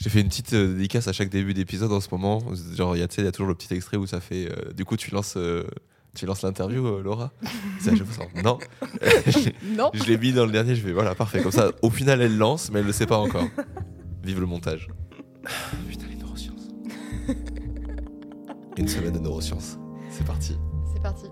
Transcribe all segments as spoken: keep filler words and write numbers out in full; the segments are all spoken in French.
J'ai fait une petite euh, dédicace à chaque début d'épisode en ce moment. Genre, il y, a, y a toujours le petit extrait où ça fait. Euh, du coup, tu lances, euh, tu lances l'interview, euh, Laura. C'est à chaque fois ça. Non. Non. Je l'ai mis dans le dernier. Je vais voilà, parfait. Comme ça, au final, elle lance, mais elle le sait pas encore. Vive le montage. Putain, les neurosciences. Une semaine de neurosciences. C'est parti. C'est parti.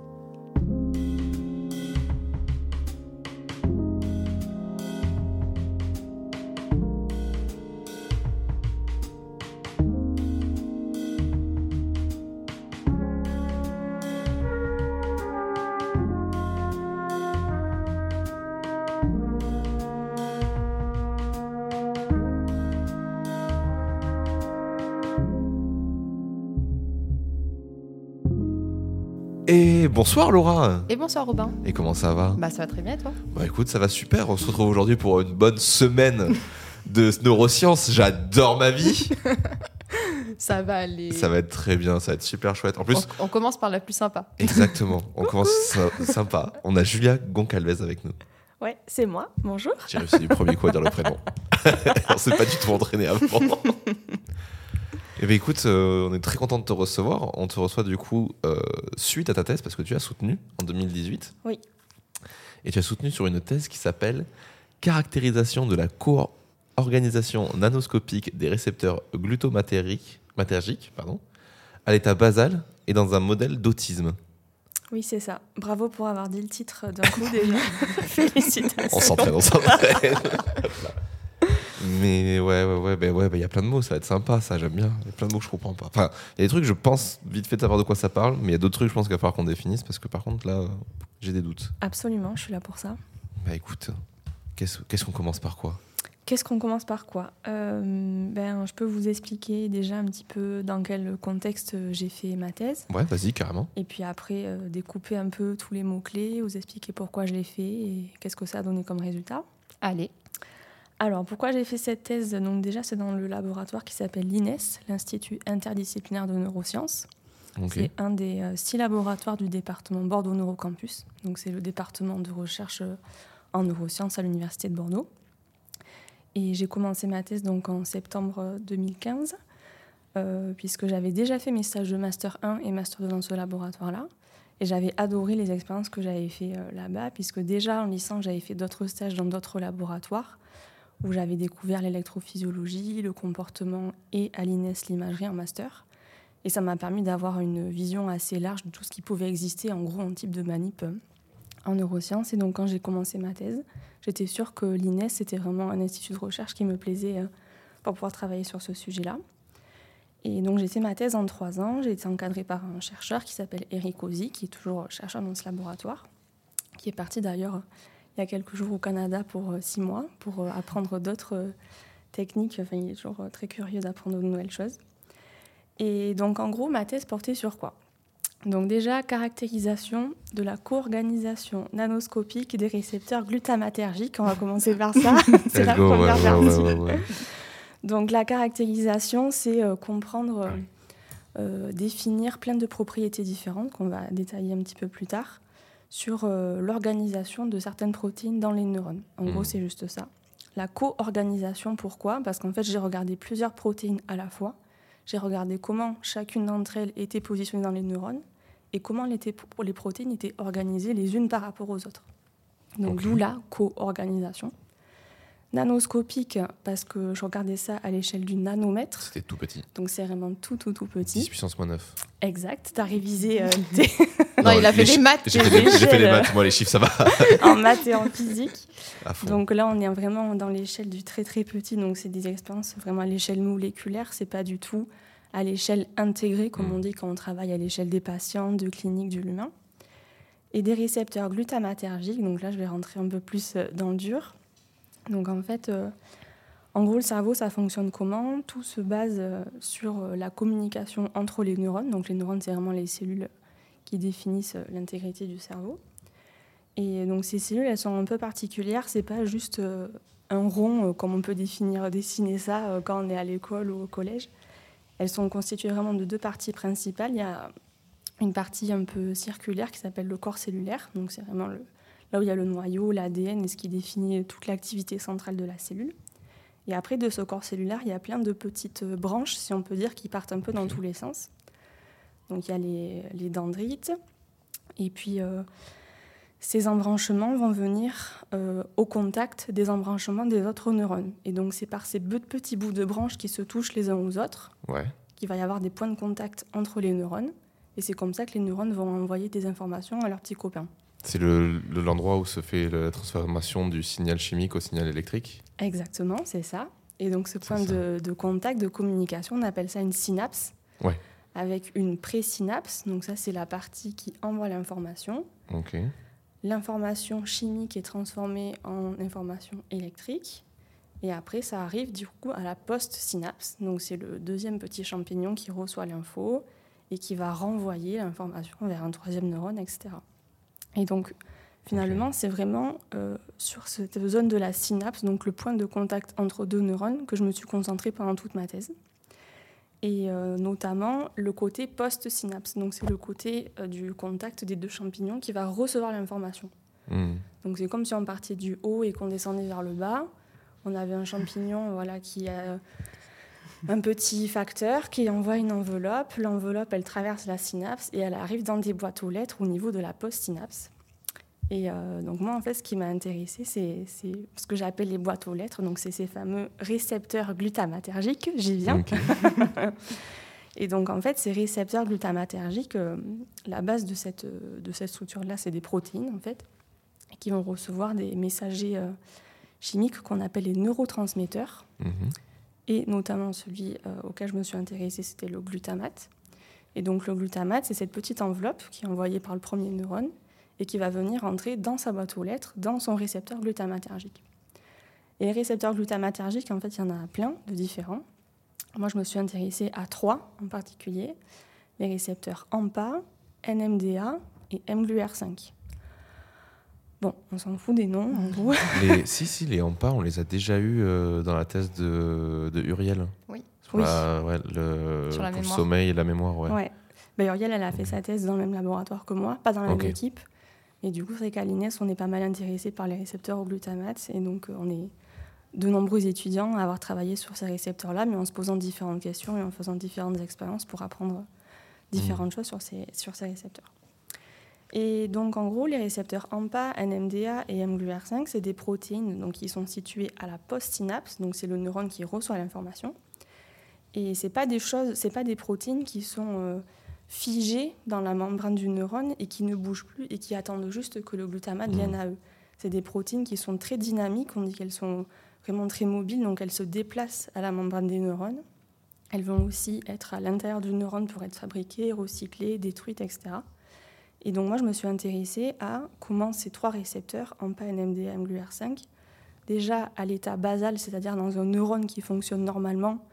Et bonsoir Laura. Et bonsoir Robin. Et comment ça va ? Bah ça va très bien et toi ? Bah écoute, ça va super. On se retrouve aujourd'hui pour une bonne semaine de neurosciences. J'adore ma vie. Ça va aller. Ça va être très bien, ça va être super chouette. En plus, on, on commence par la plus sympa. Exactement. On commence sympa. On a Julia Goncalves avec nous. Ouais, c'est moi. Bonjour. J'ai réussi du premier coup à dire le prénom. On s'est pas du tout entraîné avant. Eh bien écoute, euh, on est très content de te recevoir. On te reçoit du coup euh, suite à ta thèse parce que tu as soutenu en deux mille dix-huit. Oui. Et tu as soutenu sur une thèse qui s'appelle « Caractérisation de la co-organisation nanoscopique des récepteurs glutamatériques matergiques, pardon, à l'état basal et dans un modèle d'autisme ». Oui, c'est ça. Bravo pour avoir dit le titre d'un coup déjà. Félicitations. On s'entraîne, on s'entraîne. Mais ouais, ouais, ouais, ben ouais, ben y a plein de mots, ça va être sympa, ça, j'aime bien. Il y a plein de mots que je comprends pas. Enfin, il y a des trucs, je pense vite fait de savoir de quoi ça parle, mais il y a d'autres trucs, je pense qu'il va falloir qu'on définisse parce que par contre, là, euh, j'ai des doutes. Absolument, je suis là pour ça. Bah écoute, qu'est-ce, qu'est-ce qu'on commence par quoi ? Qu'est-ce qu'on commence par quoi ? euh, ben, Je peux vous expliquer déjà un petit peu dans quel contexte j'ai fait ma thèse. Ouais, vas-y, carrément. Et puis après, euh, découper un peu tous les mots-clés, vous expliquer pourquoi je l'ai fait et qu'est-ce que ça a donné comme résultat. Allez. Alors, pourquoi j'ai fait cette thèse ? Donc déjà, c'est dans le laboratoire qui s'appelle l'I N E S, l'Institut interdisciplinaire de neurosciences. Okay. C'est un des euh, six laboratoires du département Bordeaux Neurocampus. Donc, c'est le département de recherche euh, en neurosciences à l'Université de Bordeaux. Et j'ai commencé ma thèse donc, en septembre deux mille quinze, euh, puisque j'avais déjà fait mes stages de Master un et Master deux dans ce laboratoire-là. Et j'avais adoré les expériences que j'avais fait euh, là-bas, puisque déjà en licence, j'avais fait d'autres stages dans d'autres laboratoires, où j'avais découvert l'électrophysiologie, le comportement et à l'I N E S l'imagerie en master. Et ça m'a permis d'avoir une vision assez large de tout ce qui pouvait exister en gros en type de manip en neurosciences. Et donc quand j'ai commencé ma thèse, j'étais sûre que l'I N E S c'était vraiment un institut de recherche qui me plaisait pour pouvoir travailler sur ce sujet-là. Et donc j'ai fait ma thèse en trois ans. J'ai été encadrée par un chercheur qui s'appelle Eric Ozzi, qui est toujours chercheur dans ce laboratoire, qui est parti d'ailleurs il y a quelques jours au Canada pour euh, six mois, pour euh, apprendre d'autres euh, techniques. Enfin, il est toujours euh, très curieux d'apprendre de nouvelles choses. Et donc, en gros, ma thèse portait sur quoi ? Donc déjà, caractérisation de la co-organisation nanoscopique des récepteurs glutamatergiques. On va commencer par ça. C'est la go, première ouais, partie. Ouais, ouais, ouais, ouais. Donc la caractérisation, c'est euh, comprendre, euh, euh, définir plein de propriétés différentes qu'on va détailler un petit peu plus tard, sur euh, l'organisation de certaines protéines dans les neurones. En mmh. gros, c'est juste ça. La co-organisation, pourquoi ? Parce qu'en fait, j'ai regardé plusieurs protéines à la fois. J'ai regardé comment chacune d'entre elles était positionnée dans les neurones et comment les, les protéines étaient organisées les unes par rapport aux autres. Donc, okay. D'où la co-organisation. Nanoscopique, parce que je regardais ça à l'échelle du nanomètre. C'était tout petit. Donc c'est vraiment tout, tout, tout petit. dix puissance moins neuf. Exact. T'as révisé euh, tes... non, non, il a fait des maths. J'ai fait, j'ai fait des maths. Moi, les chiffres, ça va. En maths et en physique. Donc là, on est vraiment dans l'échelle du très, très petit. Donc c'est des expériences vraiment à l'échelle moléculaire. C'est pas du tout à l'échelle intégrée, comme mmh. on dit quand on travaille à l'échelle des patients, de clinique, de l'humain. Et des récepteurs glutamatergiques. Donc là, je vais rentrer un peu plus dans le dur. Donc en fait, euh, en gros, le cerveau, ça fonctionne comment ? Tout se base euh, sur euh, la communication entre les neurones. Donc les neurones, c'est vraiment les cellules qui définissent euh, l'intégrité du cerveau. Et donc ces cellules, elles sont un peu particulières. C'est pas juste euh, un rond, euh, comme on peut définir, dessiner ça euh, quand on est à l'école ou au collège. Elles sont constituées vraiment de deux parties principales. Il y a une partie un peu circulaire qui s'appelle le corps cellulaire. Donc c'est vraiment le... là où il y a le noyau, l'A D N et ce qui définit toute l'activité centrale de la cellule. Et après, de ce corps cellulaire, il y a plein de petites branches, si on peut dire, qui partent un peu dans Ok. tous les sens. Donc il y a les, les dendrites. Et puis, euh, ces embranchements vont venir euh, au contact des embranchements des autres neurones. Et donc c'est par ces bouts de petits bouts de branches qui se touchent les uns aux autres Ouais. qu'il va y avoir des points de contact entre les neurones. Et c'est comme ça que les neurones vont envoyer des informations à leurs petits copains. C'est le, le- l'endroit où se fait la transformation du signal chimique au signal électrique. Exactement, c'est ça. Et donc ce C'est point ça. de, de contact, de communication, on appelle ça une synapse. Ouais. Avec une présynapse, donc ça c'est la partie qui envoie l'information. Ok. L'information chimique est transformée en information électrique. Et après, ça arrive du coup à la post-synapse. Donc c'est le deuxième petit champignon qui reçoit l'info et qui va renvoyer l'information vers un troisième neurone, et cetera. Et donc finalement, Ok. c'est vraiment euh, sur cette zone de la synapse, donc le point de contact entre deux neurones, que je me suis concentrée pendant toute ma thèse. Et euh, notamment le côté post-synapse. Donc c'est le côté euh, du contact des deux champignons qui va recevoir l'information. Hmm. Donc c'est comme si on partait du haut et qu'on descendait vers le bas. On avait un champignon voilà, qui a un petit facteur qui envoie une enveloppe. L'enveloppe, elle traverse la synapse et elle arrive dans des boîtes aux lettres au niveau de la post-synapse. Et euh, donc moi, en fait, ce qui m'a intéressée, c'est, c'est ce que j'appelle les boîtes aux lettres. Donc c'est ces fameux récepteurs glutamatergiques, j'y viens. Ok. Et donc en fait, ces récepteurs glutamatergiques, euh, la base de cette, de cette structure-là, c'est des protéines, en fait, qui vont recevoir des messagers euh, chimiques qu'on appelle les neurotransmetteurs. Mhm. Et notamment celui euh, auquel je me suis intéressée, c'était le glutamate. Et donc le glutamate, c'est cette petite enveloppe qui est envoyée par le premier neurone et qui va venir entrer dans sa boîte aux lettres, dans son récepteur glutamatergique. Et les récepteurs glutamatergiques, en fait, il y en a plein de différents. Moi, je me suis intéressée à trois en particulier, les récepteurs A M P A, N M D A et M G L U R cinq. Bon, on s'en fout des noms, en gros. Les, si, si, les A M P A, on les a déjà eus euh, dans la thèse de, de Uriel. Oui. Sur, Oui. la, ouais, le, Sur la pour le mémoire. sommeil et la mémoire, ouais. Ouais. Bah, Uriel, elle a fait sa thèse dans le même laboratoire que moi, pas dans la Ok. même équipe. Et du coup, c'est qu'à l'I N E S, on est pas mal intéressé par les récepteurs au glutamate. Et donc, euh, on est de nombreux étudiants à avoir travaillé sur ces récepteurs-là, mais en se posant différentes questions et en faisant différentes expériences pour apprendre différentes choses sur ces, sur ces récepteurs. Et donc, en gros, les récepteurs A M P A, N M D A et M G L U R cinq, c'est des protéines donc, qui sont situées à la post-synapse, donc c'est le neurone qui reçoit l'information. Et ce n'est pas des choses, c'est pas des protéines qui sont euh, figées dans la membrane du neurone et qui ne bougent plus et qui attendent juste que le glutamate Mmh. vienne à eux. C'est des protéines qui sont très dynamiques, on dit qu'elles sont vraiment très mobiles, donc elles se déplacent à la membrane des neurones. Elles vont aussi être à l'intérieur du neurone pour être fabriquées, recyclées, détruites, et cetera. Et donc moi, je me suis intéressée à comment ces trois récepteurs, A M P A, N M D A, M G L U R cinq, déjà à l'état basal, c'est-à-dire dans un neurone qui fonctionne normalement,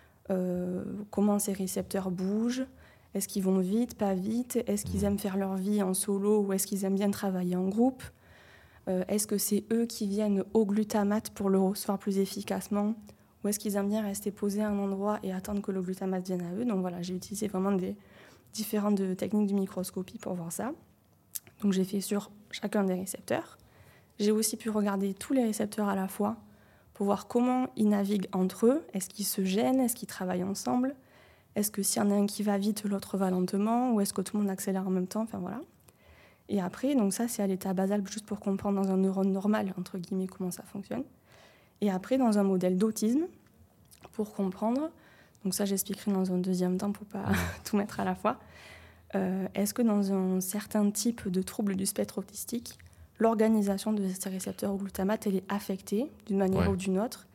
euh, comment ces récepteurs bougent, est-ce qu'ils vont vite, pas vite, est-ce qu'ils aiment faire leur vie en solo ou est-ce qu'ils aiment bien travailler en groupe, euh, est-ce que c'est eux qui viennent au glutamate pour le recevoir plus efficacement ou est-ce qu'ils aiment bien rester posés à un endroit et attendre que le glutamate vienne à eux. Donc voilà, j'ai utilisé vraiment des différentes de techniques de microscopie pour voir ça. Donc j'ai fait sur chacun des récepteurs. J'ai aussi pu regarder tous les récepteurs à la fois pour voir comment ils naviguent entre eux. Est-ce qu'ils se gênent? Est-ce qu'ils travaillent ensemble? Est-ce que s'il y en a un qui va vite, l'autre va lentement? Ou est-ce que tout le monde accélère en même temps? Enfin voilà. Et après, donc ça c'est à l'état basal, juste pour comprendre dans un neurone normal, entre guillemets, comment ça fonctionne. Et après, dans un modèle d'autisme, pour comprendre, donc ça j'expliquerai dans un deuxième temps pour ne pas tout mettre à la fois, euh, est-ce que dans un certain type de trouble du spectre autistique, l'organisation de ces récepteurs au glutamate elle est affectée d'une manière Ouais. ou d'une autre?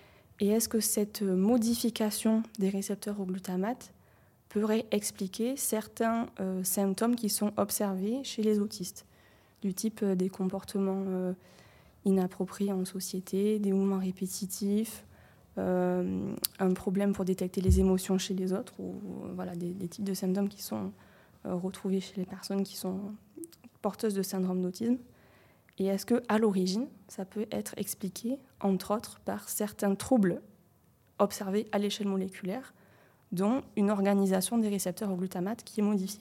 Et est-ce que cette modification des récepteurs au glutamate pourrait expliquer certains euh, symptômes qui sont observés chez les autistes, du type euh, des comportements euh, inappropriés en société, des mouvements répétitifs, euh, un problème pour détecter les émotions chez les autres, ou euh, voilà, des, des types de symptômes qui sont euh, retrouvés chez les personnes qui sont porteuses de syndrome d'autisme. Et est-ce qu'à l'origine, ça peut être expliqué, entre autres, par certains troubles observés à l'échelle moléculaire, dont une organisation des récepteurs au glutamate qui est modifiée.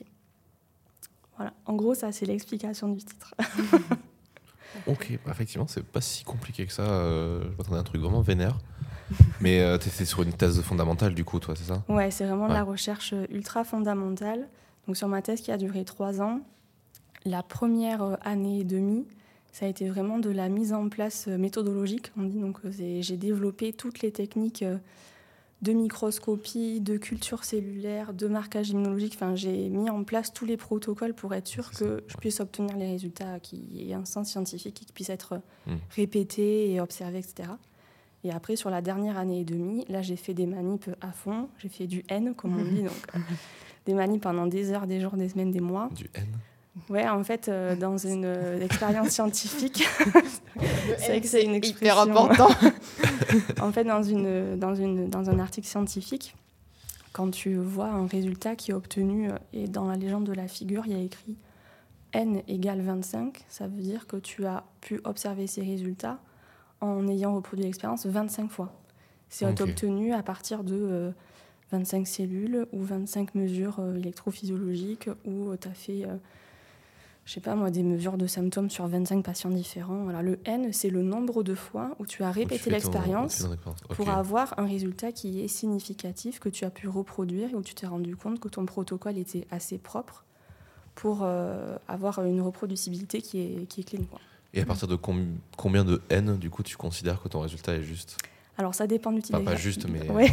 Voilà, en gros, ça, c'est l'explication du titre. Ok, bah, effectivement, c'est pas si compliqué que ça. Euh, je m'attendais à un truc vraiment vénère. Mais euh, tu es sur une thèse fondamentale, du coup, toi, c'est ça? Ouais, c'est vraiment ouais. de la recherche ultra fondamentale. Donc, sur ma thèse qui a duré trois ans, la première année et demie, ça a été vraiment de la mise en place méthodologique. On dit, donc, c'est, j'ai développé toutes les techniques de microscopie, de culture cellulaire, de marquage immunologique. Enfin, j'ai mis en place tous les protocoles pour être sûr c'est que ça, ouais. je puisse obtenir les résultats qui aient un sens scientifique et qui puissent être mmh. répétés et observés, et cetera. Et après, sur la dernière année et demie, là, j'ai fait des manips à fond. J'ai fait du N, comme on dit, donc des manips pendant des heures, des jours, des semaines, des mois. Du N. Ouais, en fait, euh, dans une euh, expérience scientifique, c'est vrai que c'est une expression hyper important. En fait, dans, une, dans, une, dans un article scientifique, quand tu vois un résultat qui est obtenu, et dans la légende de la figure, il y a écrit N égale vingt-cinq, ça veut dire que tu as pu observer ces résultats en ayant reproduit l'expérience vingt-cinq fois. C'est okay. obtenu à partir de euh, vingt-cinq cellules ou vingt-cinq mesures euh, électrophysiologiques où euh, tu as fait... Euh, je sais pas moi, des mesures de symptômes sur vingt-cinq patients différents. Voilà. Le N, c'est le nombre de fois où tu as répété tu l'expérience ton... okay. pour avoir un résultat qui est significatif, que tu as pu reproduire et où tu t'es rendu compte que ton protocole était assez propre pour euh, avoir une reproducibilité qui est, qui est clean, quoi. Et à partir de com- combien de N, du coup, tu considères que ton résultat est juste ? Alors, ça dépend du type enfin, pas juste, mais... Ouais.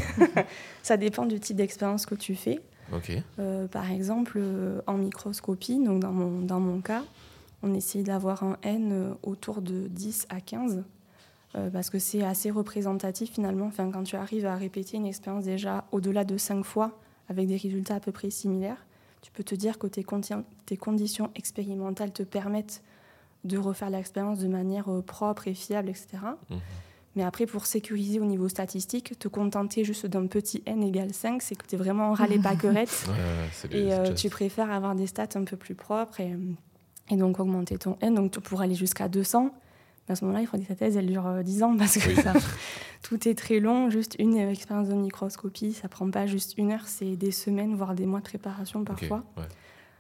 Ça dépend du type d'expérience que tu fais. Okay. Euh, par exemple, euh, en microscopie, donc dans mon, dans mon cas, on essayait d'avoir un N euh, autour de dix à quinze, euh, parce que c'est assez représentatif finalement. Enfin, quand tu arrives à répéter une expérience déjà au-delà de cinq fois, avec des résultats à peu près similaires, tu peux te dire que tes, condi- tes conditions expérimentales te permettent de refaire l'expérience de manière euh, propre et fiable, et cetera. Mmh. Mais après, pour sécuriser au niveau statistique, te contenter juste d'un petit N égale cinq, c'est que tu es vraiment en râler pâquerette. Ouais, ouais, c'est les, et euh, c'est tu préfères avoir des stats un peu plus propres et, et donc augmenter ton N. Donc pour aller jusqu'à deux cents, à ce moment-là, il faudrait que ta thèse elle dure dix ans parce que oui. ça, tout est très long. Juste une expérience de microscopie, ça prend pas juste une heure, c'est des semaines, voire des mois de préparation parfois. Okay, ouais.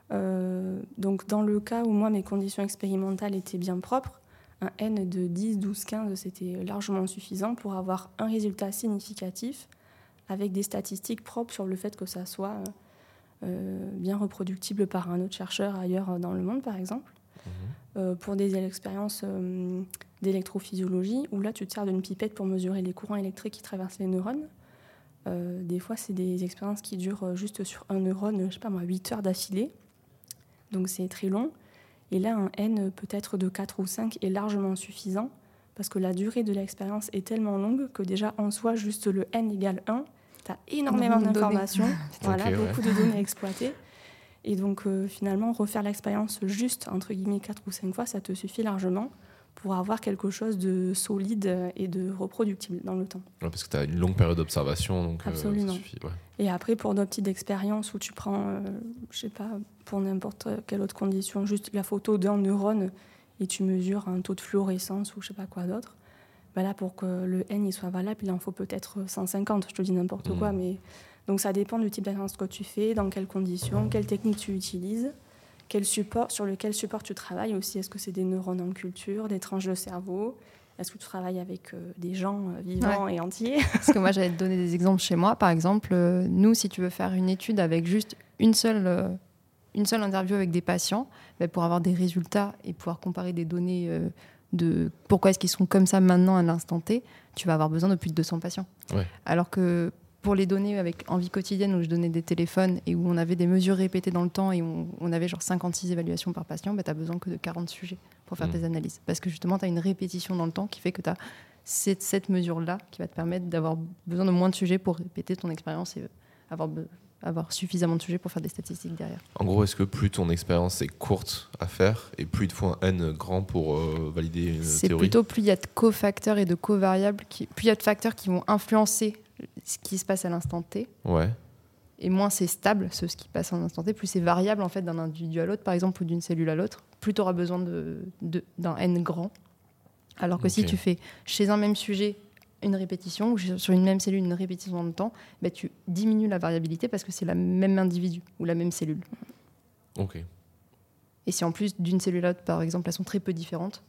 euh, donc dans le cas où moi, mes conditions expérimentales étaient bien propres, un N de dix, douze, quinze, c'était largement suffisant pour avoir un résultat significatif avec des statistiques propres sur le fait que ça soit euh, bien reproductible par un autre chercheur ailleurs dans le monde, par exemple. Mmh. Euh, pour des expériences euh, d'électrophysiologie, où là, tu te sers d'une pipette pour mesurer les courants électriques qui traversent les neurones. Euh, des fois, c'est des expériences qui durent juste sur un neurone, je sais pas moi, huit heures d'affilée. Donc, c'est très long. Et là, un N peut-être de quatre ou cinq est largement suffisant parce que la durée de l'expérience est tellement longue que déjà, en soi, juste le N égale un, tu as énormément mmh, d'informations, voilà, okay, beaucoup ouais. de données à exploiter. Et donc, euh, finalement, refaire l'expérience juste, entre guillemets, quatre ou cinq fois, ça te suffit largement pour avoir quelque chose de solide et de reproductible dans le temps. Ouais, parce que tu as une longue période d'observation, donc absolument. Euh, ça suffit. Ouais. Et après, pour d'autres types d'expériences où tu prends, euh, je sais pas, pour n'importe quelle autre condition, juste la photo d'un neurone et tu mesures un taux de fluorescence ou je sais pas quoi d'autre, bah là, pour que le N il soit valable, il en faut peut-être cent cinquante, je te dis n'importe mmh. quoi. Mais... Donc ça dépend du type d'expérience que tu fais, dans quelles conditions, quelle technique tu utilises, quel support, sur lequel support tu travailles aussi. Est-ce que c'est des neurones en culture, des tranches de cerveau ? Est-ce que tu travailles avec euh, des gens euh, vivants ouais. et entiers ? Parce que moi, j'allais te donner des exemples chez moi. Par exemple, euh, nous, si tu veux faire une étude avec juste une seule, euh, une seule interview avec des patients, bah, pour avoir des résultats et pouvoir comparer des données euh, de pourquoi est-ce qu'ils sont comme ça maintenant à l'instant T, tu vas avoir besoin de plus de deux cents patients. Ouais. Alors que pour les données avec, en vie quotidienne où je donnais des téléphones et où on avait des mesures répétées dans le temps et où on avait genre cinquante-six évaluations par patient, bah, tu as besoin que de quarante sujets pour faire mmh. tes analyses. Parce que justement, tu as une répétition dans le temps qui fait que tu as cette, cette mesure-là qui va te permettre d'avoir besoin de moins de sujets pour répéter ton expérience et avoir, avoir suffisamment de sujets pour faire des statistiques derrière. En gros, est-ce que plus ton expérience est courte à faire et plus il te faut un N grand pour euh, valider une C'est théorie ? C'est plutôt plus il y a de cofacteurs et de covariables, qui, plus il y a de facteurs qui vont influencer ce qui se passe à l'instant T. Ouais. Et moins c'est stable, ce, ce qui passe à l'instant T, plus c'est variable en fait, d'un individu à l'autre, par exemple, ou d'une cellule à l'autre, plus tu auras besoin de, de, d'un N grand. Alors que okay. si tu fais chez un même sujet une répétition, ou sur une même cellule une répétition dans le temps, bah, tu diminues la variabilité parce que c'est le même individu ou la même cellule. Ok. Et si en plus d'une cellule à l'autre, par exemple, elles sont très peu différentes,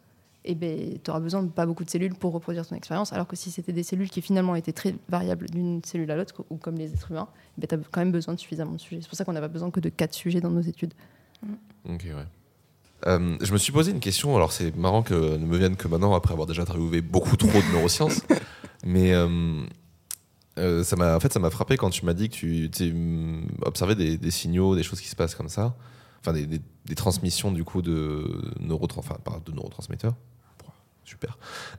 et ben, tu auras besoin de pas beaucoup de cellules pour reproduire ton expérience, alors que si c'était des cellules qui finalement étaient très variables d'une cellule à l'autre, ou comme les êtres humains, ben, tu as quand même besoin de suffisamment de sujets. C'est pour ça qu'on n'a pas besoin que de quatre sujets dans nos études. Ok, ouais. Euh, je me suis posé une question, alors c'est marrant que ne me vienne que maintenant, après avoir déjà interviewé beaucoup trop de neurosciences, mais euh, euh, ça m'a, en fait, ça m'a frappé quand tu m'as dit que tu, tu hum, observais des, des signaux, des choses qui se passent comme ça, enfin des, des, des transmissions du coup de, neurotrans- enfin, pas de neurotransmetteurs. Super.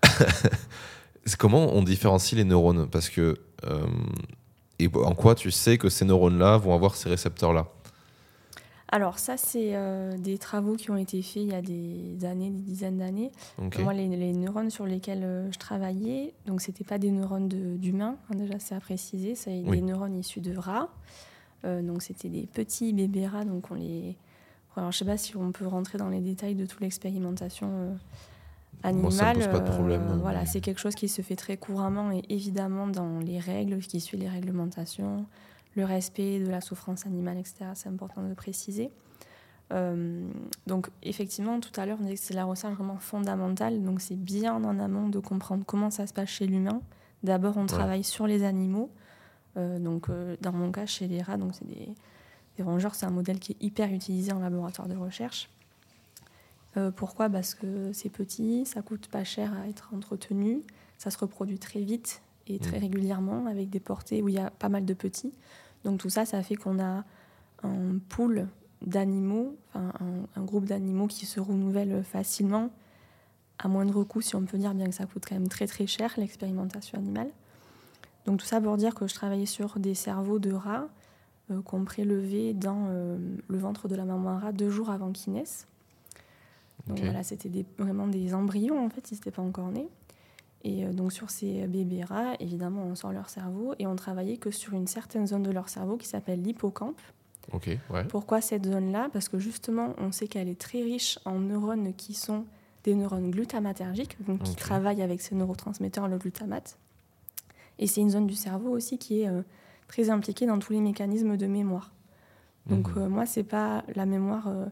C'est comment on différencie les neurones? Parce que, euh, et en quoi tu sais que ces neurones-là vont avoir ces récepteurs-là? Alors ça, c'est euh, des travaux qui ont été faits il y a des années, des dizaines d'années. Okay. Moi, les, les neurones sur lesquels euh, je travaillais, donc c'était pas des neurones de, d'humains, hein, déjà c'est à préciser, c'est Oui. des neurones issus de rats. Euh, donc c'était des petits bébés rats, donc on les... Alors je sais pas si on peut rentrer dans les détails de toute l'expérimentation euh, animale. Moi, ça me pose pas de problème. Euh, voilà, mais... c'est quelque chose qui se fait très couramment et évidemment dans les règles, qui suit les réglementations, le respect de la souffrance animale, et cetera. C'est important de le préciser. Euh, donc effectivement, tout à l'heure, on disait que c'est la recherche vraiment fondamentale. Donc c'est bien en amont de comprendre comment ça se passe chez l'humain. D'abord, on ouais. travaille sur les animaux. Euh, donc euh, dans mon cas, chez les rats, donc c'est des, des rongeurs, c'est un modèle qui est hyper utilisé en laboratoire de recherche. Euh, pourquoi ? Parce que c'est petit, ça coûte pas cher à être entretenu, ça se reproduit très vite et très mmh. régulièrement avec des portées où il y a pas mal de petits. Donc tout ça, ça fait qu'on a un pool d'animaux, enfin un, un groupe d'animaux qui se renouvelle facilement, à moindre coût, si on peut dire, bien que ça coûte quand même très très cher, l'expérimentation animale. Donc tout ça pour dire que je travaillais sur des cerveaux de rats euh, qu'on prélevait dans euh, le ventre de la maman rat deux jours avant qu'ils naissent. Donc okay. voilà, c'était des, vraiment des embryons en fait, ils n'étaient pas encore nés. Et euh, donc sur ces bébés rats, évidemment, on sort leur cerveau et on travaillait que sur une certaine zone de leur cerveau qui s'appelle l'hippocampe. Okay, ouais. Pourquoi cette zone-là ? Parce que justement, on sait qu'elle est très riche en neurones qui sont des neurones glutamatergiques, donc okay. qui travaillent avec ces neurotransmetteurs, le glutamate. Et c'est une zone du cerveau aussi qui est euh, très impliquée dans tous les mécanismes de mémoire. Donc mmh. euh, moi, c'est pas la mémoire... Euh,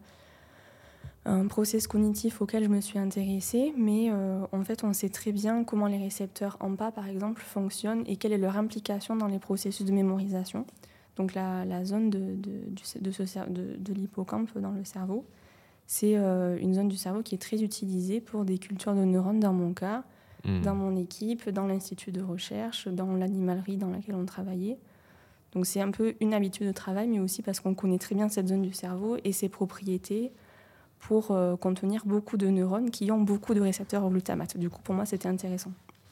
un process cognitif auquel je me suis intéressée, mais euh, en fait, on sait très bien comment les récepteurs A M P A, par exemple, fonctionnent et quelle est leur implication dans les processus de mémorisation. Donc la, la zone de, de, de, ce, de, de l'hippocampe dans le cerveau, c'est euh, une zone du cerveau qui est très utilisée pour des cultures de neurones, dans mon cas, mmh. dans mon équipe, dans l'institut de recherche, dans l'animalerie dans laquelle on travaillait. Donc c'est un peu une habitude de travail, mais aussi parce qu'on connaît très bien cette zone du cerveau et ses propriétés, pour euh, contenir beaucoup de neurones qui ont beaucoup de récepteurs au glutamate. Du coup, pour moi, c'était intéressant.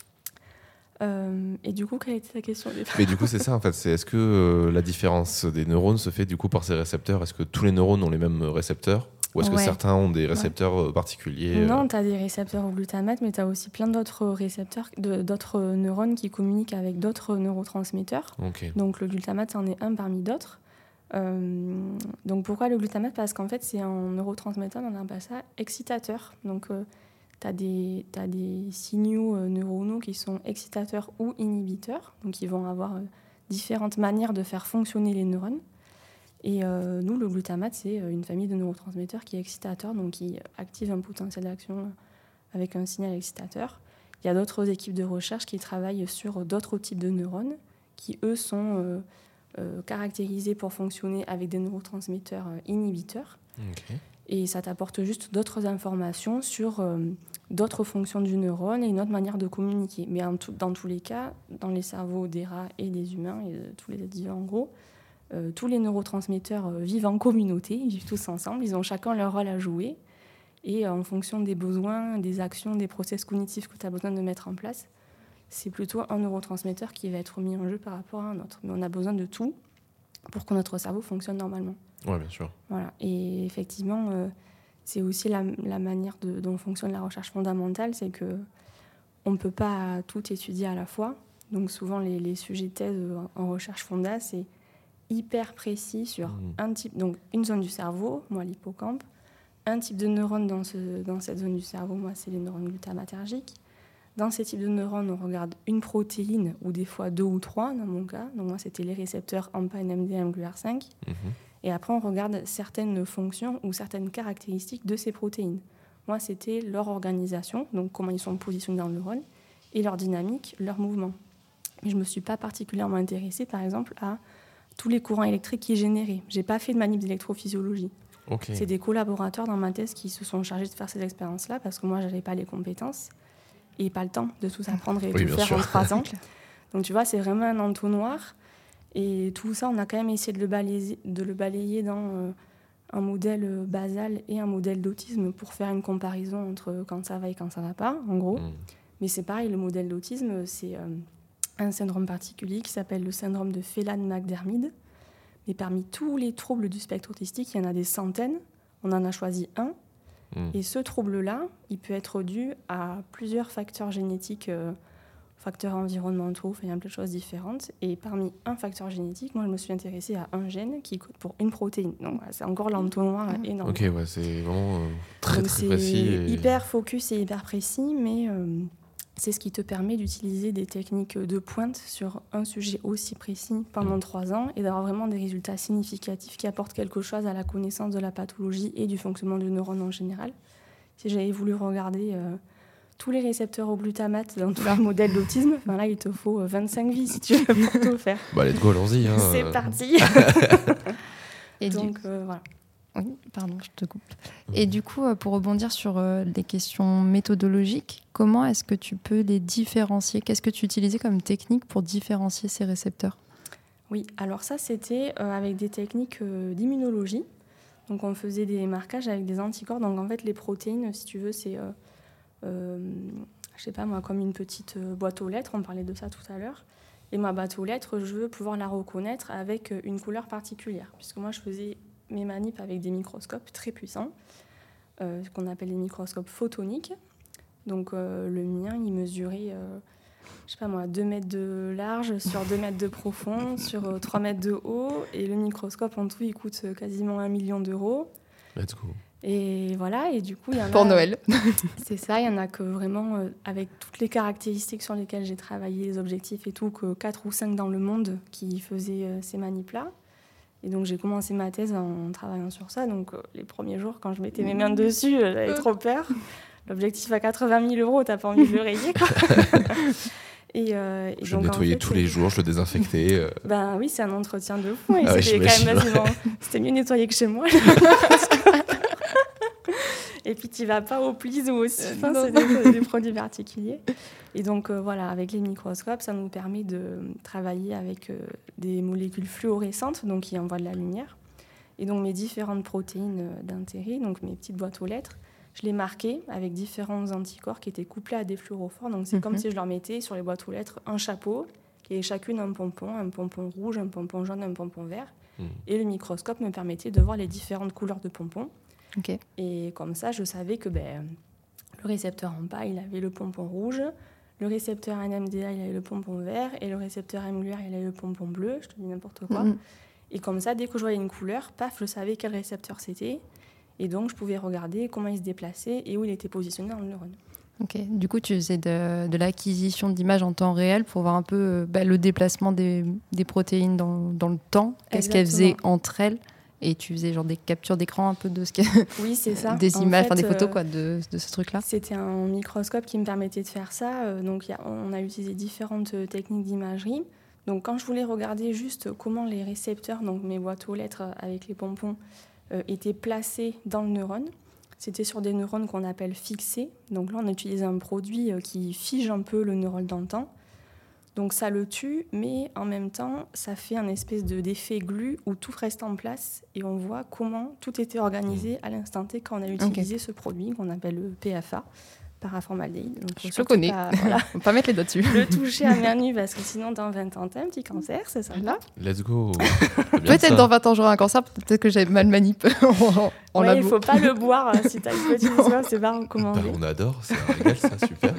Euh, et du coup, quelle était ta question ? Mais du coup, c'est ça, en fait. C'est, est-ce que euh, la différence des neurones se fait du coup par ces récepteurs ? Est-ce que tous les neurones ont les mêmes récepteurs ? Ou est-ce ouais. que certains ont des récepteurs ouais. particuliers ? Non, tu as des récepteurs au glutamate, mais tu as aussi plein d'autres récepteurs, de, d'autres neurones qui communiquent avec d'autres neurotransmetteurs. Okay. Donc le glutamate en est un parmi d'autres. Euh, donc pourquoi le glutamate ? Parce qu'en fait, c'est un neurotransmetteur, on appelle ça excitateur. Donc euh, tu as des, t'as des signaux euh, neuronaux qui sont excitateurs ou inhibiteurs. Donc ils vont avoir euh, différentes manières de faire fonctionner les neurones. Et euh, nous, le glutamate, c'est une famille de neurotransmetteurs qui est excitateur, donc qui active un potentiel d'action avec un signal excitateur. Il y a d'autres équipes de recherche qui travaillent sur d'autres types de neurones qui, eux, sont... Euh, Euh, caractérisés pour fonctionner avec des neurotransmetteurs euh, inhibiteurs. Okay. Et ça t'apporte juste d'autres informations sur euh, d'autres fonctions du neurone et une autre manière de communiquer. Mais en tout, dans tous les cas, dans les cerveaux des rats et des humains, et de tous les êtres vivants en gros, euh, tous les neurotransmetteurs euh, vivent en communauté, ils vivent tous ensemble, ils ont chacun leur rôle à jouer. Et euh, en fonction des besoins, des actions, des process cognitifs que tu as besoin de mettre en place, c'est plutôt un neurotransmetteur qui va être mis en jeu par rapport à un autre. Mais on a besoin de tout pour que notre cerveau fonctionne normalement. Oui, bien sûr. Voilà. Et effectivement, euh, c'est aussi la, la manière de, dont fonctionne la recherche fondamentale, c'est qu'on ne peut pas tout étudier à la fois. Donc souvent, les, les sujets de thèse en recherche fonda, c'est hyper précis sur mmh. un type, donc une zone du cerveau, moi l'hippocampe, un type de neurone dans, ce, dans cette zone du cerveau, moi c'est les neurones glutamatergiques. Dans ces types de neurones, on regarde une protéine, ou des fois deux ou trois, dans mon cas. Donc moi, c'était les récepteurs A M P A, N M D, M G R cinq. Mmh. Et après, on regarde certaines fonctions ou certaines caractéristiques de ces protéines. Moi, c'était leur organisation, donc comment ils sont positionnés dans le neurone, et leur dynamique, leur mouvement. Mais je ne me suis pas particulièrement intéressée, par exemple, à tous les courants électriques qui généraient. Je n'ai pas fait de manip d'électrophysiologie. Okay. C'est des collaborateurs dans ma thèse qui se sont chargés de faire ces expériences-là, parce que moi, je n'avais pas les compétences et pas le temps de tout apprendre et oui, tout faire sûr. en trois ans. Donc, tu vois, c'est vraiment un entonnoir. Et tout ça, on a quand même essayé de le balayer, de le balayer dans euh, un modèle basal et un modèle d'autisme pour faire une comparaison entre quand ça va et quand ça ne va pas, en gros. Mm. Mais c'est pareil, le modèle d'autisme, c'est euh, un syndrome particulier qui s'appelle le syndrome de Phelan-McDermid. Mais parmi tous les troubles du spectre autistique, il y en a des centaines. On en a choisi un. Mm. Et ce trouble-là, il peut être dû à plusieurs facteurs génétiques, euh, facteurs environnementaux, enfin, il y a plein de choses différentes. Et parmi un facteur génétique, moi, je me suis intéressée à un gène qui code pour une protéine. Donc, voilà, c'est encore l'entonnoir mmh. énorme. Ok, ouais, c'est vraiment euh, très, Donc, très précis. C'est et... hyper focus et hyper précis, mais euh, c'est ce qui te permet d'utiliser des techniques de pointe sur un sujet aussi précis pendant mmh. trois ans et d'avoir vraiment des résultats significatifs qui apportent quelque chose à la connaissance de la pathologie et du fonctionnement du neurone en général. Si j'avais voulu regarder... Euh, tous les récepteurs au glutamate dans tout leur modèle d'autisme, enfin là, il te faut vingt-cinq vies si tu veux pour tout faire. Bah, let's go, allons-y. Hein. C'est parti. Et donc, du... euh, voilà. Oui, pardon, je te coupe. Et du coup, pour rebondir sur les questions méthodologiques, comment est-ce que tu peux les différencier ? Qu'est-ce que tu utilisais comme technique pour différencier ces récepteurs ? Oui, alors ça, c'était euh, avec des techniques euh, d'immunologie. Donc, on faisait des marquages avec des anticorps. Donc, en fait, les protéines, si tu veux, c'est... Euh, Euh, je sais pas moi, comme une petite boîte aux lettres, on parlait de ça tout à l'heure. Et ma boîte aux lettres, je veux pouvoir la reconnaître avec une couleur particulière. Puisque moi, je faisais mes manips avec des microscopes très puissants, euh, qu'on appelle les microscopes photoniques. Donc euh, le mien, il mesurait, euh, je sais pas moi, deux mètres de large sur deux mètres de profond, sur euh, trois mètres de haut. Et le microscope, en tout, il coûte quasiment un million d'euros. Let's go. Et voilà, et du coup, il y en a... Pour Noël. C'est ça, il y en a que vraiment, euh, avec toutes les caractéristiques sur lesquelles j'ai travaillé, les objectifs et tout, que quatre ou cinq dans le monde qui faisaient euh, ces manips-là. Et donc, j'ai commencé ma thèse en travaillant sur ça. Donc, euh, les premiers jours, quand je mettais mes mains dessus, euh, j'avais trop peur. L'objectif à quatre-vingt mille euros, t'as pas envie de le rayer, quoi. Et, euh, et je donc, le nettoyais en fait, tous c'est... les jours, je le désinfectais. Euh... Ben oui, c'est un entretien de fou. Et ah c'était ouais, quand même basiquement... C'était mieux nettoyé que chez moi. Et puis, tu ne vas pas au Please ou au Siffin, euh, c'est des, des produits particuliers. Et donc, euh, voilà, avec les microscopes, ça nous permet de travailler avec euh, des molécules fluorescentes, donc qui envoient de la lumière. Et donc, mes différentes protéines d'intérêt, donc mes petites boîtes aux lettres, je les marquais avec différents anticorps qui étaient couplés à des fluorophores. Donc, c'est mm-hmm. comme si je leur mettais sur les boîtes aux lettres un chapeau, qui avait chacune un pompon, un pompon rouge, un pompon jaune, un pompon vert. Mm. Et le microscope me permettait de voir les différentes couleurs de pompons. Okay. Et comme ça, je savais que ben, le récepteur en bas, il avait le pompon rouge, le récepteur N M D A, il avait le pompon vert, et le récepteur M L R, il avait le pompon bleu, je te dis n'importe quoi. Mm-hmm. Et comme ça, dès que je voyais une couleur, paf, je savais quel récepteur c'était. Et donc, je pouvais regarder comment il se déplaçait et où il était positionné dans le neurone. Ok. Du coup, tu faisais de, de l'acquisition d'images en temps réel pour voir un peu bah, le déplacement des, des protéines dans, dans le temps. Qu'est-ce qu'elles faisaient entre elles ? Et tu faisais genre des captures d'écran un peu de ce que... Oui, c'est ça. Des images, fait, des photos quoi, de, de ce truc-là. C'était un microscope qui me permettait de faire ça. Donc, y a, on a utilisé différentes techniques d'imagerie. Donc, quand je voulais regarder juste comment les récepteurs, donc mes boîtes aux lettres avec les pompons, euh, étaient placés dans le neurone, c'était sur des neurones qu'on appelle fixés. Donc là, on utilise un produit qui fige un peu le neurone dans le temps. Donc ça le tue, mais en même temps, ça fait un espèce de, d'effet glue où tout reste en place et on voit comment tout était organisé à l'instant T quand on a utilisé okay. ce produit qu'on appelle le P F A, paraformaldéhyde. Donc, je le connais, pas, voilà, on va pas mettre les doigts dessus. Le toucher à main nue parce que sinon dans vingt ans, t'as un petit cancer, c'est ça là. Let's go. Peut-être ça. Dans vingt ans, j'aurai un cancer, peut-être que j'ai mal manip en, en ouais, labo. Il faut pas le boire si t'as une petite soif, c'est pas recommandé. Bah, on adore, c'est un régal, ça, super.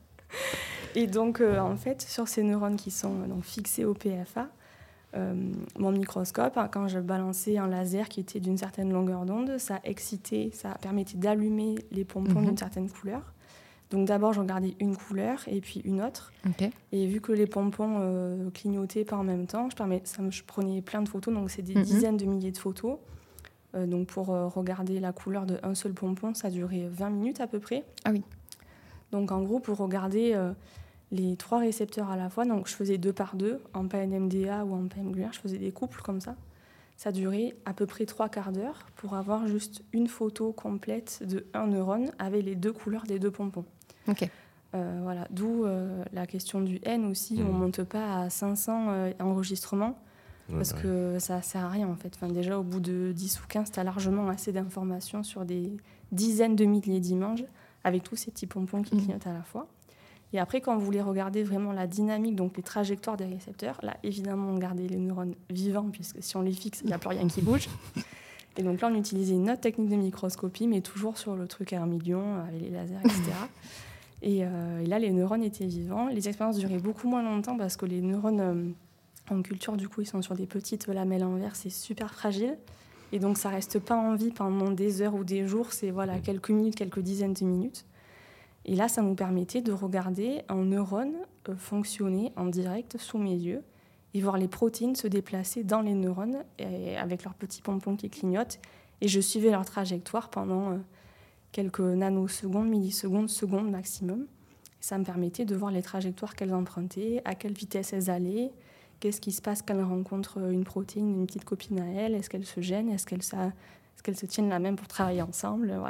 Et donc, euh, en fait, sur ces neurones qui sont euh, donc, fixés au P F A, euh, mon microscope, hein, quand je balançais un laser qui était d'une certaine longueur d'onde, ça excitait, ça permettait d'allumer les pompons mmh. d'une certaine couleur. Donc d'abord, je regardais une couleur et puis une autre. Okay. Et vu que les pompons euh, clignotaient pas en même temps, je, permets, ça me, je prenais plein de photos, donc c'est des mmh. dizaines de milliers de photos. Euh, donc pour euh, regarder la couleur d'un seul pompon, ça durait vingt minutes à peu près. Ah oui. Donc en gros, pour regarder euh, les trois récepteurs à la fois, donc je faisais deux par deux, en P A N M D A ou en P A M G L U R, je faisais des couples comme ça. Ça durait à peu près trois quarts d'heure pour avoir juste une photo complète de un neurone avec les deux couleurs des deux pompons. Ok. Euh, voilà. D'où euh, la question du N aussi. Mmh. On ne monte pas à cinq cents euh, enregistrements Ouais, parce ouais. que ça ne sert à rien en fait. Enfin, déjà, au bout de dix ou quinze, tu as largement assez d'informations sur des dizaines de milliers d'images avec tous ces petits pompons qui Mmh. clignotent à la fois. Et après, quand vous voulez regarder vraiment la dynamique, donc les trajectoires des récepteurs, là, évidemment, on gardait les neurones vivants, puisque si on les fixe, il n'y a plus rien qui bouge. Et donc là, on utilisait une autre technique de microscopie, mais toujours sur le truc à un million, avec les lasers, et cetera. Et, euh, et là, les neurones étaient vivants. Les expériences duraient beaucoup moins longtemps, parce que les neurones, euh, en culture, du coup, ils sont sur des petites lamelles en verre, c'est super fragile. Et donc, ça ne reste pas en vie pendant des heures ou des jours, c'est voilà, quelques minutes, quelques dizaines de minutes. Et là, ça nous permettait de regarder un neurone euh, fonctionner en direct sous mes yeux et voir les protéines se déplacer dans les neurones et, avec leurs petits pompons qui clignotent. Et je suivais leur trajectoire pendant euh, quelques nanosecondes, millisecondes, secondes maximum. Et ça me permettait de voir les trajectoires qu'elles empruntaient, à quelle vitesse elles allaient, qu'est-ce qui se passe quand elles rencontrent une protéine, une petite copine à elles, est-ce qu'elles se gênent, est-ce qu'elles, ça, est-ce qu'elles se tiennent la main pour travailler ensemble, voilà.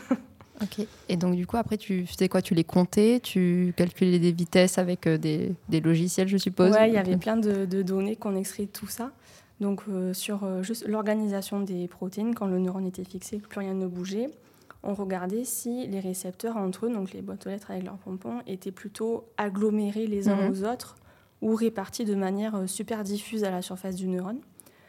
Ok. Et donc, du coup, après, tu faisais quoi? Tu les comptais? Tu calculais des vitesses avec euh, des, des logiciels, je suppose? Ouais, il y avait plein de, de données qu'on extrait de tout ça. Donc, euh, sur euh, juste l'organisation des protéines, quand le neurone était fixé, que plus rien ne bougeait, on regardait si les récepteurs entre eux, donc les boîtes aux lettres avec leurs pompons, étaient plutôt agglomérés les uns Mhm. aux autres ou répartis de manière euh, super diffuse à la surface du neurone.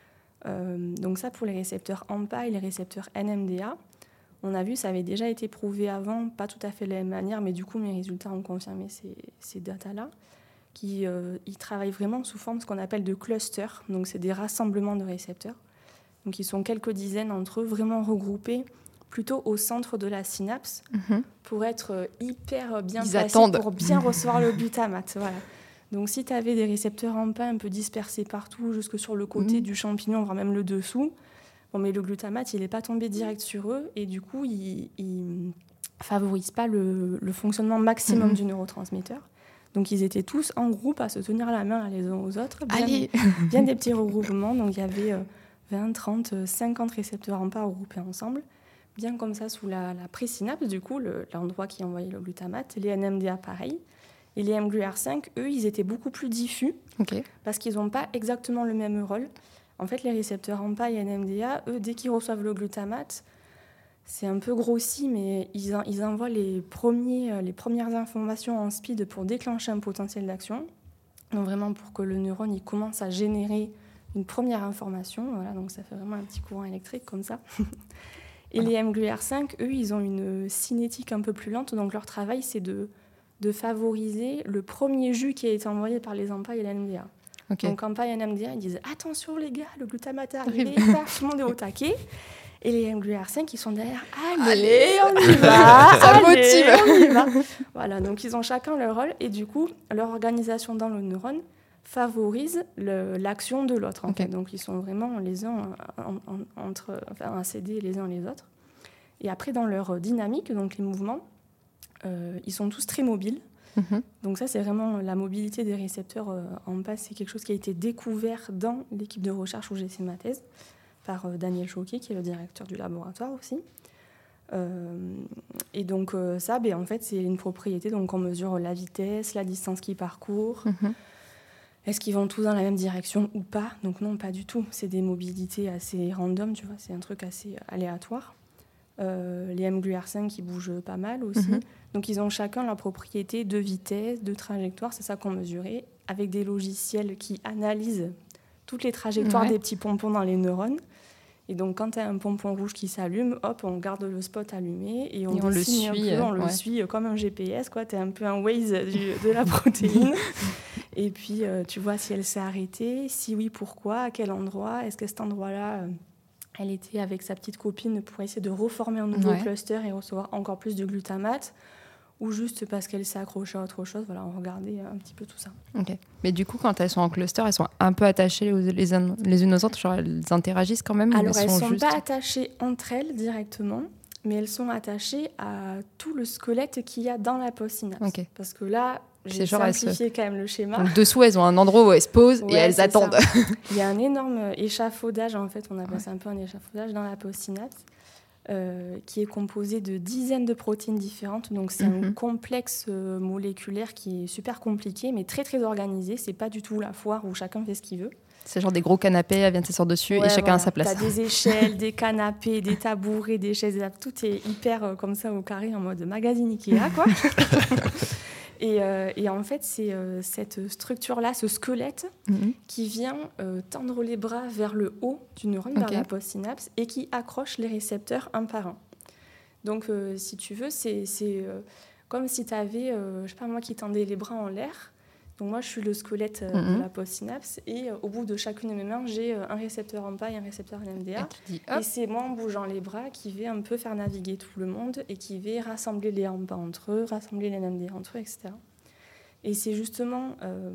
Euh, donc ça, pour les récepteurs A M P A et les récepteurs N M D A, on a vu, ça avait déjà été prouvé avant, pas tout à fait de la même manière, mais du coup, mes résultats ont confirmé ces, ces datas-là, qui euh, ils travaillent vraiment sous forme de ce qu'on appelle de clusters. Donc, c'est des rassemblements de récepteurs. Donc, ils sont quelques dizaines entre eux, vraiment regroupés plutôt au centre de la synapse Mhm. pour être hyper bien Ils placés, attendent. pour bien recevoir le glutamate. Voilà. Donc, si tu avais des récepteurs A M P A un peu dispersés partout, jusque sur le côté Mhm. du champignon, voire même le dessous, bon, mais le glutamate, il n'est pas tombé direct sur eux et du coup, il ne favorise pas le, le fonctionnement maximum Mhm. du neurotransmetteur. Donc, ils étaient tous en groupe à se tenir la main les uns aux autres. Bien, Allez. bien des petits regroupements. Donc, il y avait euh, vingt, trente, cinquante récepteurs A M P A regroupés ensemble. Bien comme ça, sous la, la présynapse, du coup, le, l'endroit qui envoyait le glutamate. Les N M D A, pareil. Et les M G L U R cinq, eux, ils étaient beaucoup plus diffus Ok. parce qu'ils n'ont pas exactement le même rôle. En fait, les récepteurs A M P A et N M D A, eux, dès qu'ils reçoivent le glutamate, c'est un peu grossi, mais ils, en, ils envoient les, premiers, les premières informations en speed pour déclencher un potentiel d'action. Donc vraiment pour que le neurone il commence à générer une première information. Voilà, donc ça fait vraiment un petit courant électrique comme ça. Et les M G L U R cinq, eux, ils ont une cinétique un peu plus lente. Donc leur travail, c'est de, de favoriser le premier jus qui a été envoyé par les A M P A et les N M D A. Okay. Donc, en P A et N M D A, ils disent « Attention les gars, le glutamate est arrivé, tout le monde est au taquet ». Et les M G L U R cinq, ils sont derrière « Allez, allez, on y va, ça allez, motive. on y va ». Voilà, donc ils ont chacun leur rôle et du coup, leur organisation dans le neurone favorise le, l'action de l'autre. En okay. fait. Donc, ils sont vraiment les uns en, en, entre, enfin, accédés les uns les autres. Et après, dans leur dynamique, donc les mouvements, euh, ils sont tous très mobiles. Mm-hmm. Donc ça, c'est vraiment la mobilité des récepteurs euh, en M P A, c'est quelque chose qui a été découvert dans l'équipe de recherche où j'ai fait ma thèse, par euh, Daniel Choquet, qui est le directeur du laboratoire aussi. Euh, et donc euh, ça, ben, en fait, c'est une propriété, donc on mesure la vitesse, la distance qu'ils parcourent, Mm-hmm. est-ce qu'ils vont tous dans la même direction ou pas. Donc non, pas du tout. C'est des mobilités assez random, tu vois, c'est un truc assez aléatoire. Euh, les M G L U R cinq qui bougent pas mal aussi. Mm-hmm. Donc ils ont chacun leur propriété de vitesse, de trajectoire, c'est ça qu'on mesurait, avec des logiciels qui analysent toutes les trajectoires ouais. des petits pompons dans les neurones. Et donc quand tu as un pompon rouge qui s'allume, hop, on garde le spot allumé et on, et on le suit, un peu, on ouais. le suit comme un G P S, quoi. Tu es un peu un Waze du, de la protéine. Et puis euh, tu vois si elle s'est arrêtée, si oui, pourquoi, à quel endroit, est-ce que cet endroit-là... Euh, elle était avec sa petite copine pour essayer de reformer un nouveau ouais. cluster et recevoir encore plus de glutamate. ou juste parce qu'elle s'est accrochée à autre chose. Voilà, on regardait un petit peu tout ça. Ok. Mais du coup, quand elles sont en cluster, elles sont un peu attachées les, les, un- les unes aux autres, genre elles interagissent quand même. Alors, ou elles ne sont, sont juste... pas attachées entre elles directement, mais elles sont attachées à tout le squelette qu'il y a dans la postsynapse. Ok. Parce que là, j'ai C'est genre, elles se- simplifié quand même le schéma. Donc dessous, elles ont un endroit où elles se posent et Ouais, elles c'est attendent. ça. Il y a un énorme échafaudage, en fait, on appelle Ouais. ça un peu un échafaudage dans la postsynapse, euh, qui est composé de dizaines de protéines différentes. Donc c'est Mhm. un complexe euh, moléculaire qui est super compliqué, mais très très organisé. C'est pas du tout la foire où chacun fait ce qu'il veut. C'est genre des gros canapés, elles viennent s'asseoir dessus Ouais, et chacun voilà. à sa place. T'as des échelles, des canapés, des tabourets, des chaises, tout est hyper euh, comme ça au carré en mode magazine Ikea, quoi. et, euh, et en fait, c'est euh, cette structure-là, ce squelette, Mhm. qui vient euh, tendre les bras vers le haut du neurone, Ok. vers la postsynapse, et qui accroche les récepteurs un par un. Donc, euh, si tu veux, c'est, c'est euh, comme si tu avais, euh, je sais pas moi, qui tendait les bras en l'air. Donc moi, je suis le squelette euh, Mhm. de la postsynapse, et euh, au bout de chacune de mes mains, j'ai euh, un récepteur en pas et un récepteur N M D A. Et tu dis, Et hop. c'est moi, en bougeant les bras, qui vais un peu faire naviguer tout le monde et qui vais rassembler les en pas entre eux, rassembler les N M D A entre eux, et cetera. Et c'est justement euh,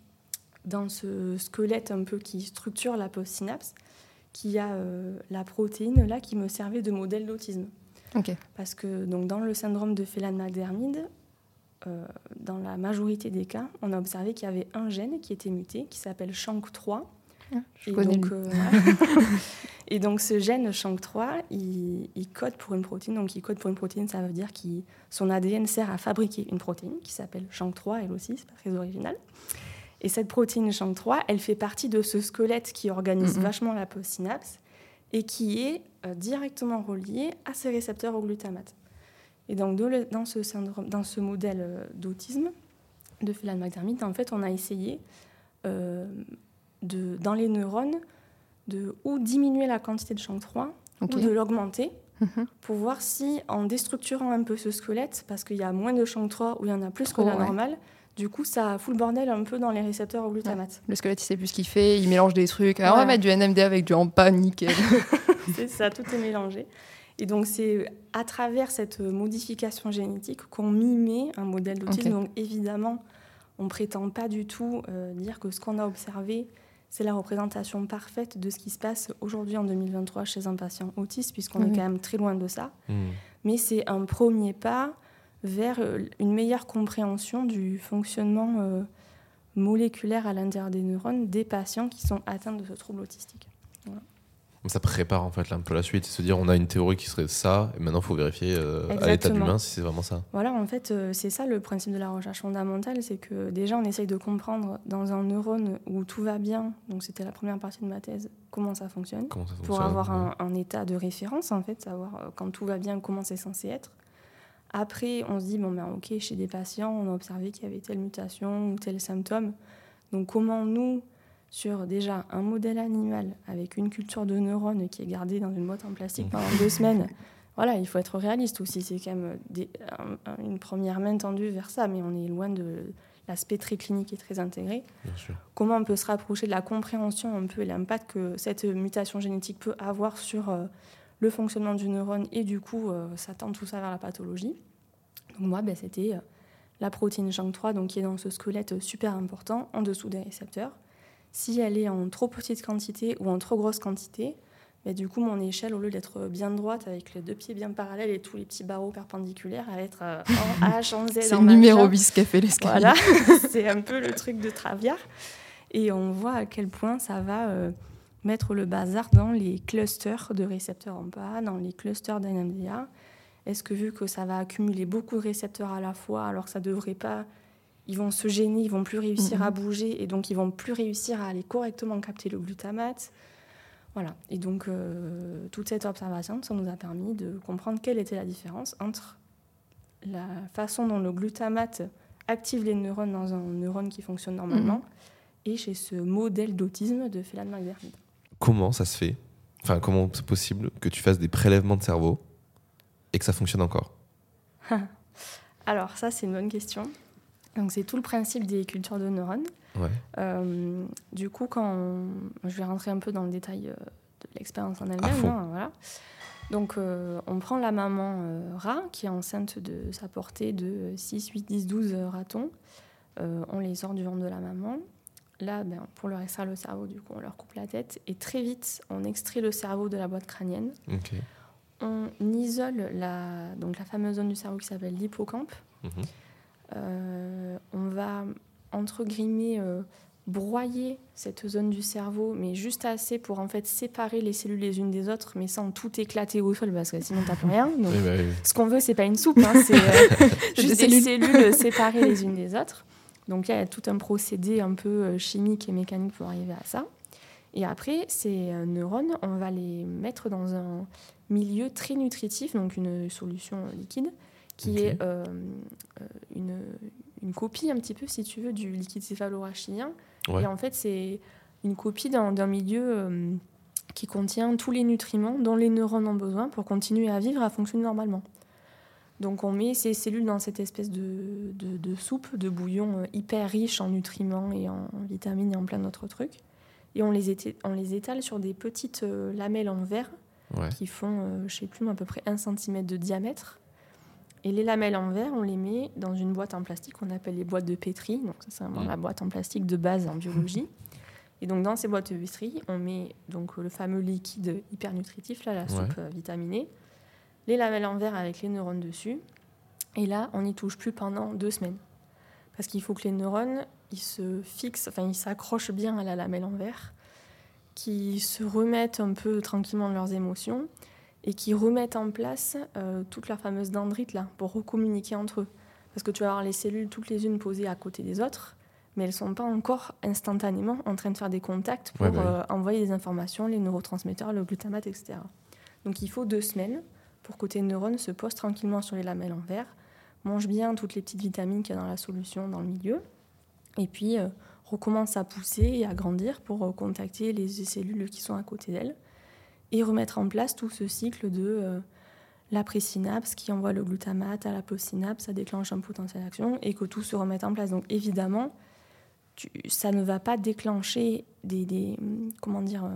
dans ce squelette un peu qui structure la postsynapse qu'il y a euh, la protéine là qui me servait de modèle d'autisme. Ok. Parce que donc, dans le syndrome de Phelan-McDermid, euh, dans la majorité des cas, on a observé qu'il y avait un gène qui était muté, qui s'appelle S H A N K trois. Ah, je et, connais donc, lui. euh, voilà. Et donc ce gène S H A N K trois, il, il code pour une protéine. Donc il code pour une protéine, ça veut dire que son A D N sert à fabriquer une protéine qui s'appelle S H A N K trois, elle aussi, c'est pas très original. Et cette protéine S H A N K trois, elle fait partie de ce squelette qui organise Mm-hmm. vachement la postsynapse et qui est euh, directement relié à ces récepteurs au glutamate. Et donc de le, dans, ce syndrome, dans ce modèle euh, d'autisme de Phelan-McDermid, en fait, on a essayé euh, de, dans les neurones de ou diminuer la quantité de S H A N K trois Ok. ou de l'augmenter Mhm. pour voir si, en déstructurant un peu ce squelette, parce qu'il y a moins de S H A N K trois ou il y en a plus que Trop, la ouais. normale, du coup, ça fout le bordel un peu dans les récepteurs au glutamate. Le squelette, il sait plus ce qu'il fait, il mélange des trucs. Alors, on va Ouais. mettre du N M D A avec du Ampa, nickel. C'est ça, tout est mélangé. Et donc, c'est à travers cette modification génétique qu'on mimait un modèle d'autisme. Ok. Donc, évidemment, on ne prétend pas du tout euh, dire que ce qu'on a observé, c'est la représentation parfaite de ce qui se passe aujourd'hui en deux mille vingt-trois chez un patient autiste, puisqu'on Oui. est quand même très loin de ça. Mmh. Mais c'est un premier pas vers euh, une meilleure compréhension du fonctionnement euh, moléculaire à l'intérieur des neurones des patients qui sont atteints de ce trouble autistique. Voilà. Ça prépare en fait là, un peu la suite, se dire on a une théorie qui serait ça, et maintenant il faut vérifier euh, à l'état de Exactement. l'humain si c'est vraiment ça. Voilà, en fait, euh, c'est ça le principe de la recherche fondamentale, c'est que déjà on essaye de comprendre dans un neurone où tout va bien, donc c'était la première partie de ma thèse, comment ça fonctionne, Comment ça fonctionne pour avoir ouais. un, un état de référence, en fait, savoir euh, quand tout va bien, comment c'est censé être. Après, on se dit, bon, ben, ok, chez des patients, on a observé qu'il y avait telle mutation ou tel symptôme. Donc, comment nous, sur déjà un modèle animal avec une culture de neurones qui est gardée dans une boîte en plastique pendant deux semaines, voilà, il faut être réaliste aussi. C'est quand même des, un, un, une première main tendue vers ça, mais on est loin de l'aspect très clinique et très intégré. Bien sûr. Comment on peut se rapprocher de la compréhension un peu et l'impact que cette mutation génétique peut avoir sur euh, le fonctionnement du neurone et du coup, euh, ça tend tout ça vers la pathologie. Donc moi, ben, c'était euh, la protéine S H A N K trois, donc, qui est dans ce squelette super important, en dessous des récepteurs. Si elle est en trop petite quantité ou en trop grosse quantité, ben, du coup, mon échelle, au lieu d'être bien droite, avec les deux pieds bien parallèles et tous les petits barreaux perpendiculaires, elle va être euh, en H, en Z, C'est en le numéro machin. bis qu'a fait l'escalier. Voilà, c'est un peu le truc de Traviard. Et on voit à quel point ça va euh, mettre le bazar dans les clusters de récepteurs en pas, dans les clusters d'N M D A. Est-ce que vu que ça va accumuler beaucoup de récepteurs à la fois, alors que ça ne devrait pas, ils vont se gêner, ils ne vont plus réussir Mm-hmm. à bouger, et donc ils ne vont plus réussir à aller correctement capter le glutamate. Voilà. Et donc, euh, toute cette observation, ça nous a permis de comprendre quelle était la différence entre la façon dont le glutamate active les neurones dans un neurone qui fonctionne normalement mm-hmm. et chez ce modèle d'autisme de Phelan-McDermid. Comment ça se fait ? Enfin, comment c'est possible que tu fasses des prélèvements de cerveau et que ça fonctionne encore ? Alors ça, c'est une bonne question. Donc c'est tout le principe des cultures de neurones. Ouais. Euh, du coup, quand on... je vais rentrer un peu dans le détail euh, de l'expérience en À elle-même. fond. Hein, voilà. Donc, euh, on prend la maman euh, rat qui est enceinte de sa portée de six, huit, dix, douze ratons. Euh, on les sort du ventre de la maman. Là, ben, pour leur extraire le cerveau, du coup, on leur coupe la tête. Et très vite, on extrait le cerveau de la boîte crânienne. Ok. On isole la, donc la fameuse zone du cerveau qui s'appelle l'hippocampe. Mhm. Euh, on va, entre guillemets, euh, broyer cette zone du cerveau, mais juste assez pour en fait séparer les cellules les unes des autres, mais sans tout éclater au sol, parce que sinon t'as plus rien. Donc, Oui, bah oui. ce qu'on veut, c'est pas une soupe, hein, c'est euh, juste des des cellules. cellules séparées les unes des autres. Donc il y a tout un procédé un peu euh, chimique et mécanique pour arriver à ça. Et après, ces euh, neurones, on va les mettre dans un milieu très nutritif, donc une solution liquide, qui Ok. est euh, euh, une, une copie un petit peu, si tu veux, du liquide céphalorachidien. Ouais. Et en fait, c'est une copie d'un, d'un milieu euh, qui contient tous les nutriments dont les neurones ont besoin pour continuer à vivre, à fonctionner normalement. Donc on met ces cellules dans cette espèce de, de, de soupe, de bouillon euh, hyper riche en nutriments et en vitamines et en plein d'autres trucs. Et on les, éta- on les étale sur des petites euh, lamelles en verre Ouais. qui font, euh, je sais plus, à peu près un centimètre de diamètre. Et les lamelles en verre, on les met dans une boîte en plastique qu'on appelle les boîtes de pétri. Donc ça, c'est vraiment Mm. la boîte en plastique de base en biologie. Et donc dans ces boîtes de pétri, on met donc le fameux liquide hyper nutritif, là, la soupe Ouais. euh, vitaminée, les lamelles en verre avec les neurones dessus. Et là, on n'y touche plus pendant deux semaines. Parce qu'il faut que les neurones, ils se fixent, enfin ils s'accrochent bien à la lamelle en verre, qu'ils se remettent un peu tranquillement de leurs émotions et qu'ils remettent en place euh, toute leur fameuse dendrite là, pour recommuniquer entre eux. Parce que tu vas avoir les cellules toutes les unes posées à côté des autres, mais elles ne sont pas encore instantanément en train de faire des contacts pour Ouais, bah oui. euh, envoyer des informations, les neurotransmetteurs, le glutamate, et cetera. Donc il faut deux semaines pour que tes neurones se posent tranquillement sur les lamelles en verre, mangent bien toutes les petites vitamines qu'il y a dans la solution, dans le milieu, et puis euh, recommence à pousser et à grandir pour euh, contacter les cellules qui sont à côté d'elles et remettre en place tout ce cycle de euh, la présynapse qui envoie le glutamate à la postsynapse, ça déclenche un potentiel d'action et que tout se remette en place. Donc évidemment, tu, ça ne va pas déclencher des, des comment dire, euh,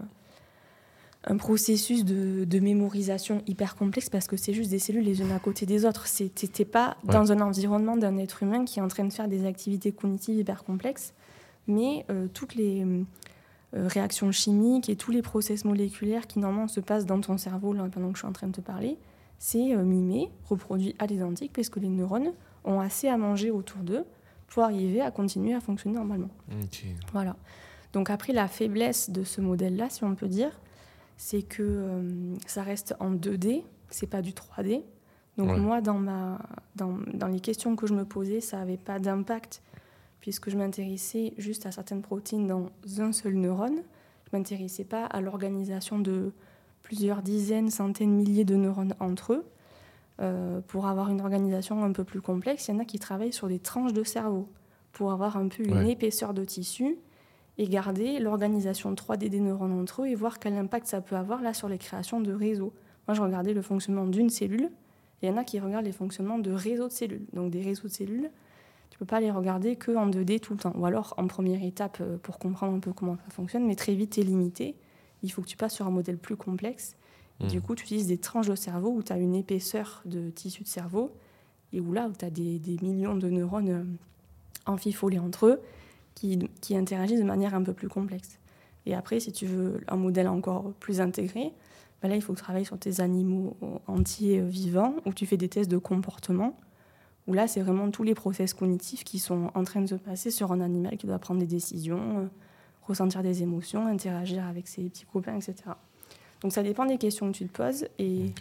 un processus de, de mémorisation hyper complexe parce que c'est juste des cellules les unes à côté des autres. Tu n'es pas Ouais. dans un environnement d'un être humain qui est en train de faire des activités cognitives hyper complexes, mais euh, toutes les euh, réactions chimiques et tous les process moléculaires qui normalement se passent dans ton cerveau là, pendant que je suis en train de te parler, c'est euh, mimé, reproduit à l'identique parce que les neurones ont assez à manger autour d'eux pour arriver à continuer à fonctionner normalement. Ok. Voilà. Donc après, la faiblesse de ce modèle-là, si on peut dire, c'est que euh, ça reste en deux D, c'est pas du trois D. Donc Ouais. moi, dans, ma, dans, dans les questions que je me posais, ça n'avait pas d'impact puisque je m'intéressais juste à certaines protéines dans un seul neurone. Je ne m'intéressais pas à l'organisation de plusieurs dizaines, centaines, milliers de neurones entre eux. Euh, pour avoir une organisation un peu plus complexe, il y en a qui travaillent sur des tranches de cerveau pour avoir un peu une Ouais. épaisseur de tissu et garder l'organisation trois D des neurones entre eux et voir quel impact ça peut avoir là sur les créations de réseaux. Moi, je regardais le fonctionnement d'une cellule, et il y en a qui regardent les fonctionnements de réseaux de cellules. Donc des réseaux de cellules, tu ne peux pas les regarder qu'en deux D tout le temps. Ou alors en première étape pour comprendre un peu comment ça fonctionne, mais très vite, tu es limité. Il faut que tu passes sur un modèle plus complexe. Et Mmh. du coup, tu utilises des tranches de cerveau où tu as une épaisseur de tissu de cerveau et où là, où tu as des, des millions de neurones euh, enfifolés entre eux qui, qui interagissent de manière un peu plus complexe. Et après, si tu veux un modèle encore plus intégré, ben là, il faut travailler sur tes animaux entiers vivants où tu fais des tests de comportement, où là, c'est vraiment tous les process cognitifs qui sont en train de se passer sur un animal qui doit prendre des décisions, euh, ressentir des émotions, interagir avec ses petits copains, et cetera. Donc ça dépend des questions que tu te poses et Ok.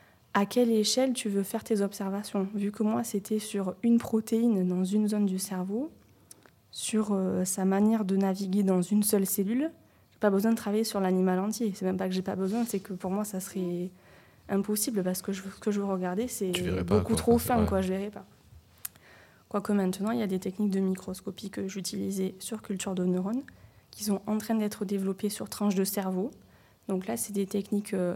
à quelle échelle tu veux faire tes observations. Vu que moi, c'était sur une protéine dans une zone du cerveau, sur euh, sa manière de naviguer dans une seule cellule, j'ai pas besoin de travailler sur l'animal entier. C'est même pas que j'ai pas besoin, c'est que pour moi, ça serait impossible parce que je, ce que je veux regarder, c'est Tu verrais pas, beaucoup quoi. trop Enfin, fin, ouais. quoi, je verrais pas. Quoique maintenant, il y a des techniques de microscopie que j'utilisais sur culture de neurones qui sont en train d'être développées sur tranches de cerveau. Donc là, c'est des techniques euh,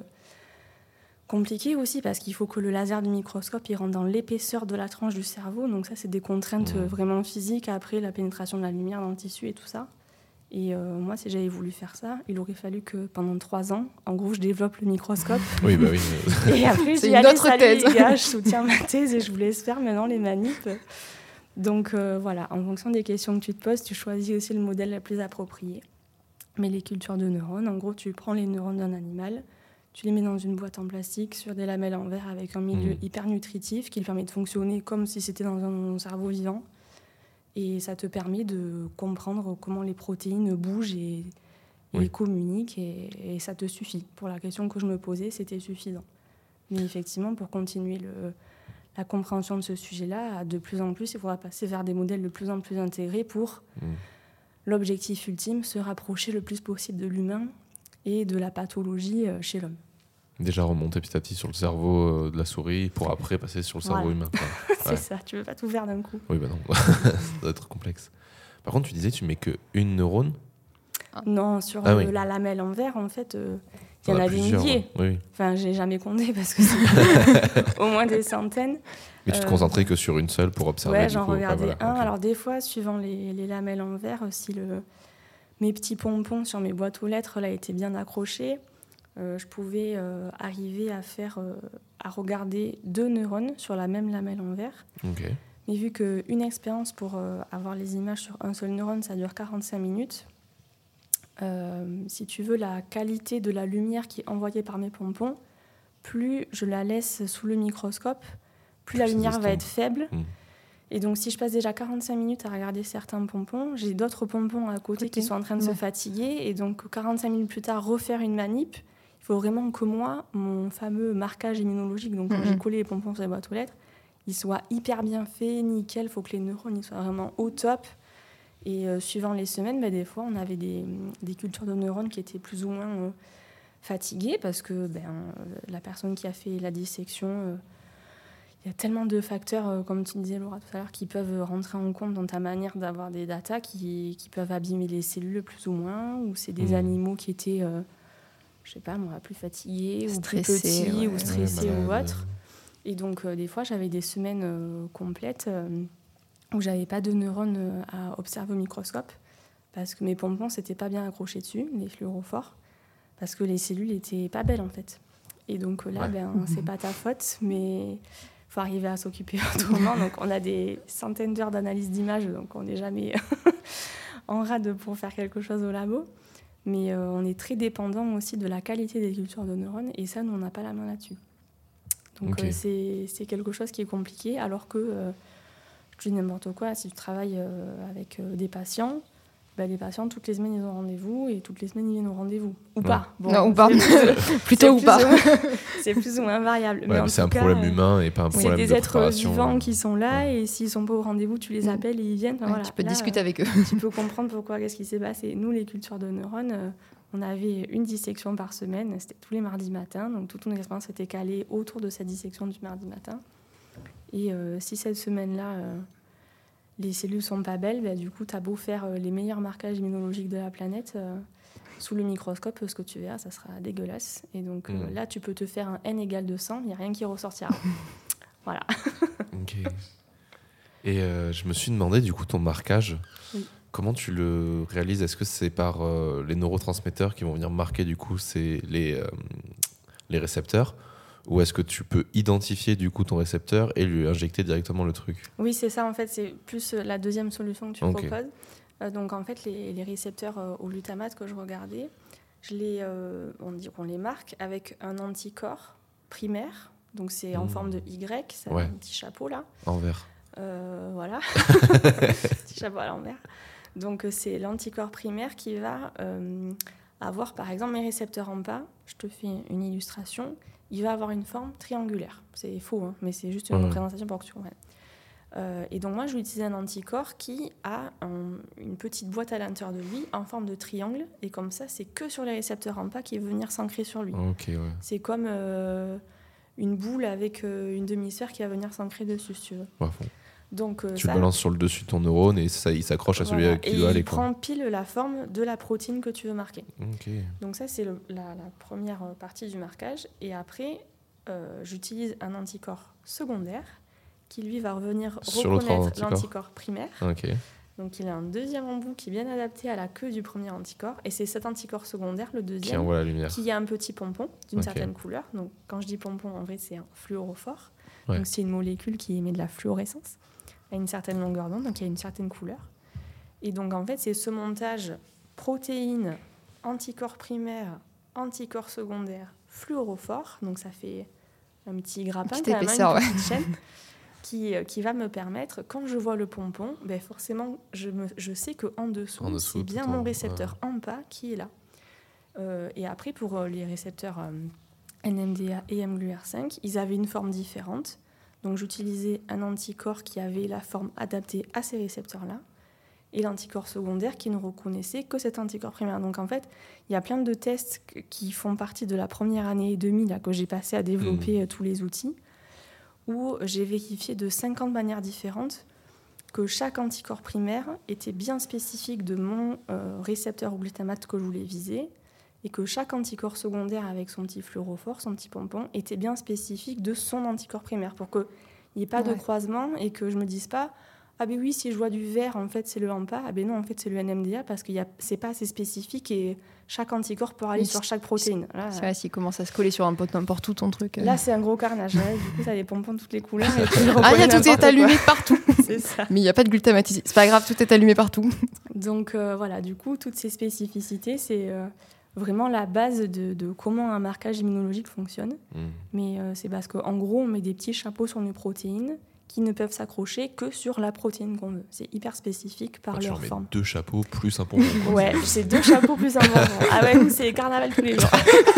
compliquées aussi parce qu'il faut que le laser du microscope il rentre dans l'épaisseur de la tranche du cerveau. Donc ça, c'est des contraintes Mmh. euh, vraiment physiques. Après, la pénétration de la lumière dans le tissu et tout ça. Et euh, moi, si j'avais voulu faire ça, il aurait fallu que pendant trois ans, en gros, je développe le microscope. Oui, bah oui. Et après, C'est j'ai une allez, autre salut thèse. les gars, je soutiens ma thèse et je vous laisse faire maintenant les manips. Donc euh, voilà, en fonction des questions que tu te poses, tu choisis aussi le modèle le plus approprié. Mais les cultures de neurones, en gros, tu prends les neurones d'un animal, tu les mets dans une boîte en plastique sur des lamelles en verre avec un milieu Mmh. hyper nutritif qui lui permet de fonctionner comme si c'était dans un cerveau vivant. Et ça te permet de comprendre comment les protéines bougent et, et Oui. communiquent. Et, et ça te suffit. Pour la question que je me posais, c'était suffisant. Mais effectivement, pour continuer le, la compréhension de ce sujet-là, de plus en plus, il faudra passer vers des modèles de plus en plus intégrés pour Mmh. l'objectif ultime, se rapprocher le plus possible de l'humain et de la pathologie chez l'homme. Déjà remonter petit à petit sur le cerveau euh, de la souris pour après passer sur le cerveau Voilà. humain. quoi. C'est Ouais. ça, tu ne veux pas tout faire d'un coup. Oui, bah non. Ça doit être complexe. Par contre, tu disais, tu mets que une neurone. Non, sur Ah euh, oui. la lamelle en verre, en fait, euh, il T'en y en as a des plusieurs, milliers. ouais. Oui, oui. Enfin, je n'ai jamais compté parce que c'est au moins des centaines. Mais tu te Euh, concentrais que sur une seule pour observer. Ouais, du j'en coup. regardais Ouais, voilà, un. ok. Alors des fois, suivant les, les lamelles en verre, si le, mes petits pompons sur mes boîtes aux lettres là, étaient bien accrochés, euh, je pouvais euh, arriver à, faire, euh, à regarder deux neurones sur la même lamelle en verre. Ok. Mais vu qu'une expérience pour euh, avoir les images sur un seul neurone, ça dure quarante-cinq minutes, euh, si tu veux, la qualité de la lumière qui est envoyée par mes pompons, plus je la laisse sous le microscope, plus la Ça lumière va s'estompe. être faible. Mm. Et donc, si je passe déjà quarante-cinq minutes à regarder certains pompons, j'ai d'autres pompons à côté Côté. qui sont en train de se Ouais. fatiguer. Et donc, quarante-cinq minutes plus tard, refaire une manip. Il faut vraiment que moi, mon fameux marquage immunologique, donc quand Mhm. j'ai collé les pompons sur les boîtes aux lettres, il soit hyper bien fait, nickel. Il faut que les neurones ils soient vraiment au top. Et euh, suivant les semaines, bah, des fois, on avait des, des cultures de neurones qui étaient plus ou moins euh, fatiguées parce que ben, euh, la personne qui a fait la dissection... euh, il y a tellement de facteurs, euh, comme tu disais Laura tout à l'heure, qui peuvent rentrer en compte dans ta manière d'avoir des datas, qui, qui peuvent abîmer les cellules plus ou moins, ou c'est des Mmh. animaux qui étaient, euh, je sais pas moi, plus fatigués, ou plus Stressés, petits, ouais. ou stressés Ouais, ou malade. autre. Et donc euh, des fois, j'avais des semaines euh, complètes euh, où j'avais pas de neurones euh, à observer au microscope, parce que mes pompons s'étaient pas bien accrochés dessus, les fluorophores, parce que les cellules étaient pas belles en fait. Et donc là, Ouais. ben, c'est pas ta faute, mais il faut arriver à s'occuper autrement. Donc on a des centaines d'heures d'analyse d'images, donc on n'est jamais en rade pour faire quelque chose au labo. Mais euh, on est très dépendant aussi de la qualité des cultures de neurones, et ça, nous, on n'a pas la main là-dessus. Donc Ok. euh, c'est, c'est quelque chose qui est compliqué, alors que, euh, je dis n'importe quoi, si tu travailles euh, avec euh, des patients, ben, les patients, toutes les semaines, ils ont rendez-vous, et toutes les semaines, ils viennent au rendez-vous. Ou Ouais. pas. Bon, Non, ou pas. c'est- Plutôt c'est ou plus pas. moins- c'est plus ou moins variable. Ouais, mais mais en c'est tout un cas, problème euh, humain et pas un c'est problème des de êtres préparation. vivants qui sont là, Ouais. et s'ils sont pas au rendez-vous, tu les Mm. appelles et ils viennent. Enfin, Ouais, voilà. tu peux Là, discuter euh, avec eux. tu peux comprendre pourquoi, qu'est-ce qui s'est passé. Nous, les cultures de neurones, euh, on avait une dissection par semaine, c'était tous les mardis matins, donc toute mon expérience était calée autour de cette dissection du mardi matin. Et euh, si cette semaine-là, euh, les cellules sont pas belles, bah, du coup, tu as beau faire euh, les meilleurs marquages immunologiques de la planète, euh, sous le microscope, ce que tu verras, ça sera dégueulasse. Et donc euh, Mm. là, tu peux te faire un N égale de cent, il n'y a rien qui ressortira. Voilà. Ok. Et euh, je me suis demandé, du coup, ton marquage, Oui. comment tu le réalises? Est-ce que c'est par euh, les neurotransmetteurs qui vont venir marquer, du coup, c'est les, euh, les récepteurs? Ou est-ce que tu peux identifier, du coup, ton récepteur et lui injecter directement le truc? Oui, c'est ça, en fait, c'est plus euh, la deuxième solution que tu Ok. proposes. Euh, donc, en fait, les, les récepteurs euh, au glutamate que je regardais, je les, euh, on dit qu'on les marque avec un anticorps primaire. Donc, c'est en Mmh. forme de Y, c'est Ouais. un petit chapeau là. En vert. Euh, voilà, petit chapeau à l'envers. Donc, euh, c'est l'anticorps primaire qui va euh, avoir, par exemple, mes récepteurs en pas. Je te fais une illustration. Il va avoir une forme triangulaire. C'est faux, hein, mais c'est juste une Ouais. représentation pour que tu comprennes. Euh, et donc moi, je vais utiliser un anticorps qui a un- une petite boîte à l'intérieur de lui en forme de triangle. Et comme ça, c'est que sur les récepteurs en pas qu'il va venir s'ancrer sur lui. Ok, ouais. C'est comme euh, une boule avec euh, une demi-sphère qui va venir s'ancrer dessus, si tu veux. Ouais, bon. Donc, euh, Tu ça, le balances sur le dessus de ton neurone et ça, il s'accroche à celui voilà. qui Et doit aller. il Quoi. prend pile la forme de la protéine que tu veux marquer. Ok. Donc ça, c'est le- la, la première partie du marquage. Et après, euh, j'utilise un anticorps secondaire qui, lui, va revenir Sur l'autre reconnaître anticorps. l'anticorps primaire. Ok. Donc il a un deuxième embout qui est bien adapté à la queue du premier anticorps. Et c'est cet anticorps secondaire, le Qui deuxième, envoie la lumière. qui a un petit pompon d'une Ok. certaine couleur. Donc quand je dis pompon, en vrai, c'est un fluorophore. Ouais. Donc c'est une molécule qui émet de la fluorescence à une certaine longueur d'onde, donc il y a une certaine couleur. Et donc en fait, c'est ce montage protéines, anticorps primaires, anticorps secondaires, fluorophore. Donc ça fait un petit grappin, Petite quand même, épaisseur, une ouais. petite chaîne. Qui, qui va me permettre, quand je vois le pompon, ben forcément, je, me, je sais qu'en dessous, En dessous, c'est bien plutôt, mon récepteur ouais. A M P A qui est là. Euh, et après, pour euh, les récepteurs euh, N M D A et M G L U R cinq, ils avaient une forme différente. Donc, j'utilisais un anticorps qui avait la forme adaptée à ces récepteurs-là et l'anticorps secondaire qui ne reconnaissait que cet anticorps primaire. Donc, en fait, il y a plein de tests qui font partie de la première année et demie là, que j'ai passé à développer mmh. euh, tous les outils, où j'ai vérifié de cinquante manières différentes que chaque anticorps primaire était bien spécifique de mon euh, récepteur au glutamate que je voulais viser et que chaque anticorps secondaire avec son petit fluorophore, son petit pompon, était bien spécifique de son anticorps primaire pour qu'il n'y ait pas ouais. de croisement et que je ne me dise pas « Ah ben oui, si je vois du vert, en fait, c'est le A M P A. Ah ben non, en fait, c'est le N M D A parce que ce n'est pas assez spécifique et chaque anticorps peut aller oui, sur chaque protéine. » Là, c'est vrai, s'il commence à se coller sur un pot n'importe où ton truc. Euh... Là, c'est un gros carnage. Là. Du coup, ça a des pompons de toutes les couleurs. Et ah, il y a tout est allumé quoi. Partout. C'est ça. Mais il n'y a pas de glutamate ici. C'est pas grave, tout est allumé partout. Donc euh, voilà, du coup, toutes ces spécificités, c'est euh, vraiment la base de, de comment un marquage immunologique fonctionne. Mmh. Mais euh, c'est parce qu'en gros, on met des petits chapeaux sur nos protéines qui ne peuvent s'accrocher que sur la protéine qu'on veut. C'est hyper spécifique par ah, leur forme. Deux chapeaux plus un pompon. Ouais, c'est deux chapeaux plus un pompon. Ah ouais, nous, c'est carnaval tous les jours.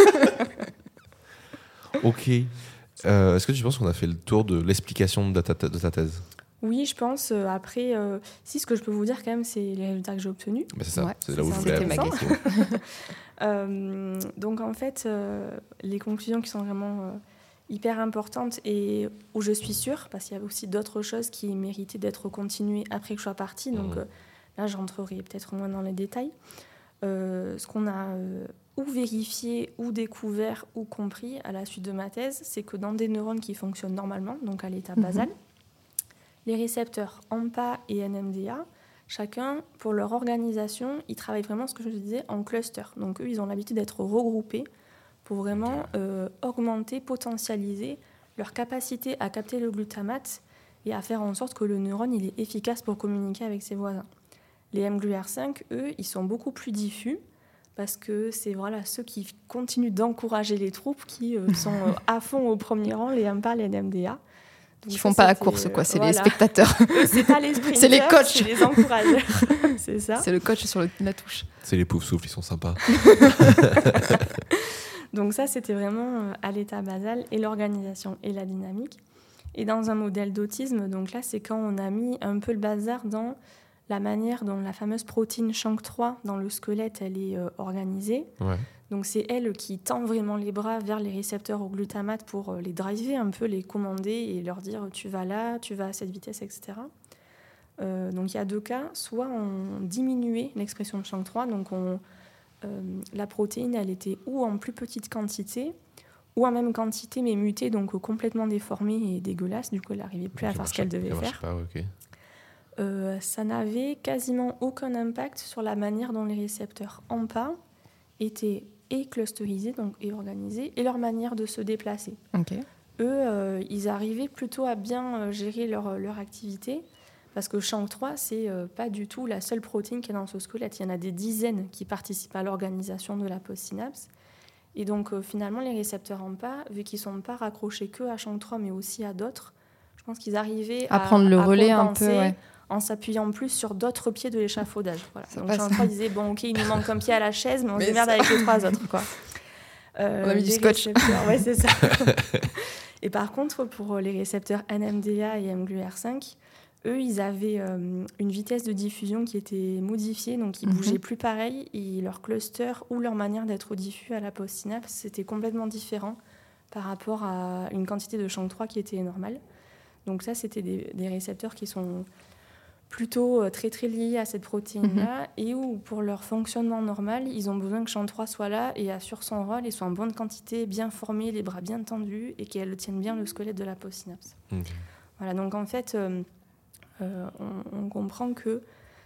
Ok. Euh, est-ce que tu penses qu'on a fait le tour de l'explication de ta, de ta thèse ? Oui, je pense. Euh, après, euh, si, ce que je peux vous dire quand même, c'est les résultats que j'ai obtenus. Bah c'est ça, ouais, c'est là où je voulais ma question. euh, donc en fait, euh, les conclusions qui sont vraiment... Euh, hyper importante et où je suis sûre, parce qu'il y a aussi d'autres choses qui méritaient d'être continuées après que je sois partie, donc mmh. euh, là je rentrerai peut-être moins dans les détails. Euh, ce qu'on a euh, ou vérifié, ou découvert, ou compris à la suite de ma thèse, c'est que dans des neurones qui fonctionnent normalement, donc à l'état mmh. basal, les récepteurs A M P A et N M D A, chacun, pour leur organisation, ils travaillent vraiment, ce que je disais, en cluster. Donc eux, ils ont l'habitude d'être regroupés pour vraiment euh, augmenter, potentialiser leur capacité à capter le glutamate et à faire en sorte que le neurone il est efficace pour communiquer avec ses voisins. Les M G L U R cinq, eux, ils sont beaucoup plus diffus parce que c'est voilà, ceux qui continuent d'encourager les troupes qui euh, sont euh, à fond au premier rang, les A M P A, les N M D A. Donc Ils ne font pas la course, quoi. C'est voilà. les spectateurs. C'est pas les sprinters, c'est les coachs. C'est les encourageurs. C'est ça. C'est le coach sur le, la touche. C'est les poufs souffles, ils sont sympas. Donc ça, c'était vraiment à l'état basal et l'organisation et la dynamique. Et dans un modèle d'autisme, donc là, c'est quand on a mis un peu le bazar dans la manière dont la fameuse protéine C H A N K trois dans le squelette, elle est euh, organisée. Ouais. Donc c'est elle qui tend vraiment les bras vers les récepteurs au glutamate pour euh, les driver un peu, les commander et leur dire tu vas là, tu vas à cette vitesse, et cetera. Euh, donc il y a deux cas. Soit on diminuait l'expression de C H A N K trois, donc on... Euh, la protéine, elle était ou en plus petite quantité, ou en même quantité, mais mutée, donc complètement déformée et dégueulasse. Du coup, elle n'arrivait plus donc à faire ce qu'elle devait faire. Pas, okay. euh, ça n'avait quasiment aucun impact sur la manière dont les récepteurs A M P A étaient et clusterisés, donc et organisés, et leur manière de se déplacer. Okay. Eux, euh, ils arrivaient plutôt à bien gérer leur, leur activité, parce que C H A N K trois, c'est euh, pas du tout la seule protéine qui est dans ce squelette. Il y en a des dizaines qui participent à l'organisation de la postsynapse. Et donc, euh, finalement, les récepteurs A M P A, vu qu'ils ne sont pas raccrochés que à C H A N K trois, mais aussi à d'autres, je pense qu'ils arrivaient à, à prendre le à relais un peu, ouais. en s'appuyant plus sur d'autres pieds de l'échafaudage. Voilà. Donc, C H A N K ça. trois disait, bon, OK, il nous manque un pied à la chaise, mais on mais se démerde ça... avec les trois autres. Quoi. Euh, on a mis du scotch. Ouais, c'est ça. Et par contre, pour les récepteurs N M D A et M G L U R cinq, eux, ils avaient euh, une vitesse de diffusion qui était modifiée, donc ils ne mm-hmm. bougeaient plus pareil, et leur cluster ou leur manière d'être diffus à la postsynapse, c'était complètement différent par rapport à une quantité de C H A N K trois qui était normale. Donc ça, c'était des, des récepteurs qui sont plutôt euh, très très liés à cette protéine-là, mm-hmm. et où, pour leur fonctionnement normal, ils ont besoin que C H A N K trois soit là et assure son rôle, et soit en bonne quantité, bien formé, les bras bien tendus, et qu'elle tienne bien le squelette de la postsynapse. Okay. Voilà, donc en fait... Euh, Euh, on, on comprend que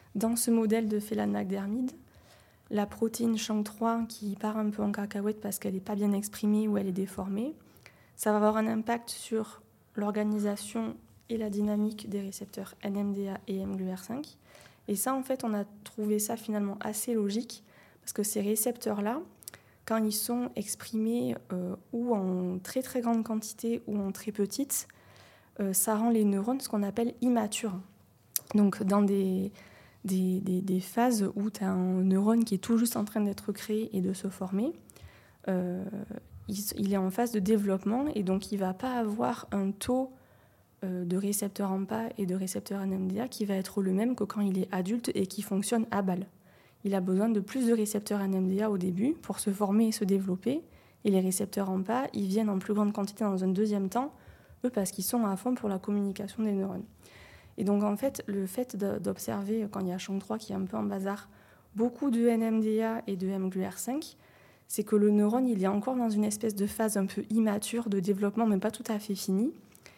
Dans ce modèle de Phelan-McDermid, la protéine S H A N K trois qui part un peu en cacahuète parce qu'elle n'est pas bien exprimée ou elle est déformée, ça va avoir un impact sur l'organisation et la dynamique des récepteurs N M D A et M G L U R cinq. Et ça, en fait, on a trouvé ça finalement assez logique parce que ces récepteurs-là, quand ils sont exprimés euh, ou en très très grande quantité ou en très petite, euh, ça rend les neurones ce qu'on appelle immatures. Donc dans des, des, des, des phases où tu as un neurone qui est tout juste en train d'être créé et de se former, euh, il, il est en phase de développement et donc il ne va pas avoir un taux euh, de récepteurs A M P A et de récepteurs N M D A qui va être le même que quand il est adulte et qui fonctionne à balle. Il a besoin de plus de récepteurs N M D A au début pour se former et se développer. Et les récepteurs A M P A, ils viennent en plus grande quantité dans un deuxième temps, eux parce qu'ils sont à fond pour la communication des neurones. Et donc en fait, le fait d'observer, quand il y a S H A N K trois qui est un peu en bazar, beaucoup de N M D A et de M G L U R cinq, c'est que le neurone, il est encore dans une espèce de phase un peu immature de développement, mais pas tout à fait finie.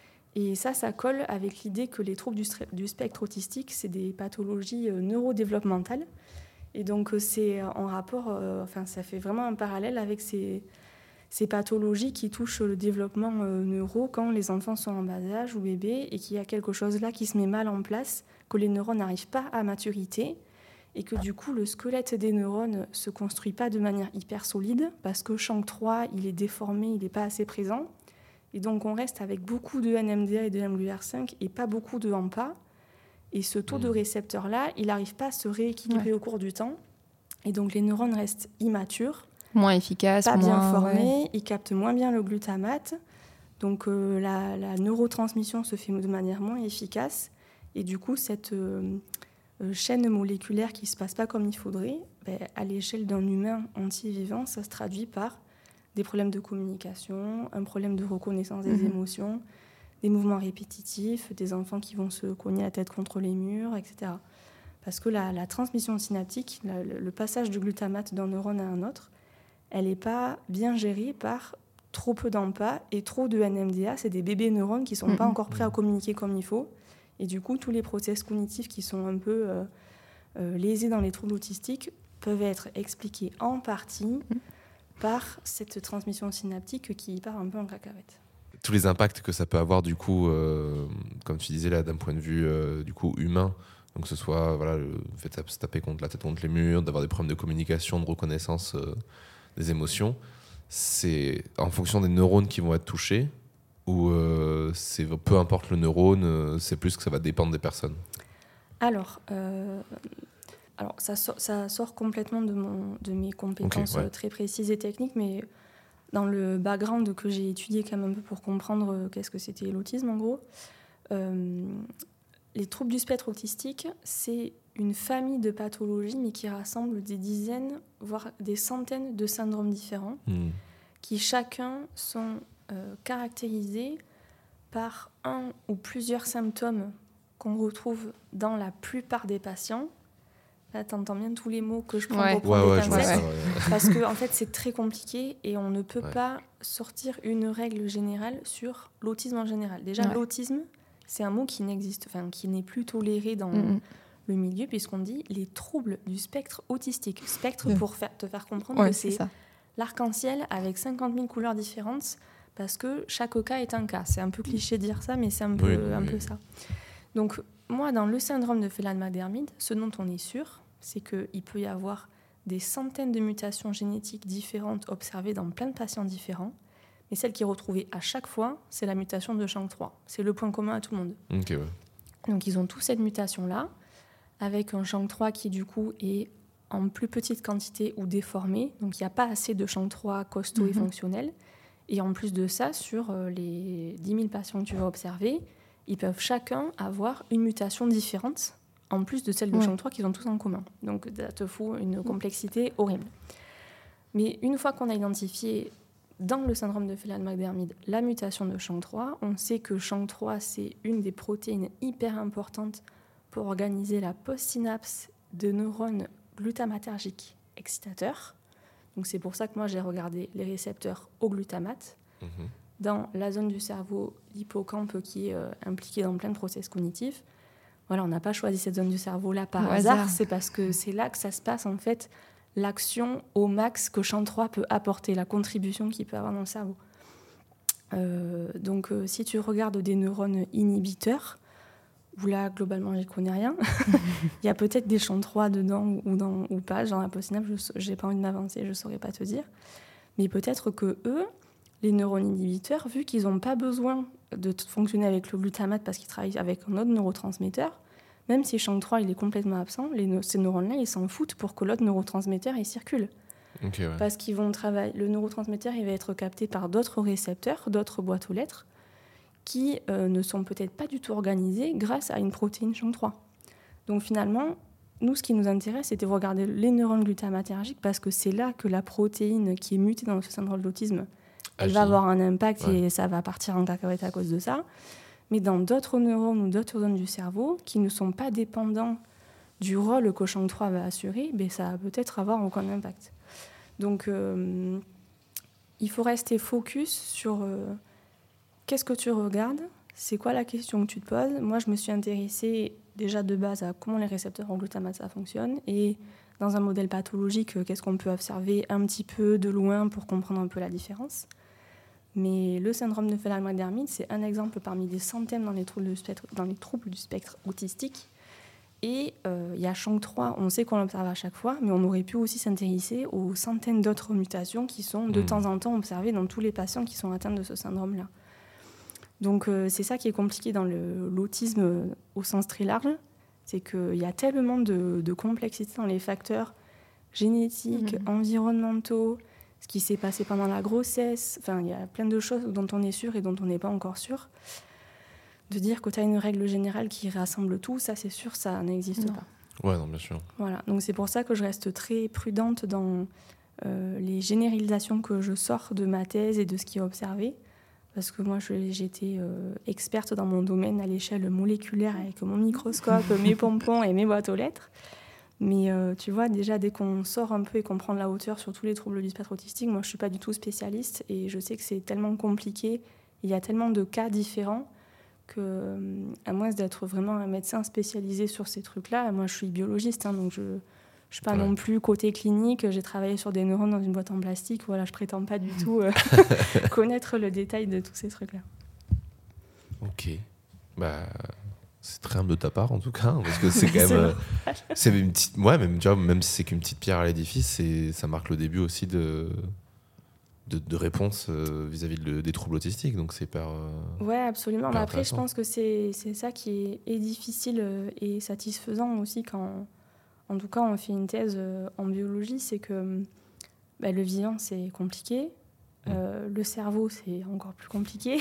Et ça, ça colle avec l'idée que les troubles du, du spectre autistique, c'est des pathologies euh, neurodéveloppementales. Et donc, c'est en rapport, euh, enfin, ça fait vraiment un parallèle avec ces, ces pathologies qui touchent le développement euh, neuro quand les enfants sont en bas âge ou bébés et qu'il y a quelque chose là qui se met mal en place, que les neurones n'arrivent pas à maturité et que du coup, le squelette des neurones ne se construit pas de manière hyper solide parce que S H A N K trois, il est déformé, il n'est pas assez présent. Et donc, on reste avec beaucoup de N M D A et de M G L U R cinq et pas beaucoup de A M P A. Et ce taux de récepteurs-là, il n'arrive pas à se rééquilibrer ouais. au cours du temps. Et donc, les neurones restent immatures. Moins efficaces. Pas moins, bien formés. Ouais. Ils captent moins bien le glutamate. Donc, euh, la, la neurotransmission se fait de manière moins efficace. Et du coup, cette euh, chaîne moléculaire qui ne se passe pas comme il faudrait, ben, à l'échelle d'un humain entier vivant, ça se traduit par des problèmes de communication, un problème de reconnaissance des mmh. émotions, des mouvements répétitifs, des enfants qui vont se cogner la tête contre les murs, et cetera. Parce que la, la transmission synaptique, la, le, le passage du glutamate d'un neurone à un autre, elle n'est pas bien gérée par trop peu d'A M P A et trop de N M D A. C'est des bébés neurones qui ne sont mmh. pas encore prêts à communiquer comme il faut. Et du coup, tous les process cognitifs qui sont un peu euh, euh, lésés dans les troubles autistiques peuvent être expliqués en partie mmh. par cette transmission synaptique qui part un peu en cacahuète. Tous les impacts que ça peut avoir du coup, euh, comme tu disais là, d'un point de vue euh, du coup humain, donc que ce soit voilà, le fait de se taper contre la tête contre les murs, d'avoir des problèmes de communication, de reconnaissance euh, des émotions, c'est en fonction des neurones qui vont être touchés ou euh, c'est peu importe le neurone, c'est plus que ça va dépendre des personnes. Alors. Euh... Alors, ça sort, ça sort complètement de, mon, de mes compétences okay, ouais. très précises et techniques, mais dans le background que j'ai étudié quand même un peu pour comprendre qu'est-ce que c'était l'autisme, en gros, euh, les troubles du spectre autistique, c'est une famille de pathologies, mais qui rassemble des dizaines, voire des centaines de syndromes différents, mmh. qui chacun sont euh, caractérisés par un ou plusieurs symptômes qu'on retrouve dans la plupart des patients. Là, t'entends bien tous les mots que je prends ouais. pour prendre ouais, des ouais, pincettes, ouais, ouais. parce que en fait, c'est très compliqué et on ne peut ouais. pas sortir une règle générale sur l'autisme en général. Déjà, ouais. l'autisme, c'est un mot qui n'existe, enfin, qui n'est plus toléré dans mm-hmm. le milieu, puisqu'on dit les troubles du spectre autistique. Spectre ouais. pour faire, te faire comprendre ouais, que c'est, c'est l'arc-en-ciel avec cinquante mille couleurs différentes, parce que chaque cas est un cas. C'est un peu cliché de dire ça, mais c'est un peu, oui, un oui. peu ça. Donc, moi, dans le syndrome de Phelan-McDermid, ce dont on est sûr, c'est qu'il peut y avoir des centaines de mutations génétiques différentes observées dans plein de patients différents. Mais celle qui est retrouvée à chaque fois, c'est la mutation de S H A N K trois. C'est le point commun à tout le monde. Okay, ouais. Donc, ils ont tous cette mutation-là, avec un S H A N K trois qui, du coup, est en plus petite quantité ou déformé. Donc, il n'y a pas assez de S H A N K trois costaud mm-hmm. et fonctionnel. Et en plus de ça, sur les dix mille patients que tu vas observer, ils peuvent chacun avoir une mutation différente, en plus de celle de ouais. S H A N K trois qu'ils ont tous en commun. Donc, ça te fout une complexité horrible. Mais une fois qu'on a identifié dans le syndrome de Phelan-McDermid la mutation de S H A N K trois, on sait que S H A N K trois, c'est une des protéines hyper importantes pour organiser la postsynapse de neurones glutamatergiques excitateurs. Donc, c'est pour ça que moi, j'ai regardé les récepteurs au glutamate mmh. dans la zone du cerveau, l'hippocampe, qui est euh, impliquée dans plein de process cognitifs. voilà, on n'a pas choisi cette zone du cerveau-là par Au hasard, hasard. c'est parce que c'est là que ça se passe, en fait, l'action au max que champ trois peut apporter, la contribution qu'il peut avoir dans le cerveau. Euh, donc, euh, si tu regardes des neurones inhibiteurs, où là, globalement, j'y connais rien, il y a peut-être des champs trois dedans ou, dans, ou pas, genre impossible, je n'ai pas envie de m'avancer, je ne saurais pas te dire. Mais peut-être que eux, les neurones inhibiteurs, vu qu'ils n'ont pas besoin de t- fonctionner avec le glutamate parce qu'ils travaillent avec un autre neurotransmetteur, même si champ trois il est complètement absent, les neu- ces neurones-là, ils s'en foutent pour que l'autre neurotransmetteur il circule. Ok, ouais. Parce qu'ils vont travailler, le neurotransmetteur il va être capté par d'autres récepteurs, d'autres boîtes aux lettres, qui euh, ne sont peut-être pas du tout organisés grâce à une protéine champ trois. Donc finalement, nous, ce qui nous intéresse, c'était de regarder les neurones glutamatergiques parce que c'est là que la protéine qui est mutée dans ce syndrome d'autisme, elle Agit. va avoir un impact Ouais. et ça va partir en cacahuète à cause de ça. Mais dans d'autres neurones ou d'autres zones du cerveau qui ne sont pas dépendants du rôle que champ trois va assurer, ben ça va peut-être avoir aucun impact. Donc, euh, il faut rester focus sur euh, qu'est-ce que tu regardes, c'est quoi la question que tu te poses. Moi, je me suis intéressée déjà de base à comment les récepteurs en glutamate ça fonctionne et dans un modèle pathologique, euh, qu'est-ce qu'on peut observer un petit peu de loin pour comprendre un peu la différence. Mais le syndrome de Phelan-McDermid, c'est un exemple parmi des centaines dans les troubles du spectre, dans les troubles du spectre autistique. Et euh, il y a champ trois, on sait qu'on l'observe à chaque fois, mais on aurait pu aussi s'intéresser aux centaines d'autres mutations qui sont de Mmh. temps en temps observées dans tous les patients qui sont atteints de ce syndrome-là. Donc euh, c'est ça qui est compliqué dans le, l'autisme euh, au sens très large, c'est qu'il y a tellement de, de complexité dans les facteurs génétiques, Mmh. environnementaux, ce qui s'est passé pendant la grossesse, enfin il y a plein de choses dont on est sûr et dont on n'est pas encore sûr. De dire que tu as une règle générale qui rassemble tout, ça c'est sûr, ça n'existe Non. pas. Ouais, non, bien sûr. Voilà, donc c'est pour ça que je reste très prudente dans euh, les généralisations que je sors de ma thèse et de ce qui est observé. Parce que moi, je- j'étais euh, experte dans mon domaine à l'échelle moléculaire avec mon microscope, mes pompons et mes boîtes aux lettres. Mais euh, tu vois, déjà, dès qu'on sort un peu et qu'on prend de la hauteur sur tous les troubles du spectre autistique, moi, je ne suis pas du tout spécialiste et je sais que c'est tellement compliqué, il y a tellement de cas différents que, euh, à moins d'être vraiment un médecin spécialisé sur ces trucs-là, moi, je suis biologiste, hein, donc je ne suis pas Ouais. non plus côté clinique. J'ai travaillé sur des neurones dans une boîte en plastique. Voilà, je ne prétends pas du tout euh, connaître le détail de tous ces trucs-là. Ok. Bah, c'est très humble de ta part en tout cas, parce que c'est quand même. C'est euh, c'est une petite. Ouais, même, tu vois, même si c'est qu'une petite pierre à l'édifice, c'est, ça marque le début aussi de. De, de réponse euh, vis-à-vis de- des troubles autistiques, donc c'est hyper. euh, Ouais, absolument. Hyper Mais après, je intéressant. pense que c'est, c'est ça qui est, est difficile euh, et satisfaisant aussi quand, en tout cas, on fait une thèse euh, en biologie, c'est que bah, le vivant, c'est compliqué. Euh, le cerveau, c'est encore plus compliqué.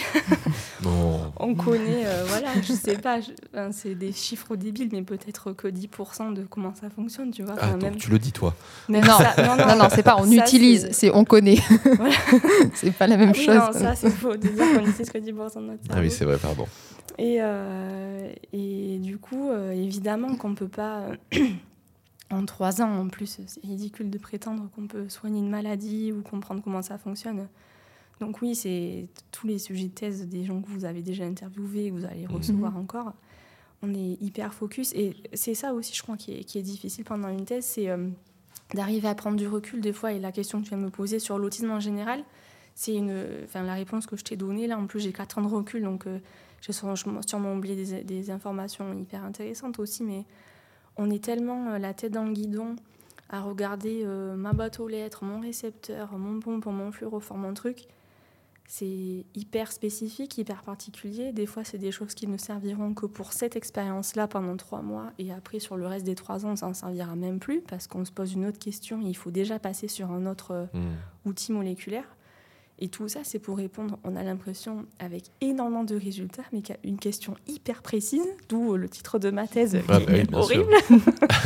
Non. On connaît, euh, voilà, je sais pas, je- enfin, c'est des chiffres débiles, mais peut-être que dix pour cent de comment ça fonctionne, tu vois. Ah, Enfin, donc même, tu le dis toi. même Non. ça- Non, non, c'est pas on ça, utilise, c'est- c'est on connaît. Voilà. C'est pas la même Ah oui, chose. non, ça, c'est faux de dire qu'on utilise que dix pour cent de notre cerveau. Ah oui, c'est vrai, pardon. Et, euh, et du coup, euh, évidemment qu'on ne peut pas, euh, en trois ans en plus, c'est ridicule de prétendre qu'on peut soigner une maladie ou comprendre comment ça fonctionne. Donc oui, c'est tous les sujets de thèse des gens que vous avez déjà interviewés, que vous allez recevoir encore. On est hyper focus. Et c'est ça aussi, je crois, qui est, qui est difficile pendant une thèse, c'est euh, d'arriver à prendre du recul des fois. Et la question que tu viens de me poser sur l'autisme en général, c'est une, enfin, la réponse que je t'ai donnée. Là, en plus, j'ai quatre ans de recul, donc euh, j'ai sûrement, sûrement oublié des, des informations hyper intéressantes aussi. Mais on est tellement euh, la tête dans le guidon à regarder euh, ma boîte aux lettres, mon récepteur, mon pompon, mon fluorophore, mon truc. C'est hyper spécifique, hyper particulier. Des fois, c'est des choses qui ne serviront que pour cette expérience-là pendant trois mois. Et après, sur le reste des trois ans, ça ne servira même plus parce qu'on se pose une autre question et il faut déjà passer sur un autre euh, Mmh. outil moléculaire. Et tout ça, c'est pour répondre, on a l'impression, avec énormément de résultats, mais qu'à une question hyper précise, d'où le titre de ma thèse, Ah, qui bah oui, est bien horrible. sûr.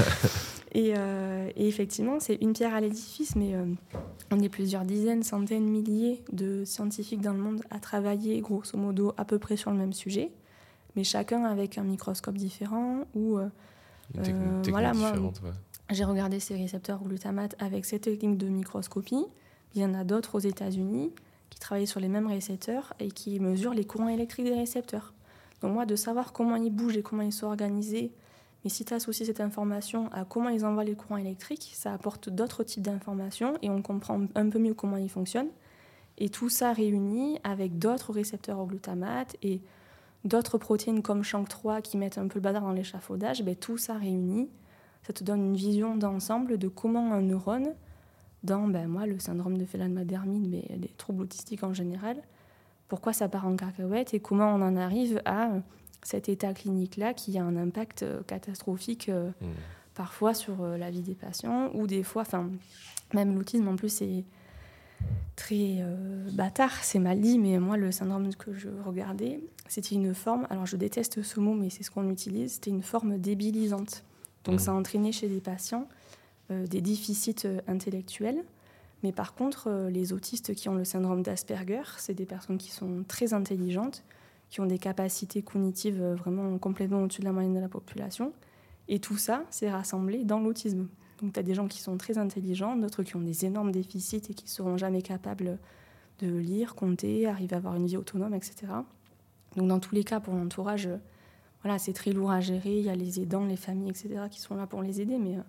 et, euh, et effectivement, c'est une pierre à l'édifice, mais euh, on est plusieurs dizaines, centaines, milliers de scientifiques dans le monde à travailler, grosso modo, à peu près sur le même sujet, mais chacun avec un microscope différent ou... euh, Une technique, Euh, technique voilà, moi, différente, ouais. j'ai regardé ces récepteurs glutamate avec cette technique de microscopie. Il y en a d'autres aux États-Unis qui travaillent sur les mêmes récepteurs et qui mesurent les courants électriques des récepteurs. Donc moi, de savoir comment ils bougent et comment ils sont organisés, mais si tu associes cette information à comment ils envoient les courants électriques, ça apporte d'autres types d'informations et on comprend un peu mieux comment ils fonctionnent. Et tout ça réuni avec d'autres récepteurs au glutamate et d'autres protéines comme Shank trois qui mettent un peu le bazar dans l'échafaudage, ben tout ça réuni, ça te donne une vision d'ensemble de comment un neurone, dans ben moi, le syndrome de Phelan-Madermid, mais les troubles autistiques en général, pourquoi ça part en cacahuète et comment on en arrive à cet état clinique-là qui a un impact catastrophique euh, mmh. parfois sur euh, la vie des patients ou des fois, enfin, même l'autisme en plus c'est très euh, bâtard, c'est mal dit, mais moi le syndrome que je regardais, c'était une forme, alors je déteste ce mot mais c'est ce qu'on utilise, c'était une forme débilisante. Donc mmh. ça entraînait chez des patients euh, des déficits euh, intellectuels. Mais par contre, euh, les autistes qui ont le syndrome d'Asperger, c'est des personnes qui sont très intelligentes, qui ont des capacités cognitives euh, vraiment complètement au-dessus de la moyenne de la population. Et tout ça, c'est rassemblé dans l'autisme. Donc tu as des gens qui sont très intelligents, d'autres qui ont des énormes déficits et qui ne seront jamais capables de lire, compter, arriver à avoir une vie autonome, et cetera. Donc dans tous les cas, pour l'entourage, euh, voilà, c'est très lourd à gérer. Il y a les aidants, les familles, et cetera qui sont là pour les aider, mais... Euh,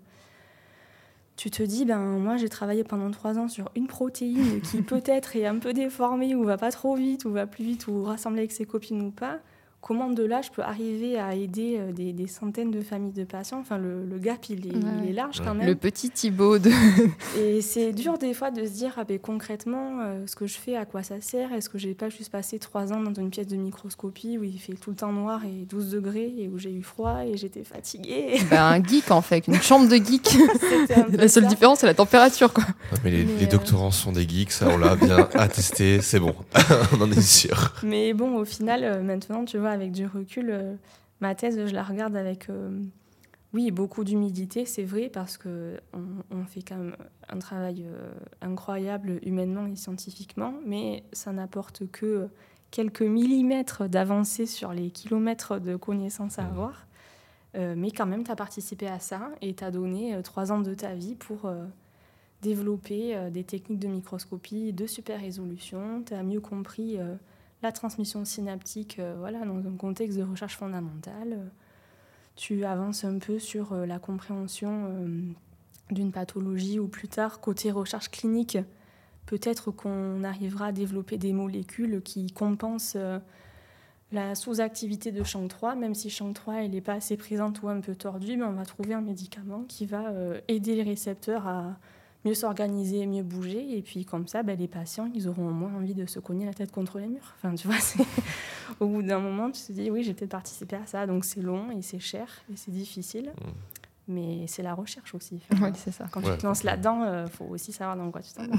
tu te dis, ben moi j'ai travaillé pendant trois ans sur une protéine qui peut-être est un peu déformée ou va pas trop vite ou va plus vite ou rassemblée avec ses copines ou pas. Comment de là je peux arriver à aider des, des centaines de familles de patients? Enfin, le, le gap il est, ouais. il est large quand même. Le petit Thibaut de... Et c'est dur des fois de se dire, ah ben, concrètement, euh, ce que je fais, à quoi ça sert? Est-ce que j'ai pas juste passé trois ans dans une pièce de microscopie où il fait tout le temps noir et douze degrés et où j'ai eu froid et j'étais fatiguée? Ben, un geek en fait, une chambre de geek. La seule ça. différence c'est la température quoi. Ouais, mais les, mais les doctorants euh... sont des geeks, ça on l'a bien attesté, c'est bon, on en est sûr. Mais bon, au final, euh, maintenant tu vois, avec du recul, euh, ma thèse, je la regarde avec, euh, oui, beaucoup d'humilité, c'est vrai, parce qu'on on fait quand même un travail euh, incroyable humainement et scientifiquement, mais ça n'apporte que quelques millimètres d'avancée sur les kilomètres de connaissances à avoir. Euh, mais quand même, tu as participé à ça et tu as donné euh, trois ans de ta vie pour euh, développer euh, des techniques de microscopie de super résolution. Tu as mieux compris... Euh, la transmission synaptique, euh, voilà, dans un contexte de recherche fondamentale. Euh, tu avances un peu sur euh, la compréhension euh, d'une pathologie ou plus tard, côté recherche clinique, peut-être qu'on arrivera à développer des molécules qui compensent euh, la sous-activité de Shank trois, même si Shank trois n'est pas assez présente ou un peu tordue, mais on va trouver un médicament qui va euh, aider les récepteurs à mieux s'organiser, mieux bouger, et puis comme ça, ben, les patients, ils auront au moins envie de se cogner la tête contre les murs. Enfin, tu vois, c'est... au bout d'un moment, tu te dis, oui, j'ai peut-être participé à ça, donc c'est long, et c'est cher, et c'est difficile, mmh. mais c'est la recherche aussi. Enfin, oui, c'est ça. Quand ouais, tu te lances là-dedans, il euh, faut aussi savoir dans quoi tu t'embarques.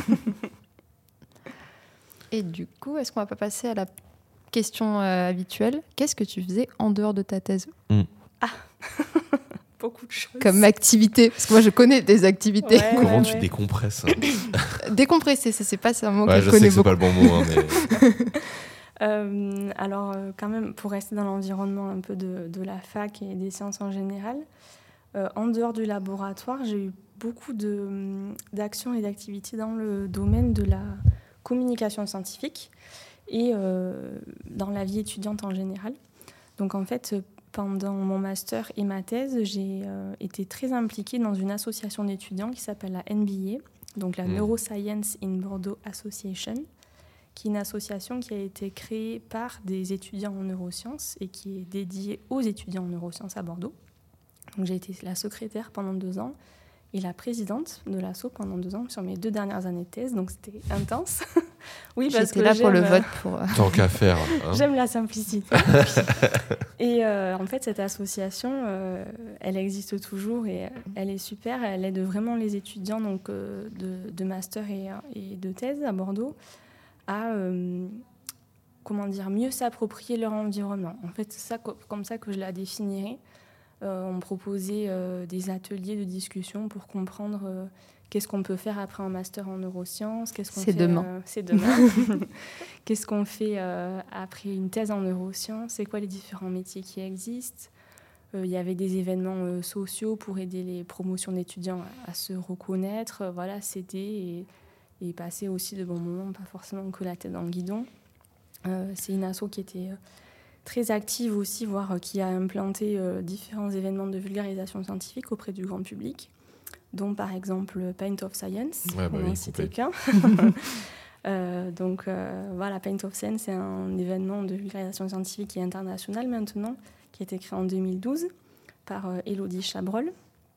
Et du coup, est-ce qu'on va pas passer à la question euh, habituelle? Qu'est-ce que tu faisais en dehors de ta thèse? mmh. Ah Beaucoup de choses. Comme activité, parce que moi je connais des activités. Ouais, Comment ouais, tu ouais. décompresses? Décompresser, ça c'est pas un mot ouais, que je, je connais sais que beaucoup. c'est pas le bon mot, hein, mais... euh, alors euh, quand même, pour rester dans l'environnement un peu de, de la fac et des sciences en général, euh, en dehors du laboratoire, j'ai eu beaucoup de, d'actions et d'activités dans le domaine de la communication scientifique et euh, dans la vie étudiante en général. Donc en fait, pendant mon master et ma thèse, j'ai euh, été très impliquée dans une association d'étudiants qui s'appelle la N B A, donc la mmh. Neuroscience in Bordeaux Association, qui est une association qui a été créée par des étudiants en neurosciences et qui est dédiée aux étudiants en neurosciences à Bordeaux. Donc j'ai été la secrétaire pendant deux ans et la présidente de l'asso pendant deux ans sur mes deux dernières années de thèse, donc c'était intense. Oui, parce J'étais que là j'aime, pour le vote. Pour... Tant qu'à faire. Hein. J'aime la simplicité. Et euh, en fait, cette association, euh, elle existe toujours et elle est super. Elle aide vraiment les étudiants donc, euh, de, de master et, et de thèse à Bordeaux à euh, comment dire, mieux s'approprier leur environnement. En fait, c'est ça, comme ça que je la définirais. Euh, on proposait euh, des ateliers de discussion pour comprendre euh, qu'est-ce qu'on peut faire après un master en neurosciences, qu'est-ce qu'on c'est fait, demain. Euh, c'est demain. Qu'est-ce qu'on fait euh, après une thèse en neurosciences, c'est quoi les différents métiers qui existent. Il euh, y avait des événements euh, sociaux pour aider les promotions d'étudiants à, à se reconnaître, euh, voilà, s'aider et, et passer aussi de bons moments, pas forcément que la tête dans le guidon. Euh, c'est une asso qui était... Euh, très active aussi, voire qui a implanté euh, différents événements de vulgarisation scientifique auprès du grand public, dont par exemple Paint of Science, Ouais, bah pour oui, n'en citer qu'un. euh, donc euh, voilà, Paint of Science, c'est un événement de vulgarisation scientifique et international maintenant, qui a été créé en deux mille douze par euh, Élodie Chabrol.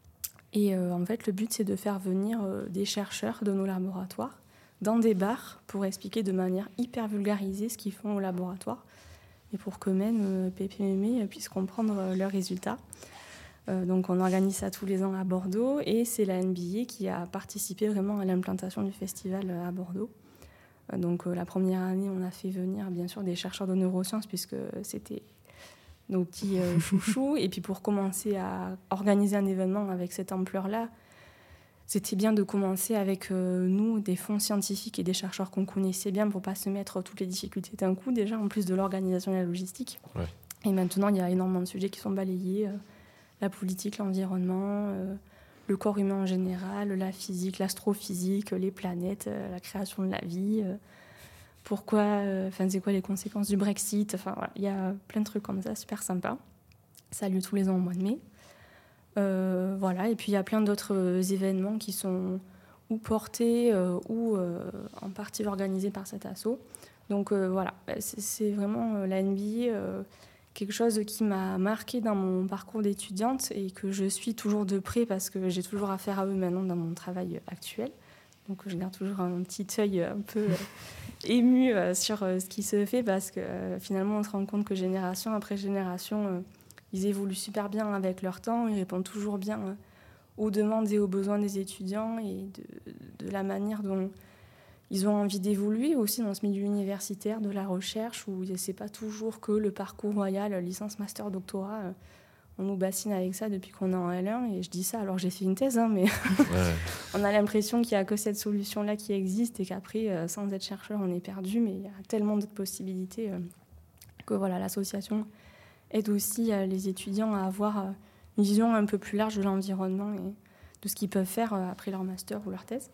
Et euh, en fait, le but, c'est de faire venir euh, des chercheurs de nos laboratoires dans des bars pour expliquer de manière hyper vulgarisée ce qu'ils font au laboratoire et pour qu'eux-mêmes, euh, P P M E, puissent comprendre euh, leurs résultats. Euh, donc on organise ça tous les ans à Bordeaux et c'est la N B A qui a participé vraiment à l'implantation du festival euh, à Bordeaux. Euh, donc euh, la première année, on a fait venir bien sûr des chercheurs de neurosciences puisque c'était nos petits euh, chouchous. Et puis pour commencer à organiser un événement avec cette ampleur-là, c'était bien de commencer avec euh, nous, des fonds scientifiques et des chercheurs qu'on connaissait bien pour ne pas se mettre toutes les difficultés d'un coup, déjà, en plus de l'organisation et la logistique. Ouais. Et maintenant, il y a énormément de sujets qui sont balayés. Euh, la politique, l'environnement, euh, le corps humain en général, la physique, l'astrophysique, les planètes, euh, la création de la vie. Euh, pourquoi, euh, c'est quoi les conséquences du Brexit. Enfin, voilà, il y a plein de trucs comme ça, super sympa. Ça a lieu tous les ans au mois de mai. Euh, voilà, et puis il y a plein d'autres euh, événements qui sont ou portés euh, ou euh, en partie organisés par cet asso. Donc euh, voilà, c'est, c'est vraiment euh, la N B A, euh, quelque chose qui m'a marqué dans mon parcours d'étudiante et que je suis toujours de près parce que j'ai toujours affaire à eux maintenant dans mon travail actuel. Donc je garde toujours un petit œil un peu euh, ému euh, sur euh, ce qui se fait parce que euh, finalement on se rend compte que génération après génération, euh, ils évoluent super bien avec leur temps, ils répondent toujours bien euh, aux demandes et aux besoins des étudiants et de, de la manière dont ils ont envie d'évoluer aussi dans ce milieu universitaire, de la recherche, où c'est pas toujours que le parcours royal, licence, master, doctorat. Euh, on nous bassine avec ça depuis qu'on est en L un, et je dis ça, alors j'ai fait une thèse, hein, mais ouais. On a l'impression qu'il n'y a que cette solution-là qui existe et qu'après, euh, sans être chercheur, on est perdu, mais il y a tellement d'autres possibilités euh, que voilà, l'association aide aussi euh, les étudiants à avoir euh, une vision un peu plus large de l'environnement et de ce qu'ils peuvent faire euh, après leur master ou leur thèse.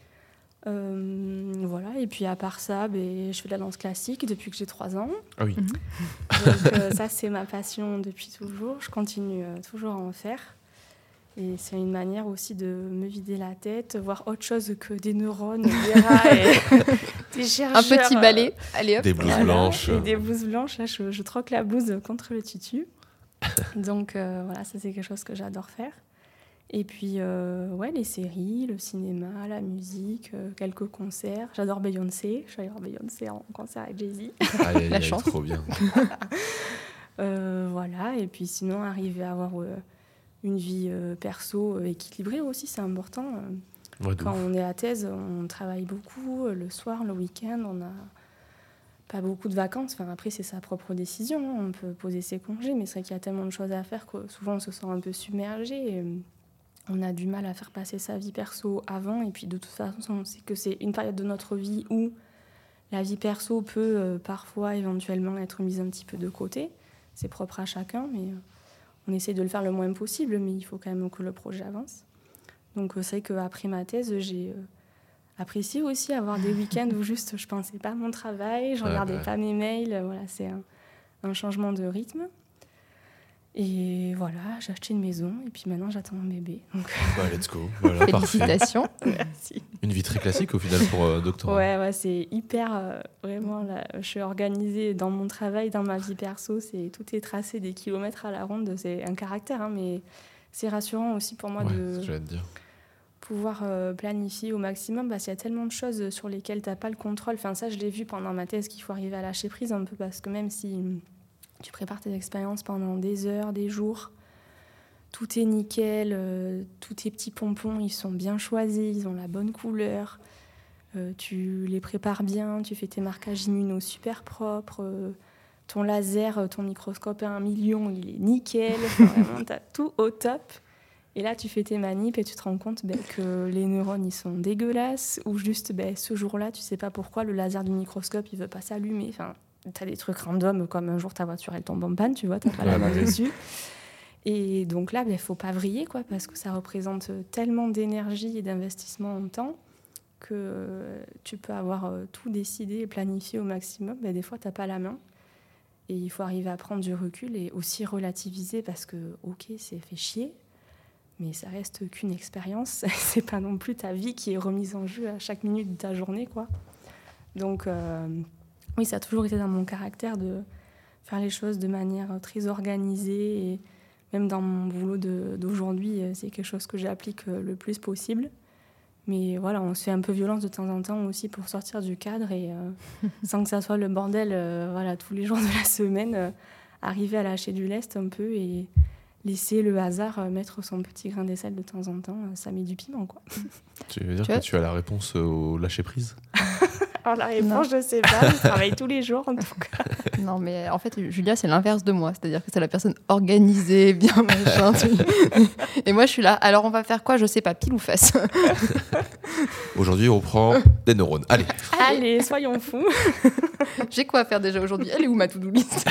Euh, voilà, et puis à part ça, ben, je fais de la danse classique depuis que j'ai trois ans. Ah oui. Donc euh, ça, c'est ma passion depuis toujours. Je continue euh, toujours à en faire. Et c'est une manière aussi de me vider la tête, voir autre chose que des neurones, des rats et des chercheurs. Un petit balai, allez hop. Des blouses voilà. blanches. Et des blouses blanches, là, je, je troque la blouse contre le tutu. Donc euh, voilà, ça c'est quelque chose que j'adore faire. Et puis, euh, ouais, les séries, le cinéma, la musique, euh, quelques concerts. J'adore Beyoncé. Je suis allée voir Beyoncé en concert avec Jay-Z. Ah, la la chance. Trop bien. euh, voilà, et puis sinon, arriver à avoir euh, une vie euh, perso euh, équilibrée aussi, c'est important. Euh, ouais, quand on est à thèse, on travaille beaucoup. Euh, le soir, le week-end, on n'a pas beaucoup de vacances. Enfin, après, c'est sa propre décision. Hein. On peut poser ses congés, mais c'est vrai qu'il y a tellement de choses à faire que souvent, on se sent un peu submergé. Et, on a du mal à faire passer sa vie perso avant. Et puis, de toute façon, on sait que c'est une période de notre vie où la vie perso peut euh, parfois, éventuellement, être mise un petit peu de côté. C'est propre à chacun, mais euh, on essaie de le faire le moins possible. Mais il faut quand même que le projet avance. Donc, euh, c'est vrai qu'après ma thèse, j'ai euh, apprécié aussi avoir des week-ends où juste je ne pensais pas à mon travail, je ne regardais ouais. pas mes mails. Voilà, c'est un, un changement de rythme. Et voilà, j'ai acheté une maison et puis maintenant j'attends un bébé. Donc... Bah, let's go. Voilà, félicitations. Merci. Une vie très classique au final pour euh, doctorat. Ouais, ouais, c'est hyper euh, vraiment là, je suis organisée dans mon travail, dans ma vie perso, c'est tout est tracé des kilomètres à la ronde, c'est un caractère, hein, mais c'est rassurant aussi pour moi ouais, de je vais te dire. pouvoir euh, planifier au maximum parce qu'il y a tellement de choses sur lesquelles t'as pas le contrôle. Enfin ça, je l'ai vu pendant ma thèse qu'il faut arriver à lâcher prise un peu parce que même si tu prépares tes expériences pendant des heures, des jours. Tout est nickel. Euh, tous tes petits pompons, ils sont bien choisis. Ils ont la bonne couleur. Euh, tu les prépares bien. Tu fais tes marquages immuno super propres. Euh, ton laser, ton microscope à un million, il est nickel. Enfin, vraiment, tu as tout au top. Et là, tu fais tes manips et tu te rends compte ben, que les neurones, ils sont dégueulasses. Ou juste, ben, ce jour-là, tu sais pas pourquoi, le laser du microscope, il veut pas s'allumer. Enfin, t'as des trucs random, comme un jour ta voiture elle tombe en panne, tu vois, t'as pas la main dessus. Et donc là, il ben, faut pas vriller, quoi, parce que ça représente tellement d'énergie et d'investissement en temps que euh, tu peux avoir euh, tout décidé et planifié au maximum. Ben, des fois, t'as pas la main. Et il faut arriver à prendre du recul et aussi relativiser parce que, ok, c'est fait chier, mais ça reste qu'une expérience. C'est pas non plus ta vie qui est remise en jeu à chaque minute de ta journée, quoi. Donc, euh, oui, ça a toujours été dans mon caractère de faire les choses de manière très organisée. Et même dans mon boulot de, d'aujourd'hui, c'est quelque chose que j'applique le plus possible. Mais voilà, on se fait un peu violence de temps en temps aussi pour sortir du cadre et euh, sans que ça soit le bordel euh, voilà, tous les jours de la semaine, euh, arriver à lâcher du lest un peu et laisser le hasard euh, mettre son petit grain de sel de temps en temps. Euh, ça met du piment, quoi. Tu veux dire Tu que vois tu as la réponse au lâcher-prise? Alors la réponse, je ne sais pas, je travaille tous les jours en tout cas. Non, mais en fait, Julia, c'est l'inverse de moi. C'est-à-dire que c'est la personne organisée, bien machin. Et moi, je suis là. Alors, on va faire quoi? Je sais pas, pile ou face. Aujourd'hui, on prend des neurones. Allez. Allez, soyons fous. J'ai quoi à faire déjà aujourd'hui? Elle est où ma to-do list?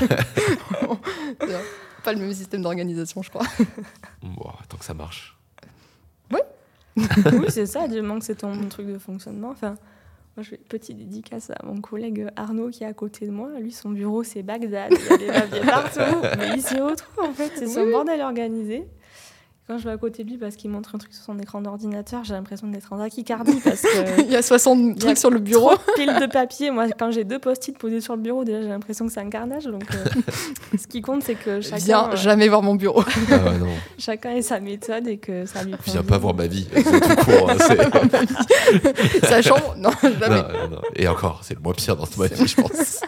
Pas le même système d'organisation, je crois. Bon, tant que ça marche. Oui, c'est ça, du moment que c'est ton truc de fonctionnement. Enfin, moi, je fais une petite dédicace à mon collègue Arnaud qui est à côté de moi. Lui, son bureau, c'est Bagdad. Il y a des papiers partout. Mais il s'y retrouve, en fait. C'est son Oui. bordel organisé. Quand je vais à côté de lui parce qu'il montre un truc sur son écran d'ordinateur, j'ai l'impression d'être en tachycardie parce que Il y a soixante il y a trucs sur le bureau. trop de piles de papier. Moi, quand j'ai deux post-it posés sur le bureau, déjà, j'ai l'impression que c'est un carnage. Donc, euh, ce qui compte, c'est que chacun, Viens euh, jamais voir mon bureau. Ah ouais, non. chacun ait sa méthode et que ça lui Viens convienne. pas voir ma vie. C'est tout court. Hein, c'est... Sa chambre? Non, jamais. Non, non. Et encore, c'est le moins pire dans toute ma vie, je pense.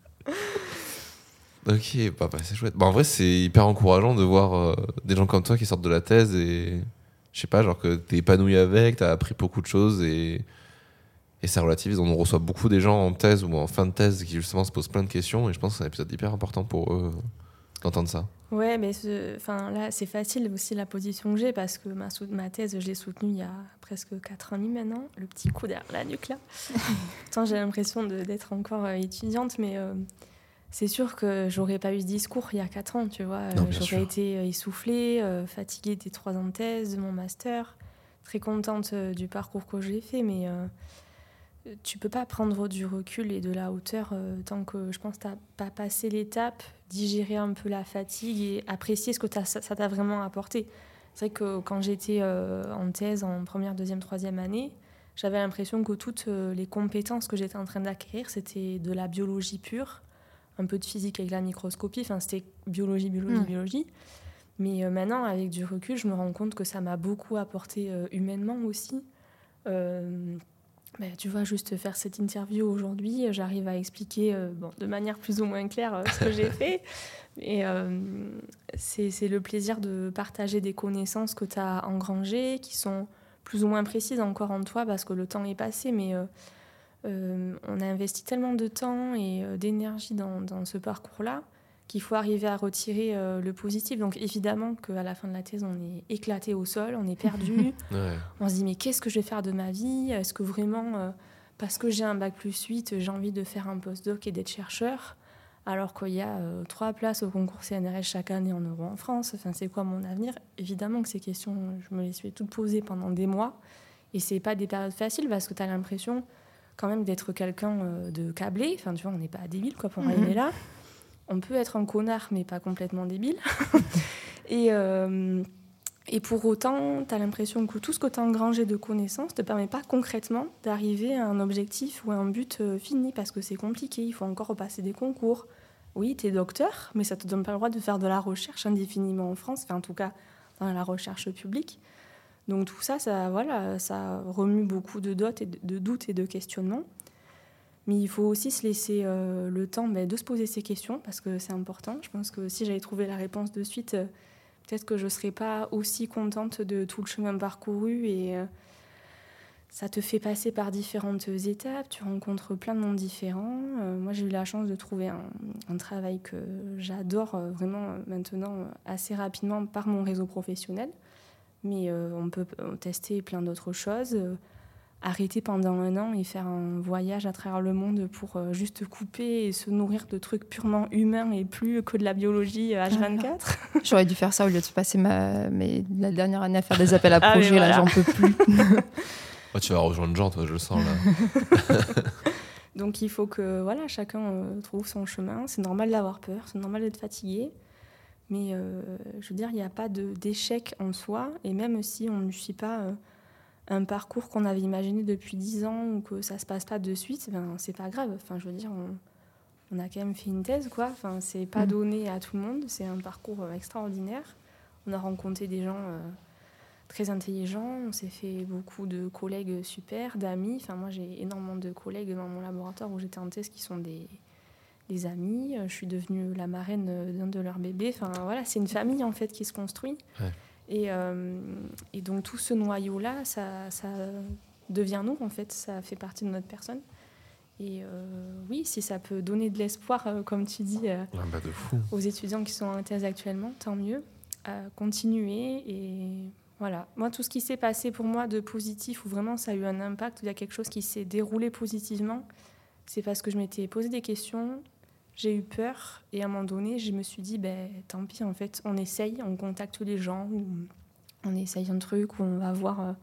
Ok, bah, bah, c'est chouette. Bah, en vrai, c'est hyper encourageant de voir euh, des gens comme toi qui sortent de la thèse et je sais pas, genre que t'es épanoui avec, t'as appris beaucoup de choses et, et ça relativise. On reçoit beaucoup des gens en thèse ou en fin de thèse qui justement se posent plein de questions et je pense que c'est un épisode hyper important pour eux euh, d'entendre ça. Ouais, mais ce, enfin, là, c'est facile aussi la position que j'ai parce que ma, sou- ma thèse, je l'ai soutenue il y a presque quatre ans et demi maintenant. Le petit coup derrière la nuque, là. Pourtant, j'ai l'impression de, d'être encore euh, étudiante, mais euh, c'est sûr que j'aurais pas eu ce discours il y a quatre ans, tu vois. Euh, Non, bien j'aurais sûr. été euh, essoufflée, euh, fatiguée des trois ans de thèse, de mon master, très contente euh, du parcours que j'ai fait, mais euh, tu peux pas prendre du recul et de la hauteur euh, tant que, je pense, t'as pas passé l'étape, digérer un peu la fatigue et apprécier ce que t'as- ça ça t'a vraiment apporté. C'est vrai que quand j'étais euh, en thèse, en première, deuxième, troisième année, j'avais l'impression que toutes euh, les compétences que j'étais en train d'acquérir, c'était de la biologie pure, un peu de physique avec la microscopie, enfin c'était biologie, biologie, Mm. biologie. Mais euh, maintenant, avec du recul, je me rends compte que ça m'a beaucoup apporté euh, humainement aussi. Euh, ben, tu vois, juste faire cette interview aujourd'hui, euh, j'arrive à expliquer euh, bon, de manière plus ou moins claire euh, ce que j'ai fait. Et euh, c'est, c'est le plaisir de partager des connaissances que tu as engrangées, qui sont plus ou moins précises encore en toi parce que le temps est passé, mais euh, euh, on a investi tellement de temps et euh, d'énergie dans, dans ce parcours-là qu'il faut arriver à retirer euh, le positif. Donc évidemment qu'à la fin de la thèse, on est éclaté au sol, on est perdu. Ouais. On se dit, mais qu'est-ce que je vais faire de ma vie? Est-ce que vraiment, euh, parce que j'ai un bac plus huit, j'ai envie de faire un postdoc et d'être chercheur, alors qu'il y a euh, trois places au concours C N R S chaque année en euro en France? Enfin, c'est quoi mon avenir? Évidemment que ces questions, je me les suis toutes posées pendant des mois. Et c'est pas des périodes faciles parce que tu as l'impression quand même d'être quelqu'un euh, de câblé. Enfin, tu vois, on n'est pas débile quoi, pour Mhm. arriver là. On peut être un connard, mais pas complètement débile. et... euh, Et pour autant, tu as l'impression que tout ce que tu as engrangé de connaissances ne te permet pas concrètement d'arriver à un objectif ou à un but euh, fini parce que c'est compliqué, il faut encore repasser des concours. Oui, tu es docteur, mais ça ne te donne pas le droit de faire de la recherche indéfiniment en France, enfin en tout cas dans la recherche publique. Donc tout ça, ça, voilà, ça remue beaucoup de, doutes et de, de doutes et de questionnements. Mais il faut aussi se laisser euh, le temps ben, de se poser ces questions parce que c'est important. Je pense que si j'avais trouvé la réponse de suite... Euh, peut-être que je ne serais pas aussi contente de tout le chemin parcouru et euh, ça te fait passer par différentes étapes, tu rencontres plein de monde différents. Euh, moi, j'ai eu la chance de trouver un, un travail que j'adore euh, vraiment euh, maintenant euh, assez rapidement par mon réseau professionnel. Mais euh, on peut euh, tester plein d'autres choses, euh, arrêter pendant un an et faire un voyage à travers le monde pour euh, juste couper et se nourrir de trucs purement humains et plus que de la biologie euh, H vingt-quatre. J'aurais dû faire ça au lieu de passer ma, mes, la dernière année à faire des appels à Ah, mais projets. Là, voilà. j'en peux plus. Ouais, tu vas rejoindre Jean, toi, je le sens là. Donc il faut que voilà, chacun euh, trouve son chemin. C'est normal d'avoir peur, c'est normal d'être fatigué. Mais euh, je veux dire, il n'y a pas de, d'échec en soi. Et même si on ne suit pas euh, un parcours qu'on avait imaginé depuis dix ans ou que ça ne se passe pas de suite, ben, c'est pas grave. Enfin, je veux dire, on, on a quand même fait une thèse, quoi. Enfin, c'est pas Mmh. donné à tout le monde. C'est un parcours euh, extraordinaire. On a rencontré des gens euh, très intelligents. On s'est fait beaucoup de collègues super, d'amis. Enfin, moi, j'ai énormément de collègues dans mon laboratoire où j'étais en thèse qui sont des... des amis, je suis devenue la marraine d'un de leurs bébés. Enfin, voilà, c'est une famille en fait qui se construit. Ouais. Et, euh, et donc tout ce noyau-là, ça, ça devient nous en fait, ça fait partie de notre personne. Et euh, oui, si ça peut donner de l'espoir, euh, comme tu dis, euh, Ah bah de fou. aux étudiants qui sont en thèse actuellement, tant mieux. À continuer et voilà. Moi, tout ce qui s'est passé pour moi de positif, où vraiment ça a eu un impact, où il y a quelque chose qui s'est déroulé positivement, c'est parce que je m'étais posé des questions. J'ai eu peur et à un moment donné, je me suis dit, ben, tant pis, en fait, on essaye, on contacte les gens, ou on essaye un truc, ou on va voir euh,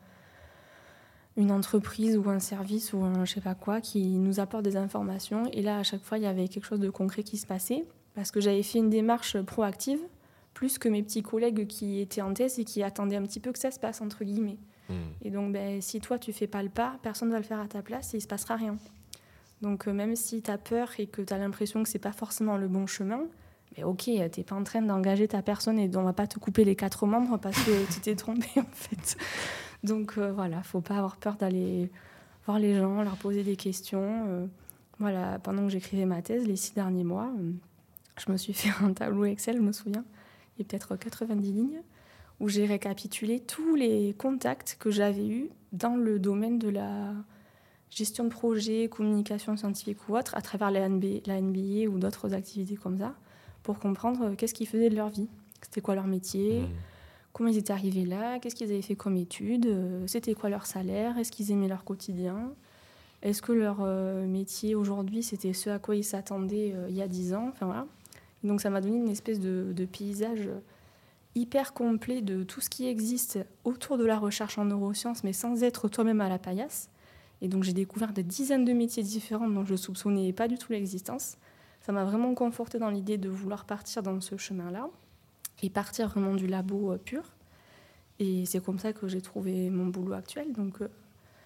une entreprise ou un service ou un je sais pas quoi qui nous apporte des informations. Et là, à chaque fois, il y avait quelque chose de concret qui se passait parce que j'avais fait une démarche proactive, plus que mes petits collègues qui étaient en thèse et qui attendaient un petit peu que ça se passe, entre guillemets. Mmh. Et donc, ben, si toi, tu fais pas le pas, personne ne va le faire à ta place et il se passera rien. Donc euh, même si tu as peur et que tu as l'impression que c'est pas forcément le bon chemin, mais ok, t'es pas en train d'engager ta personne et on va pas te couper les quatre membres parce que tu t'es trompé en fait. Donc euh, voilà, faut pas avoir peur d'aller voir les gens, leur poser des questions. Euh, voilà, pendant que j'écrivais ma thèse, les six derniers mois, euh, je me suis fait un tableau Excel, je me souviens, il y a peut-être quatre-vingt-dix lignes, où j'ai récapitulé tous les contacts que j'avais eus dans le domaine de la gestion de projet, communication scientifique ou autre, à travers la N B A ou d'autres activités comme ça, pour comprendre qu'est-ce qu'ils faisaient de leur vie. C'était quoi leur métier, mmh. comment ils étaient arrivés là, qu'est-ce qu'ils avaient fait comme études, euh, c'était quoi leur salaire, est-ce qu'ils aimaient leur quotidien, est-ce que leur euh, métier aujourd'hui, c'était ce à quoi ils s'attendaient euh, il y a dix ans, enfin voilà. Et donc ça m'a donné une espèce de, de paysage hyper complet de tout ce qui existe autour de la recherche en neurosciences, mais sans être toi-même à la paillasse. Et donc j'ai découvert des dizaines de métiers différents dont je ne soupçonnais pas du tout l'existence. Ça m'a vraiment confortée dans l'idée de vouloir partir dans ce chemin-là et partir vraiment du labo euh, pur. Et c'est comme ça que j'ai trouvé mon boulot actuel. Donc euh,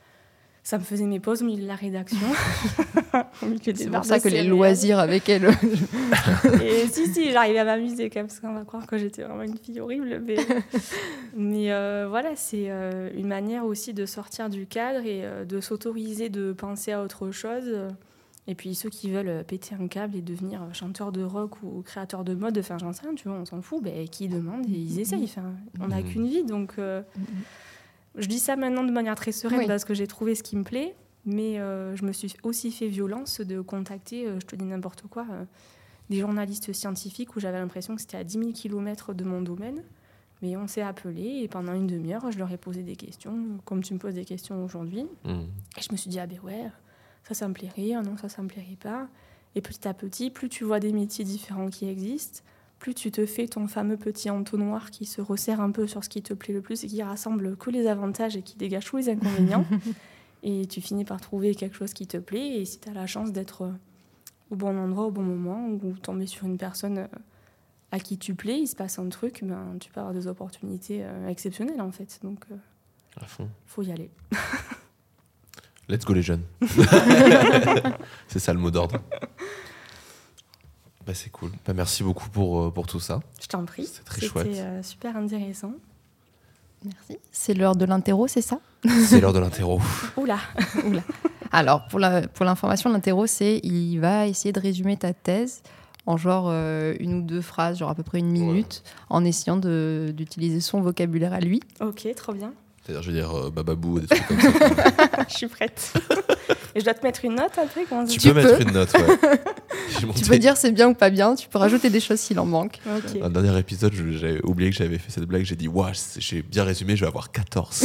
ça me faisait mes pauses au milieu de la rédaction. C'est pour ça que les loisirs avec elle... Et si, si, j'arrivais à m'amuser quand même, parce qu'on va croire que j'étais vraiment une fille horrible. Mais, mais euh, voilà, c'est euh, une manière aussi de sortir du cadre et euh, de s'autoriser de penser à autre chose. Et puis ceux qui veulent péter un câble et devenir chanteur de rock ou créateur de mode, enfin j'en sais rien, tu vois, on s'en fout, ben, qui demandent et ils essayent. Enfin, on n'a qu'une vie, donc... Euh, je dis ça maintenant de manière très sereine oui. parce que j'ai trouvé ce qui me plaît, mais euh, je me suis aussi fait violence de contacter, euh, je te dis n'importe quoi, euh, des journalistes scientifiques où j'avais l'impression que c'était à dix mille kilomètres de mon domaine. Mais on s'est appelés et pendant une demi-heure, je leur ai posé des questions, comme tu me poses des questions aujourd'hui. Mmh. Et je me suis dit, ah ben ouais, ça, ça me plairait, ah non, ça, ça me plairait pas. Et petit à petit, plus tu vois des métiers différents qui existent, plus tu te fais ton fameux petit entonnoir qui se resserre un peu sur ce qui te plaît le plus et qui rassemble que les avantages et qui dégage tous les inconvénients. Et tu finis par trouver quelque chose qui te plaît. Et si tu as la chance d'être au bon endroit, au bon moment, ou tomber sur une personne à qui tu plais, il se passe un truc, ben, tu peux avoir des opportunités exceptionnelles en fait. Donc, il faut y aller. Let's go les jeunes. C'est ça le mot d'ordre. Bah, c'est cool. Bah, merci beaucoup pour, pour tout ça. Je t'en prie. C'était très C'était chouette. C'était euh, super intéressant. Merci. C'est l'heure de l'interro, c'est ça ? C'est l'heure de l'interro. Oula. Oula. Alors, pour, la, pour l'information, l'interro, c'est il va essayer de résumer ta thèse en genre euh, une ou deux phrases, genre à peu près une minute, ouais. en essayant de, d'utiliser son vocabulaire à lui. Ok, trop bien. C'est-à-dire, je veux dire, euh, bababou, des trucs comme ça. Je suis prête. Et je dois te mettre une note après comment Tu, tu peux mettre une note, ouais. Tu peux dire c'est bien ou pas bien, tu peux rajouter des choses s'il en manque. Okay. Dans le dernier épisode, j'avais oublié que j'avais fait cette blague, j'ai dit, waouh, j'ai bien résumé, je vais avoir quatorze.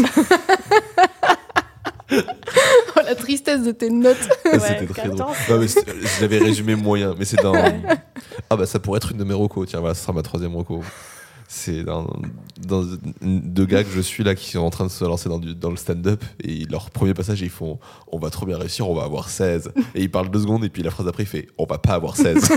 Oh, la tristesse de tes notes. Ouais, c'était très drôle. Non, mais je l'avais résumé moyen, mais c'est dans... Ah bah ça pourrait être une de mes recos, tiens, voilà, ce sera ma troisième reco. C'est dans, dans deux gars que je suis là qui sont en train de se lancer dans, du, dans le stand-up et leur premier passage ils font on va trop bien réussir, on va avoir seize et ils parlent deux secondes et puis la phrase d'après il fait on va pas avoir seize.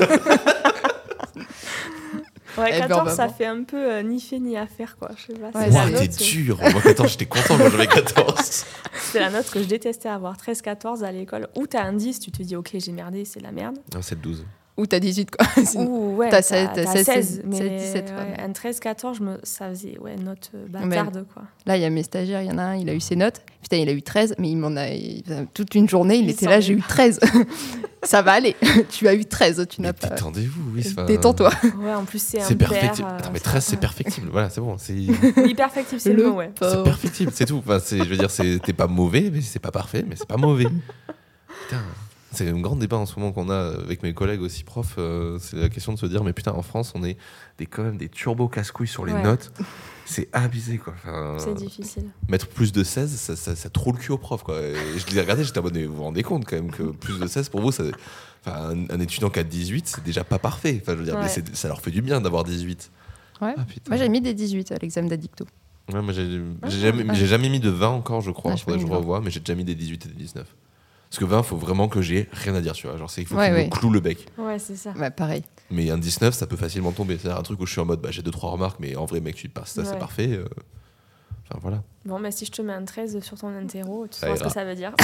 Ouais, Eh ben, quatorze, on va ça voir. fait un peu euh, ni fait ni à faire, quoi. Je sais pas. Ouais, c'est Ouah, la t'es note, euh, dur. Moi quatorze j'étais content quand j'avais quatorze. C'est la note que je détestais avoir, treize quatorze à l'école. Ou t'as un dix, tu te dis, ok, j'ai merdé, c'est la merde. Non, c'est le douze. Ou t'as dix-huit, quoi. Sinon- Ou ouais, t'as t'as, seize, t'as t'as seize, seize, mais seize, dix-sept, quoi. ouais, un treize quatorze, je me... ça faisait ouais, note euh, Mais- bâtarde, quoi. Là, il y a mes stagiaires, il y en a un, il a eu ses notes. Putain, il a eu treize, mais il m'en a. il- toute une journée, il, Il était s'en là, est- j'ai eu treize. Ça va aller. Tu as eu treize, tu Mais n'as pas. détendez-vous, oui. c'est pas- Détends-toi. Ouais, en plus, c'est, C'est impair. perfectible. euh, Attends, mais ça- treize c'est ouais. perfectible. Voilà, c'est bon. C'est Oui, perfectible, c'est le, mot, ouais. c'est pauvre. perfectible, c'est tout. Enfin, c'est, je veux dire, c'est, t'es pas mauvais, mais c'est pas parfait, mais c'est pas mauvais. Putain. C'est un grand débat en ce moment qu'on a avec mes collègues aussi profs. euh, c'est la question de se dire, mais putain, en France, on est des, quand même des turbo casse-couilles sur les Ouais. notes. C'est abusé, quoi. Enfin, C'est difficile. mettre plus de seize, ça, ça, ça trouve le cul aux profs, quoi. Et je les ai regardés, j'étais en mode, mais vous vous rendez compte quand même que plus de seize, pour vous, ça, enfin, un, un étudiant qui a dix-huit, c'est déjà pas parfait. Enfin, je veux dire, Ouais. mais c'est- ça leur fait du bien d'avoir dix-huit. Ouais. Ah, putain. Moi, j'ai mis des dix-huit à l'examen d'addicto. Ouais, moi, j'ai, Ah, j'ai jamais, ouais. j'ai jamais mis de vingt encore, je crois. Ah, j'ai Faudrait pas que je mis de vingt. revoie, mais j'ai déjà mis des dix-huit et des dix-neuf. Parce que vingt, faut vraiment que j'ai rien à dire, tu vois. Genre, c'est, il faut Ouais, qu'il ouais. me cloue le bec. Ouais, c'est ça. Ouais, pareil. Mais un dix-neuf, ça peut facilement tomber. C'est un truc où je suis en mode, bah, j'ai deux, trois remarques, mais en vrai, mec, tu passes ça, c'est Ouais. parfait. euh. Enfin, voilà. Bon, bah, si je te mets un treize sur ton interro, tu Ça sauras ce ira. que ça veut dire.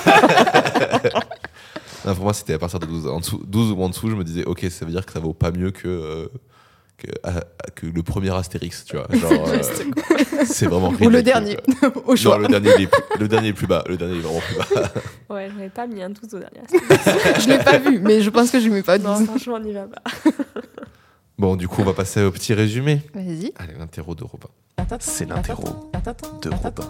Non, pour moi, c'était à partir de douze. En dessous, douze ou en dessous, je me disais, ok, ça veut dire que ça vaut pas mieux que, euh, que, ah, ah, que le premier Astérix, tu vois. Genre, euh, c'est vraiment Ou ridicule, le dernier, quoi. au choix. Non, le dernier, il est plus, le dernier est plus bas. Le dernier est vraiment plus bas. Ouais, j'aurais pas mis un douze au dernier. Je l'ai pas vu, mais je pense que je mets pas Non, douze. franchement, on n'y va pas. Bon, du coup, on va passer au petit résumé. Vas-y. Allez, l'interro de Robin. C'est l'interro de Robin.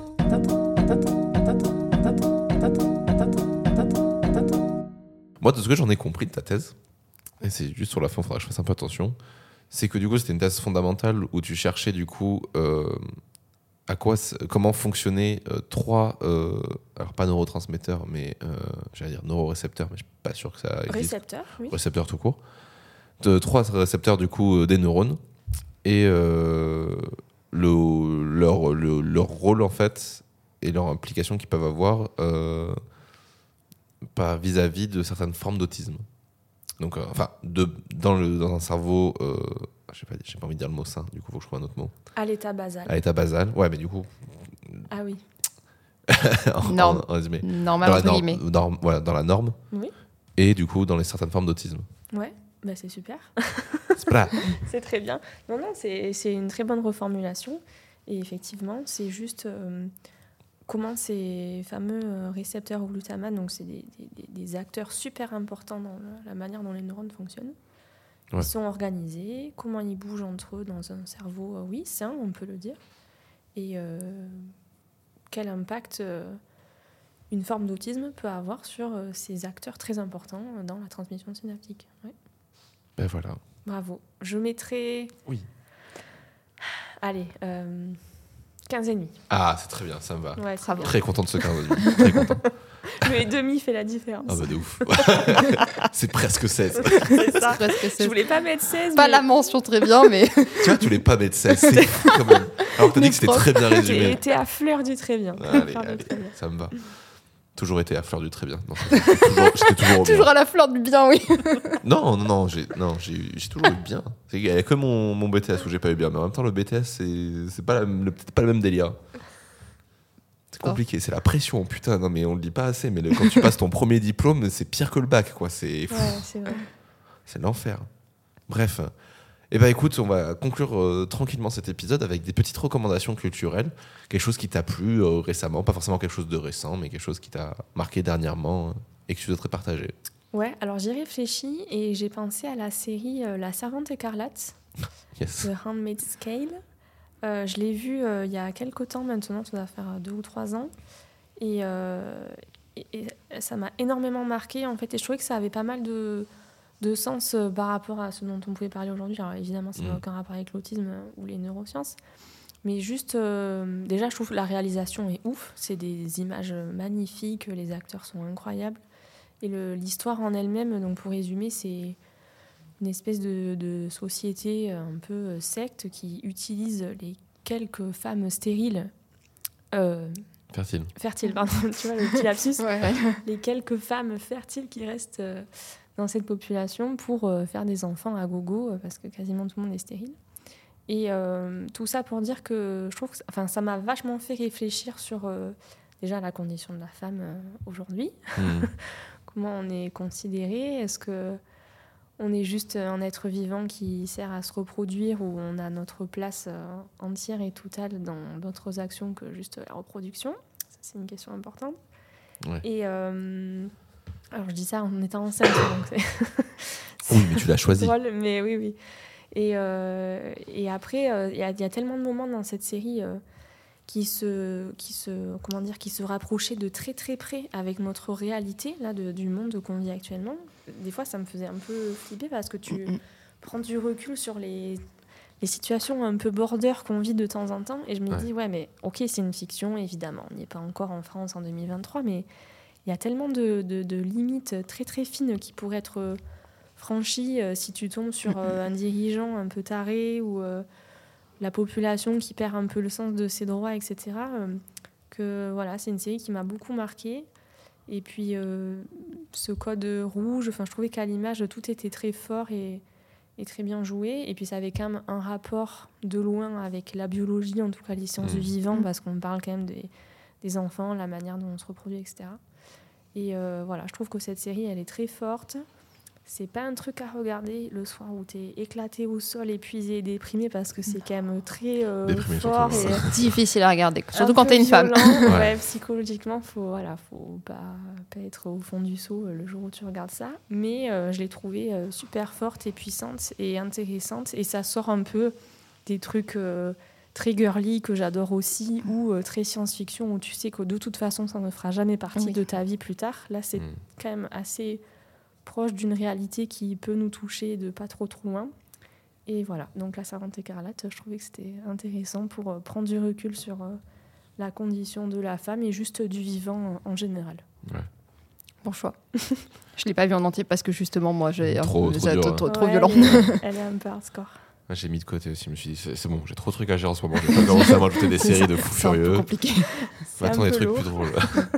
Moi, de ce que j'en ai compris de ta thèse, et c'est juste sur la fin, il faudra que je fasse un peu attention, c'est que du coup, c'était une thèse fondamentale où tu cherchais du coup euh, à quoi, c- comment fonctionnaient euh, trois, euh, alors pas neurotransmetteurs, mais euh, j'allais dire neurorécepteurs, mais je suis pas sûr que ça existe. Récepteur, oui. Récepteurs tout court. De trois récepteurs du coup euh, des neurones et euh, le, leur, le- leur rôle en fait et leur implication qu'ils peuvent avoir euh, pas vis-à-vis de certaines formes d'autisme. Donc, euh, enfin, de, dans, le, dans un cerveau, euh, je sais pas, j'ai pas envie de dire le mot sain, du coup, faut que je trouve un autre mot. À l'état basal. À l'état basal, ouais, mais du coup, Ah oui. en, Norme. en- en résumé, Normal, dans la, entre norme, guillemets. norme- voilà, dans la norme, Oui. et du coup, dans les certaines formes d'autisme. Ouais, bah c'est super. C'est pas C'est très bien. Non, non, c'est, c'est une très bonne reformulation. Et effectivement, c'est juste euh, comment ces fameux euh, récepteurs au glutamate, donc c'est des, des- des acteurs super importants dans le- la manière dont les neurones fonctionnent, Ouais. ils sont organisés, comment ils bougent entre eux dans un cerveau, euh, oui, sain, on peut le dire, et euh, quel impact euh, une forme d'autisme peut avoir sur euh, ces acteurs très importants dans la transmission synaptique. Ouais. Ben voilà. Bravo. Je mettrai... Oui. Allez, euh, quinze et demi. Ah, c'est très bien, ça me va. Ouais, c'est Bravo. bien. Très content de ce quinze. Très content. Le et demi fait la différence. Ah bah de ouf. C'est presque seize. C'est ça. Presque Je seize. voulais pas mettre seize, Pas mais la mention très bien, mais Tu vois, tu voulais pas mettre seize, c'est fou quand même. Alors que t'as dit Les que c'était profs. très bien t'es, résumé. t'es à fleur du très bien. Allez, Fleur du allez, très bien. ça me va. Toujours été à fleur du très bien. Non, j'étais toujours, j'étais toujours au bien. toujours à la fleur du bien, oui. Non, non, non, j'ai, non, j'ai, eu- j'ai toujours eu bien. C'est qu'il y a que mon, mon B T S où j'ai pas eu bien, mais en même temps, le B T S, c'est, c'est pas, la- le, peut-être pas le même délire. C'est Oh. compliqué, c'est la pression, putain. Non, mais on le dit pas assez, mais le- quand tu passes ton premier diplôme, c'est pire que le bac, quoi. C'est, Ouais, c'est vrai. c'est l'enfer. Bref. Eh ben écoute, on va conclure euh, tranquillement cet épisode avec des petites recommandations culturelles. Quelque chose qui t'a plu euh, récemment, pas forcément quelque chose de récent, mais quelque chose qui t'a marqué dernièrement euh, et que tu souhaiterais partager. Ouais, alors j'y réfléchis et j'ai pensé à la série euh, La Servante écarlate, Yes. The Handmaid's Tale. Euh, je l'ai vue euh, il y a quelques temps maintenant, ça doit faire euh, deux ou trois ans. Et, euh, et- et ça m'a énormément marqué en fait. Et je trouvais que ça avait pas mal de, de sens euh, par rapport à ce dont on pouvait parler aujourd'hui. Alors évidemment, ça n'a Mm. aucun rapport avec l'autisme euh, ou les neurosciences. Mais juste, euh, déjà, je trouve que la réalisation est ouf. C'est des images magnifiques, les acteurs sont incroyables. Et le- l'histoire en elle-même, donc pour résumer, c'est une espèce de, de société un peu secte qui utilise les quelques femmes stériles. Euh, fertiles. Fertiles, pardon, tu vois le petit lapsus. Ouais, ouais. Les quelques femmes fertiles qui restent euh, dans cette population pour euh, faire des enfants à gogo, euh, parce que quasiment tout le monde est stérile. Et euh, tout ça pour dire que je trouve que enfin, ça m'a vachement fait réfléchir sur euh, déjà la condition de la femme euh, aujourd'hui. Mmh. Comment on est considéré ? Est-ce qu'on est juste un être vivant qui sert à se reproduire ou on a notre place euh, entière et totale dans d'autres actions que juste la reproduction ? Ça, c'est une question importante. Ouais. Et euh, alors je dis ça en étant enceinte, donc c'est, c'est Oui, mais tu l'as choisi. drôle, mais oui, oui. Et, euh, et après, il euh, y, y a tellement de moments dans cette série euh, qui, se, qui, se, comment dire, qui se rapprochaient de très très près avec notre réalité là, de, du monde qu'on vit actuellement. Des fois, ça me faisait un peu flipper parce que tu Mm-hmm. prends du recul sur les, les situations un peu border qu'on vit de temps en temps. Et je me Ouais. dis, ouais, mais ok, c'est une fiction, évidemment. On n'y est pas encore en France en deux mille vingt-trois, mais il y a tellement de, de, de limites très très fines qui pourraient être franchies euh, si tu tombes sur euh, un dirigeant un peu taré ou euh, la population qui perd un peu le sens de ses droits, et cetera. Euh, que voilà, c'est une série qui m'a beaucoup marquée. Et puis euh, ce code rouge, enfin, je trouvais qu'à l'image, tout était très fort et, et très bien joué. Et puis ça avait quand même un rapport de loin avec la biologie, en tout cas les sciences Mmh. du vivant, Mmh. parce qu'on parle quand même des, des enfants, la manière dont on se reproduit, et cetera. Et euh, voilà, je trouve que cette série, elle est très forte. C'est pas un truc à regarder le soir où t'es éclaté au sol, épuisé et déprimé, parce que c'est quand même très euh, Déprimé, fort surtout, et ouais. Difficile à regarder, surtout un quand peu t'es une femme. violent. Ouais. Ouais, psychologiquement, faut voilà, faut pas, pas être au fond du seau euh, le jour où tu regardes ça. Mais euh, je l'ai trouvée euh, super forte et puissante et intéressante, et ça sort un peu des trucs euh, très girly que j'adore aussi, ou euh, très science-fiction où tu sais que de toute façon ça ne fera jamais partie Oui. de ta vie plus tard. Là, c'est Mmh. quand même assez proche d'une réalité qui peut nous toucher de pas trop trop loin. Et voilà, donc La Servante écarlate, je trouvais que c'était intéressant pour euh, prendre du recul sur euh, la condition de la femme et juste du vivant en, en général. Ouais. Bon choix. Je l'ai pas vu en entier parce que justement, moi, j'ai Trop, trop c'est dur, trop, hein. trop, trop Ouais, violent. Elle est, elle est un peu hardcore. Moi, j'ai mis de côté aussi. Je me suis dit, c'est, c'est bon, j'ai trop de trucs à gérer en ce moment. Je vais pas commencer à m'ajouter des séries de fous C'est un peu furieux. compliqué. C'est Maintenant, un des peu trucs lourd. plus drôles.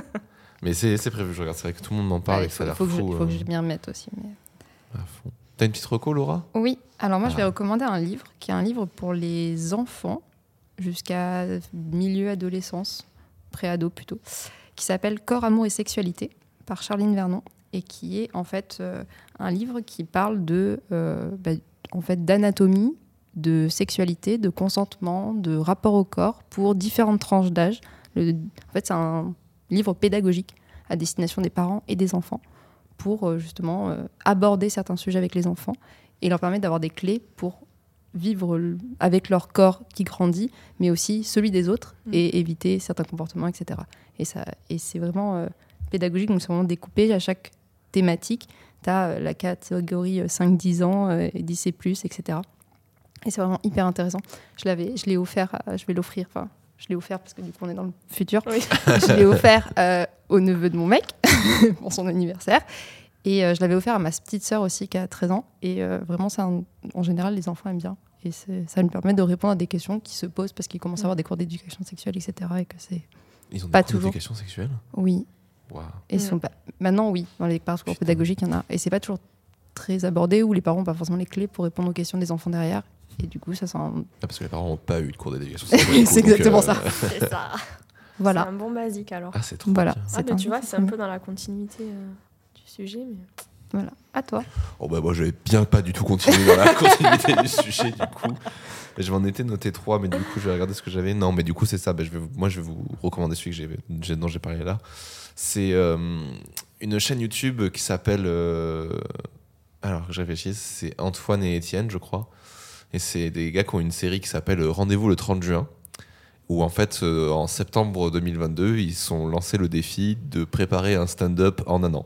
Mais c'est, c'est prévu, je regarde. C'est vrai que tout le monde m'en parle Ouais, et il que ça a faut, l'air faut que je- fou. il faut que euh, je m'y remette aussi. Mais... à fond. T'as une petite reco, Laura ? Oui, alors moi je vais Ah. recommander un livre qui est un livre pour les enfants jusqu'à milieu adolescence, pré-ado plutôt, qui s'appelle Corps, amour et sexualité par Charline Vernon et qui est en fait euh, un livre qui parle de euh, bah, en fait d'anatomie, de sexualité, de consentement, de rapport au corps pour différentes tranches d'âge. Le- en fait, c'est un livre pédagogique à destination des parents et des enfants pour euh, justement euh, aborder certains sujets avec les enfants et leur permettre d'avoir des clés pour vivre l- avec leur corps qui grandit, mais aussi celui des autres Mm. et éviter certains comportements, et cetera. Et, ça, et c'est vraiment euh, pédagogique, donc c'est vraiment découpé à chaque thématique. Tu as la catégorie euh, cinq dix ans, euh, et dix et plus, et cetera. Et c'est vraiment hyper intéressant. Je, l'avais, je l'ai offert, à- je vais l'offrir, enfin, je l'ai offert parce que du coup on est dans le futur. Oui. Je l'ai offert euh, au neveu de mon mec pour son anniversaire. Et euh, je l'avais offert à ma petite sœur aussi qui a treize ans. Et euh, vraiment, ça, en général, les enfants aiment bien. Et c'est, ça nous permet de répondre à des questions qui se posent parce qu'ils commencent à avoir des cours d'éducation sexuelle, et cetera. Et que c'est... Ils ont Pas des cours toujours. d'éducation sexuelle ? Oui. Waouh. Et ils Ouais. sont pas... Maintenant, oui. Dans les parcours Putain. pédagogiques, il y en a. Et c'est pas toujours très abordé où les parents n'ont pas forcément les clés pour répondre aux questions des enfants derrière. Et du coup, ça sent... Ah, parce que les parents n'ont pas eu de cours d'éducation sexuelle. du coup, C'est donc, exactement euh, ça. C'est ça. Voilà. C'est un bon basique alors. Ah, c'est trop Voilà. bien. Ah, C'est mais un tu bon vois, c'est un film. peu dans la continuité euh, du sujet. Mais... Voilà. À toi. Oh bah moi je vais bien pas du tout continuer dans la continuité du sujet du coup. Je m'en étais noté trois mais du coup je vais regarder ce que j'avais. Non mais du coup c'est ça, bah, je vais vous- moi je vais vous recommander celui que j'ai, j'ai- dont j'ai parlé là. C'est euh, une chaîne YouTube qui s'appelle... euh, alors que je réfléchisse, c'est Antoine et Étienne je crois. Et c'est des gars qui ont une série qui s'appelle Rendez-vous le trente juin. Où en fait euh, en septembre deux mille vingt-deux ils sont lancé le défi de préparer un stand-up en un an.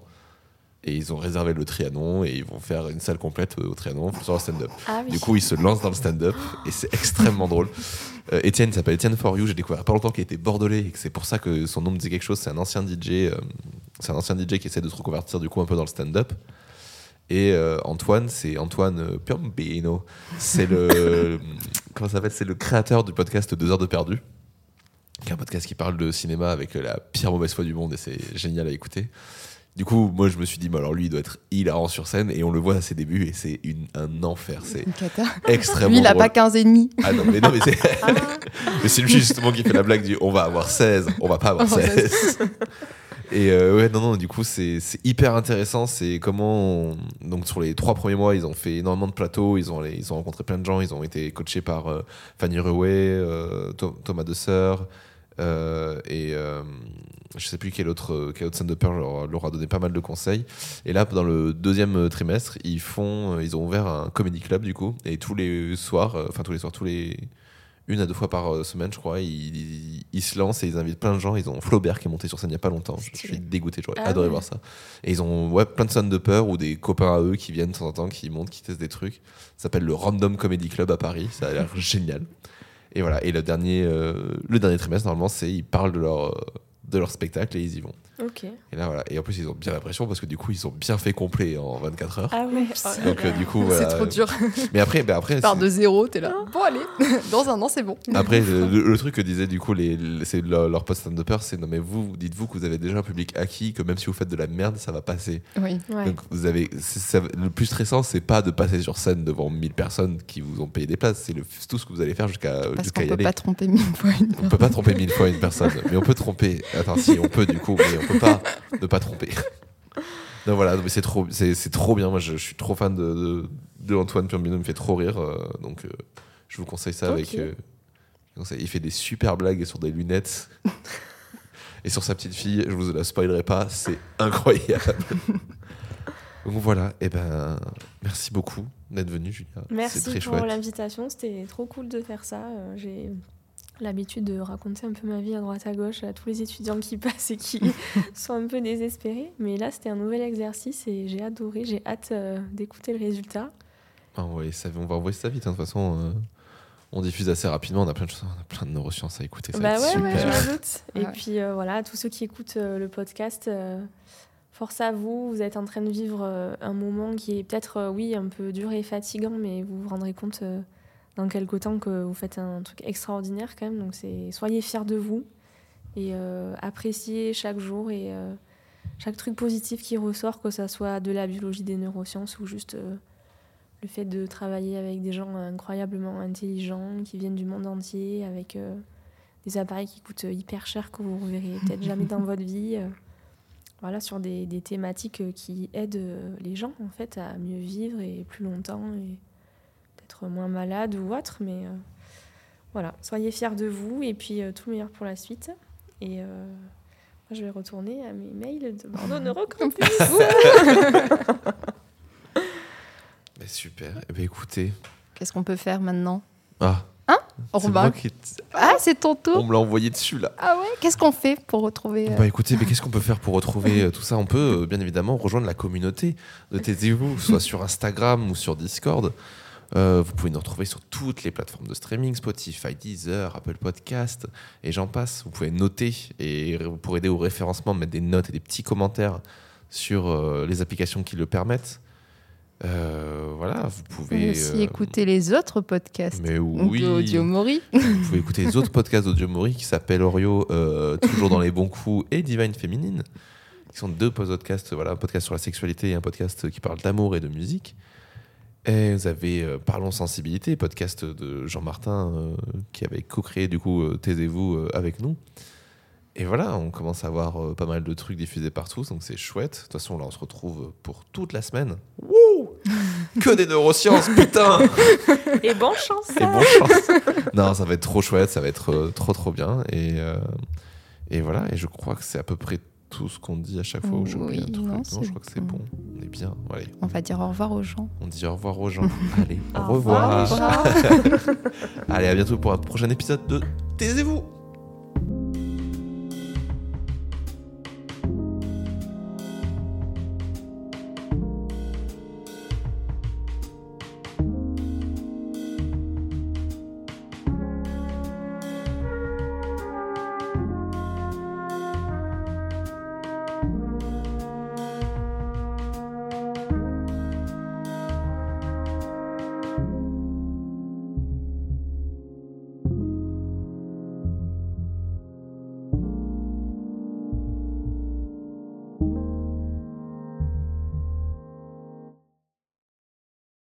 Et ils ont réservé le Trianon et ils vont faire une salle complète au Trianon sur le stand-up. Ah oui. Du coup, ils se lancent dans le stand-up et c'est extrêmement drôle. Euh, Étienne, il s'appelle Étienne For You. J'ai découvert il y a pas longtemps qu'il était bordelais et que c'est pour ça que son nom me disait quelque chose. C'est un ancien D J. euh, c'est un ancien D J qui essaie de se reconvertir du coup un peu dans le stand-up. Et euh, Antoine, c'est Antoine Piombino. C'est le comment ça s'appelle ? C'est le créateur du podcast Deux heures de perdu, qui est un podcast qui parle de cinéma avec la pire mauvaise foi du monde et c'est génial à écouter. Du coup, moi, je me suis dit, bah, alors lui, il doit être hilarant sur scène et on le voit à ses débuts et c'est une, un enfer. C'est Une cata. extrêmement Lui, il a drôle. pas quinze et demi. Ah non, mais non, mais c'est, mais c'est lui justement qui fait la blague du on va avoir seize, on va pas avoir seize. Et euh, ouais, non, non, du coup, c'est, c'est hyper intéressant. C'est comment. on- Donc, sur les trois premiers mois, ils ont fait énormément de plateaux, ils ont, allé- ils ont rencontré plein de gens, ils ont été coachés par euh, Fanny Ruet, euh, Tho- Thomas Desseur, euh, et euh, je sais plus quel autre, quel autre stand-upper leur, leur a donné pas mal de conseils. Et là, dans le deuxième trimestre, ils, font, ils ont ouvert un comedy club, du coup, et tous les soirs, euh, enfin, tous les soirs, tous les. Une à deux fois par euh, semaine, je crois. Ils, ils, ils se lancent et ils invitent plein de gens. Ils ont Flaubert qui est monté sur scène il n'y a pas longtemps. Je, je suis dégoûté, j'aurais Ah adoré ouais. voir ça. Et ils ont ouais, plein de stand-uppers ou des copains à eux qui viennent de temps en temps, qui montent, qui testent des trucs. Ça s'appelle le Random Comedy Club à Paris. Ça a l'air génial. Et voilà. Et le dernier, euh, le dernier trimestre, normalement, c'est ils parlent de leur, euh, de leur spectacle et ils y vont. Ok. Et là, voilà. Et en plus, ils ont bien l'impression parce que du coup, ils ont bien fait complet en vingt-quatre heures. Ah ouais. Donc, euh, du coup, voilà. C'est trop dur. Mais après, ben après Tu pars c'est- de zéro, t'es là. Bon, allez, dans un an, c'est bon. Après, le, le- le truc que disaient du coup les, les- c'est leur, leur post stand-upper, c'est non mais vous, dites-vous que vous avez déjà un public acquis, que même si vous faites de la merde, ça va passer. Oui. Ouais. Donc vous avez, c'est- ça- le plus stressant, c'est pas de passer sur scène devant mille personnes qui vous ont payé des places, c'est le, c'est tout ce que vous allez faire jusqu'à Parce jusqu'à qu'on y peut aller. pas tromper mille fois une On peut pas tromper mille fois une personne, mais on peut tromper. Attends, si on peut du coup, mais on peut pas ne pas tromper. Donc voilà, mais c'est trop, c'est, c'est trop bien. Moi, je, je suis trop fan de, de, de Antoine Piombino, il me fait trop rire. euh, donc, euh, je vous conseille ça Ok. avec. euh, je vous conseille- il fait des super blagues sur des lunettes. Et sur sa petite fille, je vous la spoilerai pas, c'est incroyable. Donc voilà, et ben, merci beaucoup d'être venu, Julia. Merci c'est très pour chouette. l'invitation, c'était trop cool de faire ça. Euh, J'ai l'habitude de raconter un peu ma vie à droite à gauche à tous les étudiants qui passent et qui sont un peu désespérés. Mais là, c'était un nouvel exercice et j'ai adoré, j'ai hâte euh, d'écouter le résultat. Ah ouais, ça, on va envoyer ça vite, hein, de toute façon. euh, on diffuse assez rapidement, on a plein de choses, on a plein de neurosciences à écouter. Ça va Bah être ouais, super. ouais, je me doute. Et Ouais. puis euh, voilà, tous ceux qui écoutent euh, le podcast, euh, force à vous. Vous êtes en train de vivre euh, un moment qui est peut-être, euh, oui, un peu dur et fatigant, mais vous vous rendrez compte euh, dans quelques temps que vous faites un truc extraordinaire quand même. Donc c'est, soyez fiers de vous et euh, appréciez chaque jour et euh, chaque truc positif qui ressort, que ça soit de la biologie, des neurosciences ou juste euh, le fait de travailler avec des gens incroyablement intelligents qui viennent du monde entier, avec euh, des appareils qui coûtent hyper cher que vous ne reverrez peut-être jamais dans votre vie. euh, voilà, sur des, des thématiques qui aident euh, les gens en fait à mieux vivre et plus longtemps et peut-être moins malades ou autre. Mais euh, voilà, soyez fiers de vous et puis euh, tout le meilleur pour la suite. Et euh, moi, je vais retourner à mes mails de Bordeaux Neurocampus. Mais super. Eh ben, écoutez. Qu'est-ce qu'on peut faire maintenant? Ah, On c'est va- moi qui. t- Ah, c'est ton On tour. me l'a envoyé dessus là. Ah ouais. Qu'est-ce qu'on fait pour retrouver euh, Bah écoutez, mais qu'est-ce qu'on peut faire pour retrouver euh, tout ça? On peut euh, bien évidemment rejoindre la communauté de Taisez-vous, soit sur Instagram ou sur Discord. Euh, vous pouvez nous retrouver sur toutes les plateformes de streaming, Spotify, Deezer, Apple Podcast, et j'en passe. Vous pouvez noter et ré- pour aider au référencement, mettre des notes et des petits commentaires sur euh, les applications qui le permettent. Euh, voilà, vous On pouvez peut aussi euh, écouter les autres podcasts. Mais Donc, oui, de Audio Mori. vous pouvez écouter les autres podcasts d'Audio Mori qui s'appellent Orio, euh, Toujours dans les bons coups, et Divine Féminine, qui sont deux podcasts, voilà, un podcast sur la sexualité et un podcast qui parle d'amour et de musique. Et vous avez euh, Parlons Sensibilité, podcast de Jean-Martin euh, qui avait co-créé du coup euh, Taisez-vous euh, avec nous. Et voilà, on commence à avoir euh, pas mal de trucs diffusés partout, donc c'est chouette. De toute façon, là, on se retrouve pour toute la semaine. Wouh Que des neurosciences, putain. Et bonne chance. Et bonne chance. Non, ça va être trop chouette, ça va être euh, trop trop bien. Et, euh, et voilà, et je crois que c'est à peu près tout ce qu'on dit à chaque fois où je Oui, un truc. non, Non, c'est je crois que c'est bon. On est bien. Allez, On va dire au revoir aux gens. on dit au revoir aux gens. Allez, au Au revoir. revoir. Allez, à bientôt pour un prochain épisode de Taisez-vous.